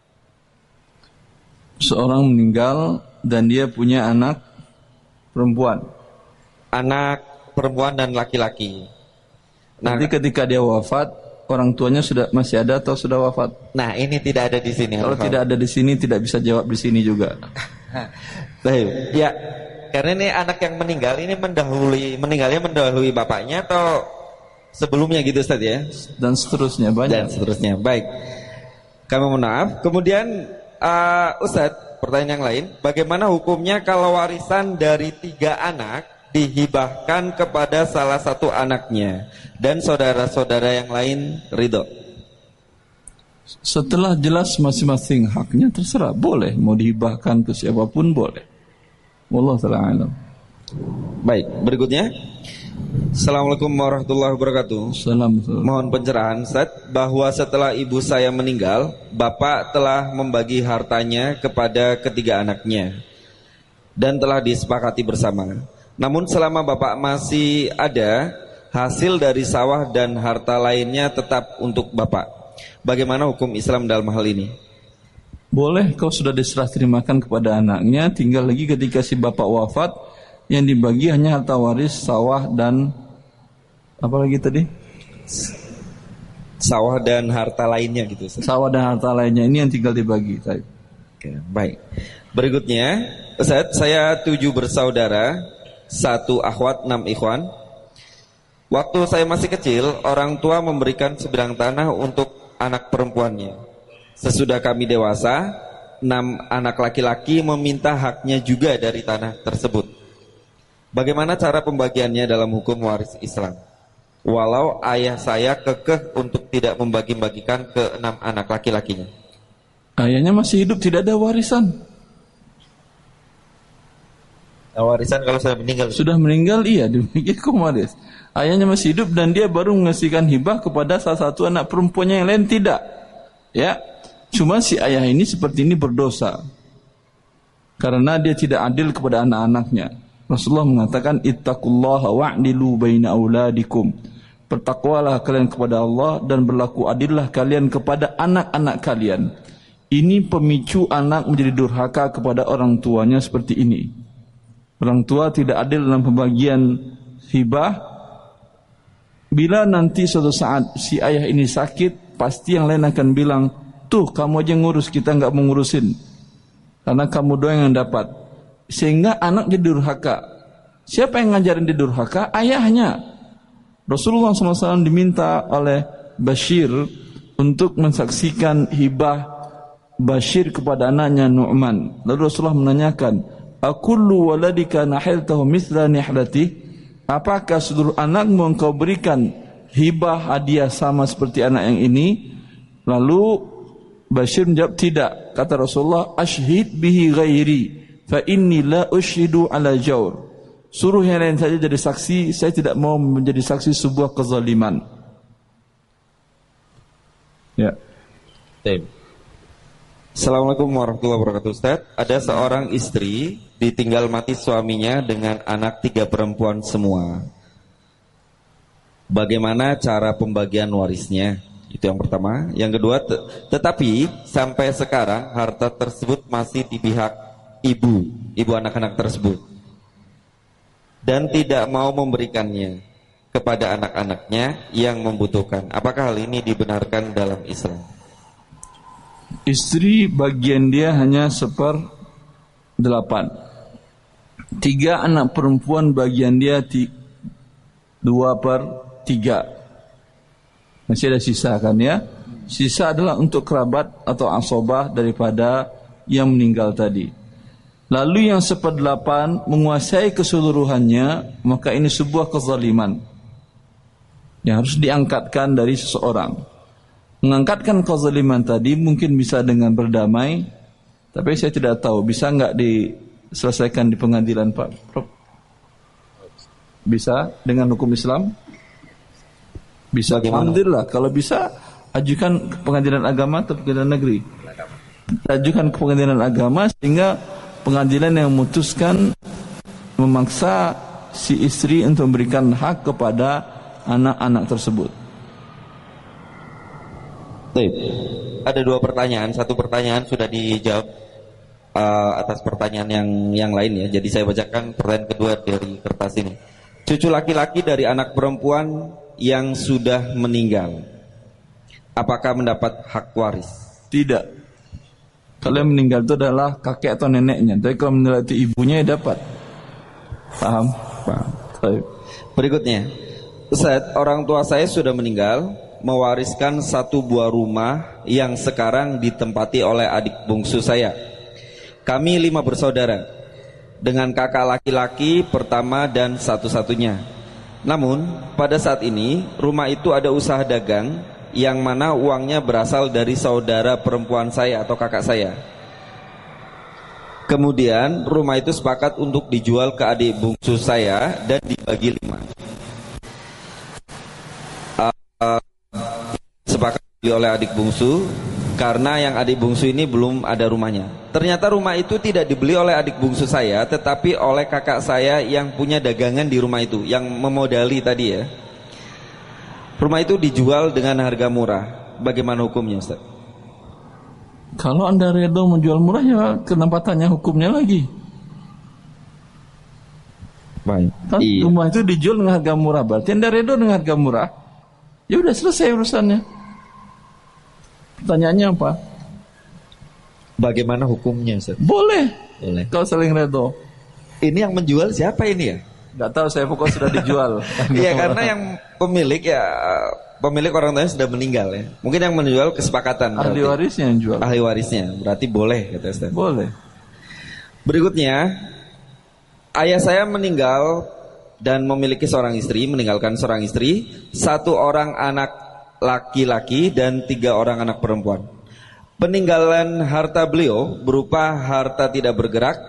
Seorang meninggal dan dia punya anak perempuan. Anak perempuan dan laki-laki. Nah, nanti ketika dia wafat, orang tuanya sudah masih ada atau sudah wafat? Nah, ini tidak ada di sini. Kalau tidak ada di sini, tidak bisa jawab di sini juga. Baik, ya, karena ini anak yang meninggal ini mendahului, meninggalnya mendahului bapaknya atau sebelumnya gitu Ustaz ya? Dan seterusnya banyak. Dan seterusnya. Baik. Kami mohon maaf. Kemudian uh, Ustaz, pertanyaan yang lain, bagaimana hukumnya kalau warisan dari tiga anak dihibahkan kepada salah satu anaknya dan saudara-saudara yang lain ridho? Setelah jelas masing-masing haknya, terserah, boleh mau dihibahkan ke siapapun boleh. Wallahu ta'ala alam. Baik, berikutnya. Assalamualaikum warahmatullahi wabarakatuh. Assalamualaikum. Mohon pencerahan Ustaz, bahwa setelah ibu saya meninggal, bapak telah membagi hartanya kepada ketiga anaknya dan telah disepakati bersama. Namun selama bapak masih ada, hasil dari sawah dan harta lainnya tetap untuk bapak. Bagaimana hukum Islam dalam hal ini? Boleh, kau sudah diserah terimakan kepada anaknya, tinggal lagi ketika si bapak wafat, yang dibagi hanya harta waris, sawah dan apa lagi tadi? Sawah dan harta lainnya gitu. Sawah dan harta lainnya ini yang tinggal dibagi. Oke, baik. Berikutnya, Ustaz, saya tujuh bersaudara, satu akhwat, enam ikhwan. Waktu saya masih kecil, orang tua memberikan sebidang tanah untuk anak perempuannya. Sesudah kami dewasa, enam anak laki-laki meminta haknya juga dari tanah tersebut. Bagaimana cara pembagiannya dalam hukum waris Islam? Walau ayah saya kekeh untuk tidak membagi-bagikan ke enam anak laki-lakinya. Ayahnya masih hidup, tidak ada warisan. Nah, warisan kalau sudah meninggal. Sudah meninggal, iya, demikian waris. Ayahnya masih hidup dan dia baru mengasihkan hibah kepada salah satu anak perempuannya yang lain, tidak. Ya, cuma si ayah ini seperti ini berdosa karena dia tidak adil kepada anak-anaknya. Rasulullah mengatakan, ittaqullaha wa'dilu baina auladikum. Bertakwalah kalian kepada Allah dan berlaku adillah kalian kepada anak-anak kalian. Ini pemicu anak menjadi durhaka kepada orang tuanya seperti ini. Orang tua tidak adil dalam pembagian hibah. Bila nanti suatu saat si ayah ini sakit, pasti yang lain akan bilang, tuh kamu aja ngurus, kita nggak mengurusin, karena kamu doang yang dapat. Sehingga anak jadi durhaka. Siapa yang ngajarin dia durhaka? Ayahnya. Rasulullah shallallahu alaihi wasallam diminta oleh Bashir untuk mensaksikan hibah Bashir kepada anaknya Nu'man. Lalu Rasulullah menanyakan, akullu waladika nahiltahu mithla nihlati? Apakah seluruh anakmu engkau berikan hibah hadiah sama seperti anak yang ini? Lalu Bashir menjawab, tidak. Kata Rasulullah, ashhid bihi ghairi fa inni la ushidu ala jawr. Suruh yang lain saja jadi saksi, saya tidak mau menjadi saksi sebuah kezaliman. Ya. Baik. Assalamualaikum warahmatullahi wabarakatuh. Ustaz, ada seorang istri ditinggal mati suaminya dengan anak tiga perempuan semua. Bagaimana cara pembagian warisnya? Itu yang pertama. Yang kedua, te tetapi sampai sekarang harta tersebut masih di pihak ibu, ibu anak-anak tersebut, dan tidak mau memberikannya kepada anak-anaknya yang membutuhkan. Apakah hal ini dibenarkan dalam Islam? Istri bagian dia hanya seper delapan. Tiga anak perempuan bagian dia ti dua per tiga. Masih ada sisa kan ya? Sisa adalah untuk kerabat atau asobah daripada yang meninggal tadi. Lalu yang seperdelapan menguasai keseluruhannya, maka ini sebuah kezaliman yang harus diangkatkan dari seseorang. Mengangkatkan kezaliman tadi mungkin bisa dengan berdamai, tapi saya tidak tahu bisa nggak diselesaikan di pengadilan, Pak Prof? Bisa dengan hukum Islam? Bisa. Alhamdulillah. Kalau bisa, ajukan ke pengadilan agama atau pengadilan negeri. Ajukan ke pengadilan agama sehingga pengadilan yang memutuskan memaksa si istri untuk memberikan hak kepada anak-anak tersebut. Baik. Ada dua pertanyaan. Satu pertanyaan sudah dijawab uh, atas pertanyaan yang yang lain ya. Jadi saya bacakan pertanyaan kedua dari kertas ini. Cucu laki-laki dari anak perempuan yang sudah meninggal, apakah mendapat hak waris? Tidak. Kalau yang meninggal itu adalah kakek atau neneknya. Tapi kalau meninggal itu ibunya ya dapat. Paham? Paham. Baik. Berikutnya, Ustaz, orang tua saya sudah meninggal, mewariskan satu buah rumah yang sekarang ditempati oleh adik bungsu saya. Kami lima bersaudara, dengan kakak laki-laki pertama dan satu-satunya. Namun, pada saat ini, rumah itu ada usaha dagang yang mana uangnya berasal dari saudara perempuan saya atau kakak saya. Kemudian, rumah itu sepakat untuk dijual ke adik bungsu saya dan dibagi lima. Uh, uh, sepakat dibeli oleh adik bungsu karena yang adik bungsu ini belum ada rumahnya. Ternyata rumah itu tidak dibeli oleh adik bungsu saya, tetapi oleh kakak saya yang punya dagangan di rumah itu, yang memodali tadi ya. Rumah itu dijual dengan harga murah. Bagaimana hukumnya, Ustaz? Kalau Anda redo menjual murah, ya kenapa tanya hukumnya lagi? Baik. Kan iya. Rumah itu dijual dengan harga murah, berarti Anda redo dengan harga murah. Ya udah selesai urusannya. Pertanyaannya apa? Bagaimana hukumnya, Ustaz? Boleh. Boleh. Kalau saling redo. Ini yang menjual siapa ini ya? Gak tahu, saya pokoknya sudah dijual. Iya, karena yang pemilik ya pemilik orang tuanya sudah meninggal ya. Mungkin yang menjual kesepakatan. Ahli berarti. warisnya yang jual. Ahli warisnya, berarti boleh kata Ustaz. Boleh. Berikutnya, ayah saya meninggal dan memiliki seorang istri, meninggalkan seorang istri, satu orang anak laki-laki dan tiga orang anak perempuan. Peninggalan harta beliau berupa harta tidak bergerak,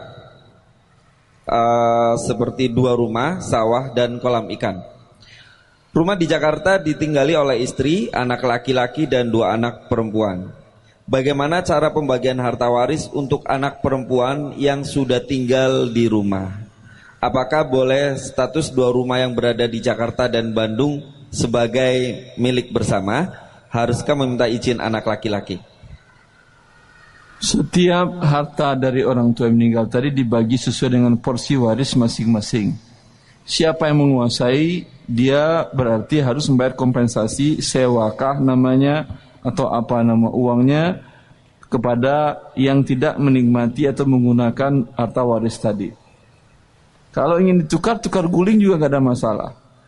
uh, seperti dua rumah, sawah, dan kolam ikan. Rumah di Jakarta ditinggali oleh istri, anak laki-laki, dan dua anak perempuan. Bagaimana cara pembagian harta waris untuk anak perempuan yang sudah tinggal di rumah? Apakah boleh status dua rumah yang berada di Jakarta dan Bandung sebagai milik bersama? Haruskah meminta izin anak laki-laki? Setiap harta dari orang tua yang meninggal tadi dibagi sesuai dengan porsi waris masing-masing. Siapa yang menguasai, dia berarti harus membayar kompensasi sewakah namanya atau apa nama uangnya kepada yang tidak menikmati atau menggunakan harta waris tadi. Kalau ingin ditukar, tukar guling juga gak ada masalah.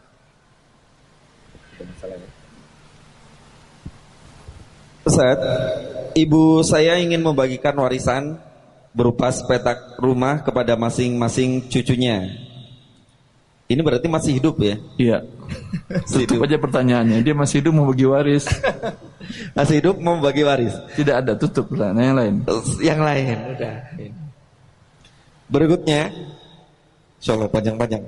Ustaz, ibu saya ingin membagikan warisan berupa sepetak rumah kepada masing-masing cucunya. Ini berarti masih hidup ya? Iya. Tutup aja pertanyaannya. Dia masih hidup mau bagi waris. Masih hidup mau bagi waris? Tidak ada, tutup lah. Nah, yang lain. Yang lain. Udah. Berikutnya, insyaallah panjang-panjang.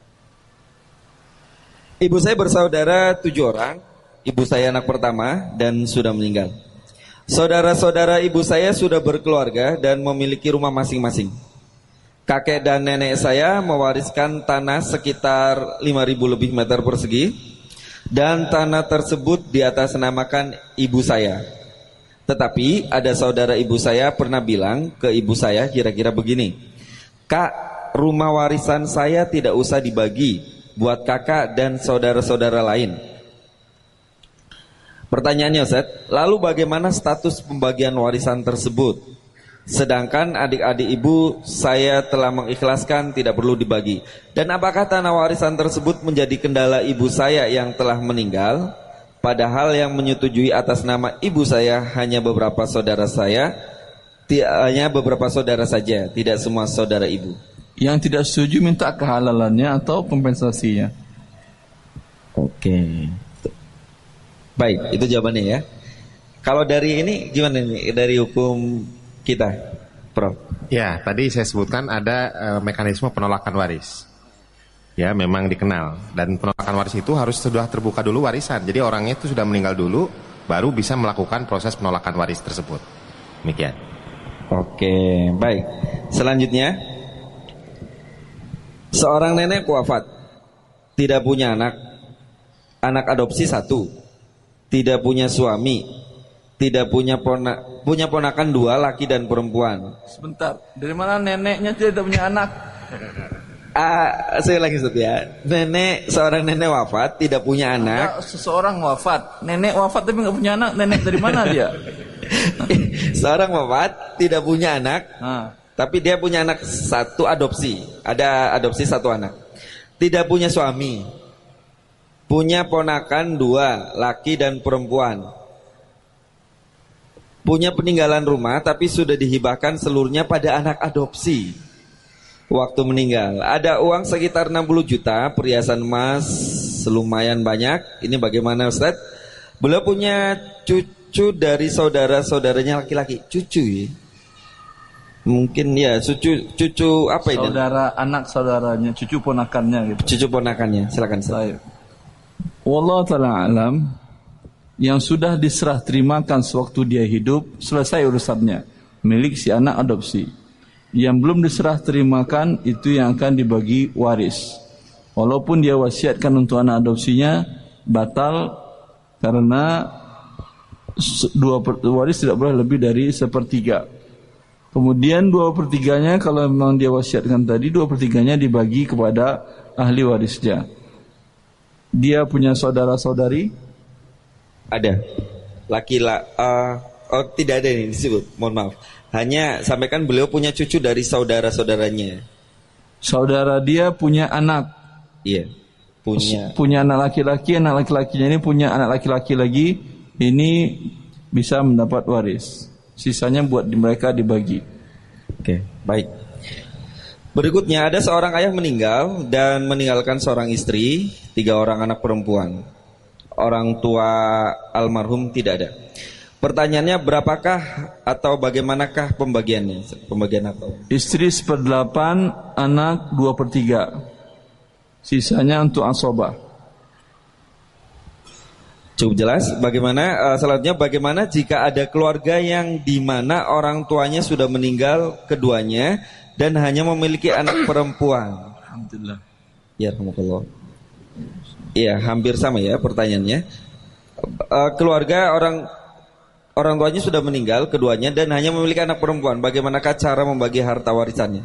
Ibu saya bersaudara tujuh orang. Ibu saya anak pertama dan sudah meninggal. Saudara-saudara ibu saya sudah berkeluarga dan memiliki rumah masing-masing. Kakek dan nenek saya mewariskan tanah sekitar lima ribu lebih meter persegi, dan tanah tersebut diatasnamakan ibu saya. Tetapi ada saudara ibu saya pernah bilang ke ibu saya kira-kira begini, "Kak, rumah warisan saya tidak usah dibagi buat kakak dan saudara-saudara lain." Pertanyaannya, Ustaz, lalu bagaimana status pembagian warisan tersebut? Sedangkan adik-adik ibu saya telah mengikhlaskan tidak perlu dibagi. Dan apakah tanah warisan tersebut menjadi kendala ibu saya yang telah meninggal? Padahal yang menyetujui atas nama ibu saya hanya beberapa saudara saya, hanya beberapa saudara saja, tidak semua saudara ibu. Yang tidak setuju minta kehalalannya atau kompensasinya. Oke. Baik, itu jawabannya ya. Kalau dari ini gimana nih dari hukum kita, Prof? Ya, tadi saya sebutkan ada e, mekanisme penolakan waris. Ya, memang dikenal. Dan penolakan waris itu harus sudah terbuka dulu warisan. Jadi orangnya itu sudah meninggal dulu, baru bisa melakukan proses penolakan waris tersebut. Demikian. Oke, baik. Selanjutnya, seorang nenek wafat, tidak punya anak, anak adopsi satu, tidak punya suami, tidak punya ponak, punya ponakan dua, laki dan perempuan. Sebentar, dari mana neneknya tidak punya anak? Ah, saya lagi sebut ya. Nenek, seorang nenek wafat, tidak punya anak. Ada seseorang wafat, nenek wafat tapi nggak punya anak, nenek dari mana dia? Seorang wafat, tidak punya anak, ha. tapi dia punya anak satu adopsi. Ada adopsi satu anak. Tidak punya suami, punya ponakan dua, laki dan perempuan. Punya peninggalan rumah tapi sudah dihibahkan seluruhnya pada anak adopsi waktu meninggal. Ada uang sekitar enam puluh juta, perhiasan emas lumayan banyak. Ini bagaimana, Ustaz? Beliau punya cucu dari saudara-saudaranya laki-laki. Cucu ya? Mungkin ya, cucu cucu apa ini? Saudara anak saudaranya, cucu ponakannya gitu. Cucu ponakannya, silakan Ustaz. Wallahu ta'ala alam. Yang sudah diserah terimakan sewaktu dia hidup, selesai urusannya, milik si anak adopsi. Yang belum diserah terimakan, itu yang akan dibagi waris. Walaupun dia wasiatkan untuk anak adopsinya, batal karena dua per, waris tidak boleh lebih dari sepertiga. Kemudian dua pertiganya kalau memang dia wasiatkan tadi, dua pertiganya dibagi kepada ahli warisnya. Dia punya saudara-saudari? Ada. Laki-laki, uh, oh tidak ada nih disebut, mohon maaf. Hanya sampaikan beliau punya cucu dari saudara-saudaranya. Saudara dia punya anak. Iya. Punya. Punya anak laki-laki, anak laki-lakinya ini punya anak laki-laki lagi. Ini bisa mendapat waris. Sisanya buat mereka dibagi. Oke, baik. Berikutnya ada seorang ayah meninggal dan meninggalkan seorang istri, tiga orang anak perempuan. Orang tua almarhum tidak ada. Pertanyaannya berapakah atau bagaimanakah pembagiannya? Pembagian apa? Istri seperdelapan, anak dua per tiga. Sisanya untuk asobah. Cukup jelas. Bagaimana uh, selanjutnya? Bagaimana jika ada keluarga yang di mana orang tuanya sudah meninggal keduanya dan hanya memiliki anak perempuan? Alhamdulillah. Ya, alhamdulillah. Iya, hampir sama ya pertanyaannya. Uh, keluarga orang orang tuanya sudah meninggal keduanya dan hanya memiliki anak perempuan. Bagaimanakah cara membagi harta warisannya?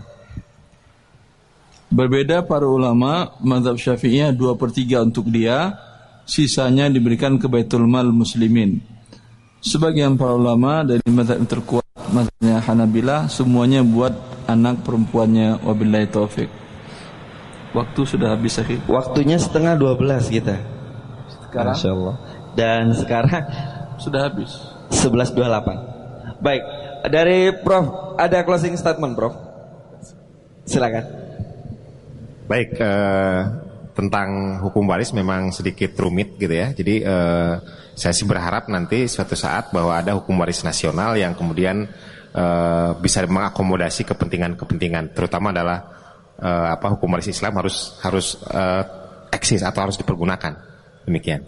Berbeda para ulama. Mazhab Syafi'iyah dua per tiga untuk dia, sisanya diberikan ke Baitul Mal Muslimin. Sebagian para ulama dari mazhab yang terkuat, mazhabnya Hanabilah, semuanya buat anak perempuannya. Wabillahi taufik. Waktu sudah habis, akhir. Waktunya setengah dua belas kita. Sekarang? Masya Allah. Dan sekarang sudah habis. sebelas dua puluh delapan. Baik, dari Prof ada closing statement, Prof. Silakan. Baik, eh, tentang hukum waris memang sedikit rumit gitu ya. Jadi eh, saya sih berharap nanti suatu saat bahwa ada hukum waris nasional yang kemudian eh, bisa mengakomodasi kepentingan-kepentingan, terutama adalah eh, apa hukum waris Islam harus harus eh, eksis atau harus dipergunakan. Demikian.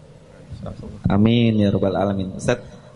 Amin ya rabbal alamin. Ustaz,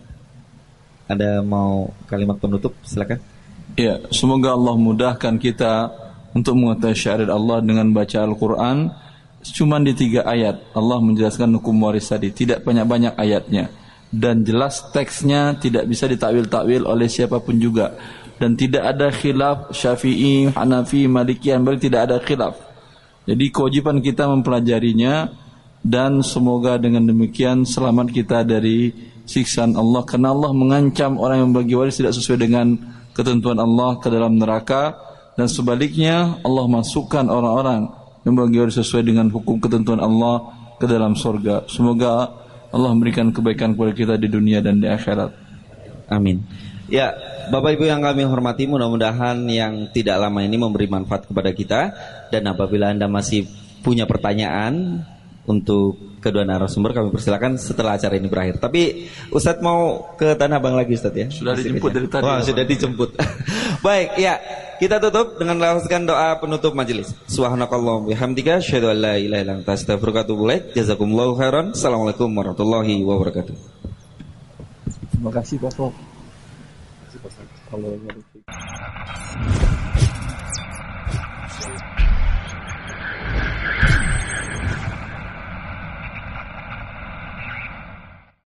ada mau kalimat penutup? Silakan. Ya, semoga Allah mudahkan kita untuk mengetahui syariat Allah dengan baca Al-Quran. Cuma di tiga ayat Allah menjelaskan hukum waris tadi, tidak banyak-banyak ayatnya, dan jelas teksnya, tidak bisa ditakwil-takwil oleh siapapun juga, dan tidak ada khilaf Syafi'i, Hanafi, Maliki, Hanbali, tidak ada khilaf. Jadi kewajiban kita mempelajarinya, dan semoga dengan demikian selamat kita dari siksaan Allah, karena Allah mengancam orang yang membagi waris tidak sesuai dengan ketentuan Allah ke dalam neraka. Dan sebaliknya Allah masukkan orang-orang yang bagi waris sesuai dengan hukum ketentuan Allah ke dalam surga. Semoga Allah memberikan kebaikan kepada kita di dunia dan di akhirat. Amin. Ya, Bapak Ibu yang kami hormati, mudah-mudahan yang tidak lama ini memberi manfaat kepada kita. Dan apabila Anda masih punya pertanyaan untuk kedua narasumber, kami persilakan setelah acara ini berakhir. Tapi Ustadz mau ke Tanah Abang lagi, Ustadz ya? Sudah dijemput dari tadi. Wah, sudah dijemput. Baik, ya. Kita tutup dengan melafazkan doa penutup majelis. Subhanakallahumma bihamdika asyhadu an la ilaha illa anta astaghfiruka wa atubu ilaik. Jazakumullahu khairan. Assalamualaikum warahmatullahi wabarakatuh. Terima kasih Pak Prof. Terima kasih Pak.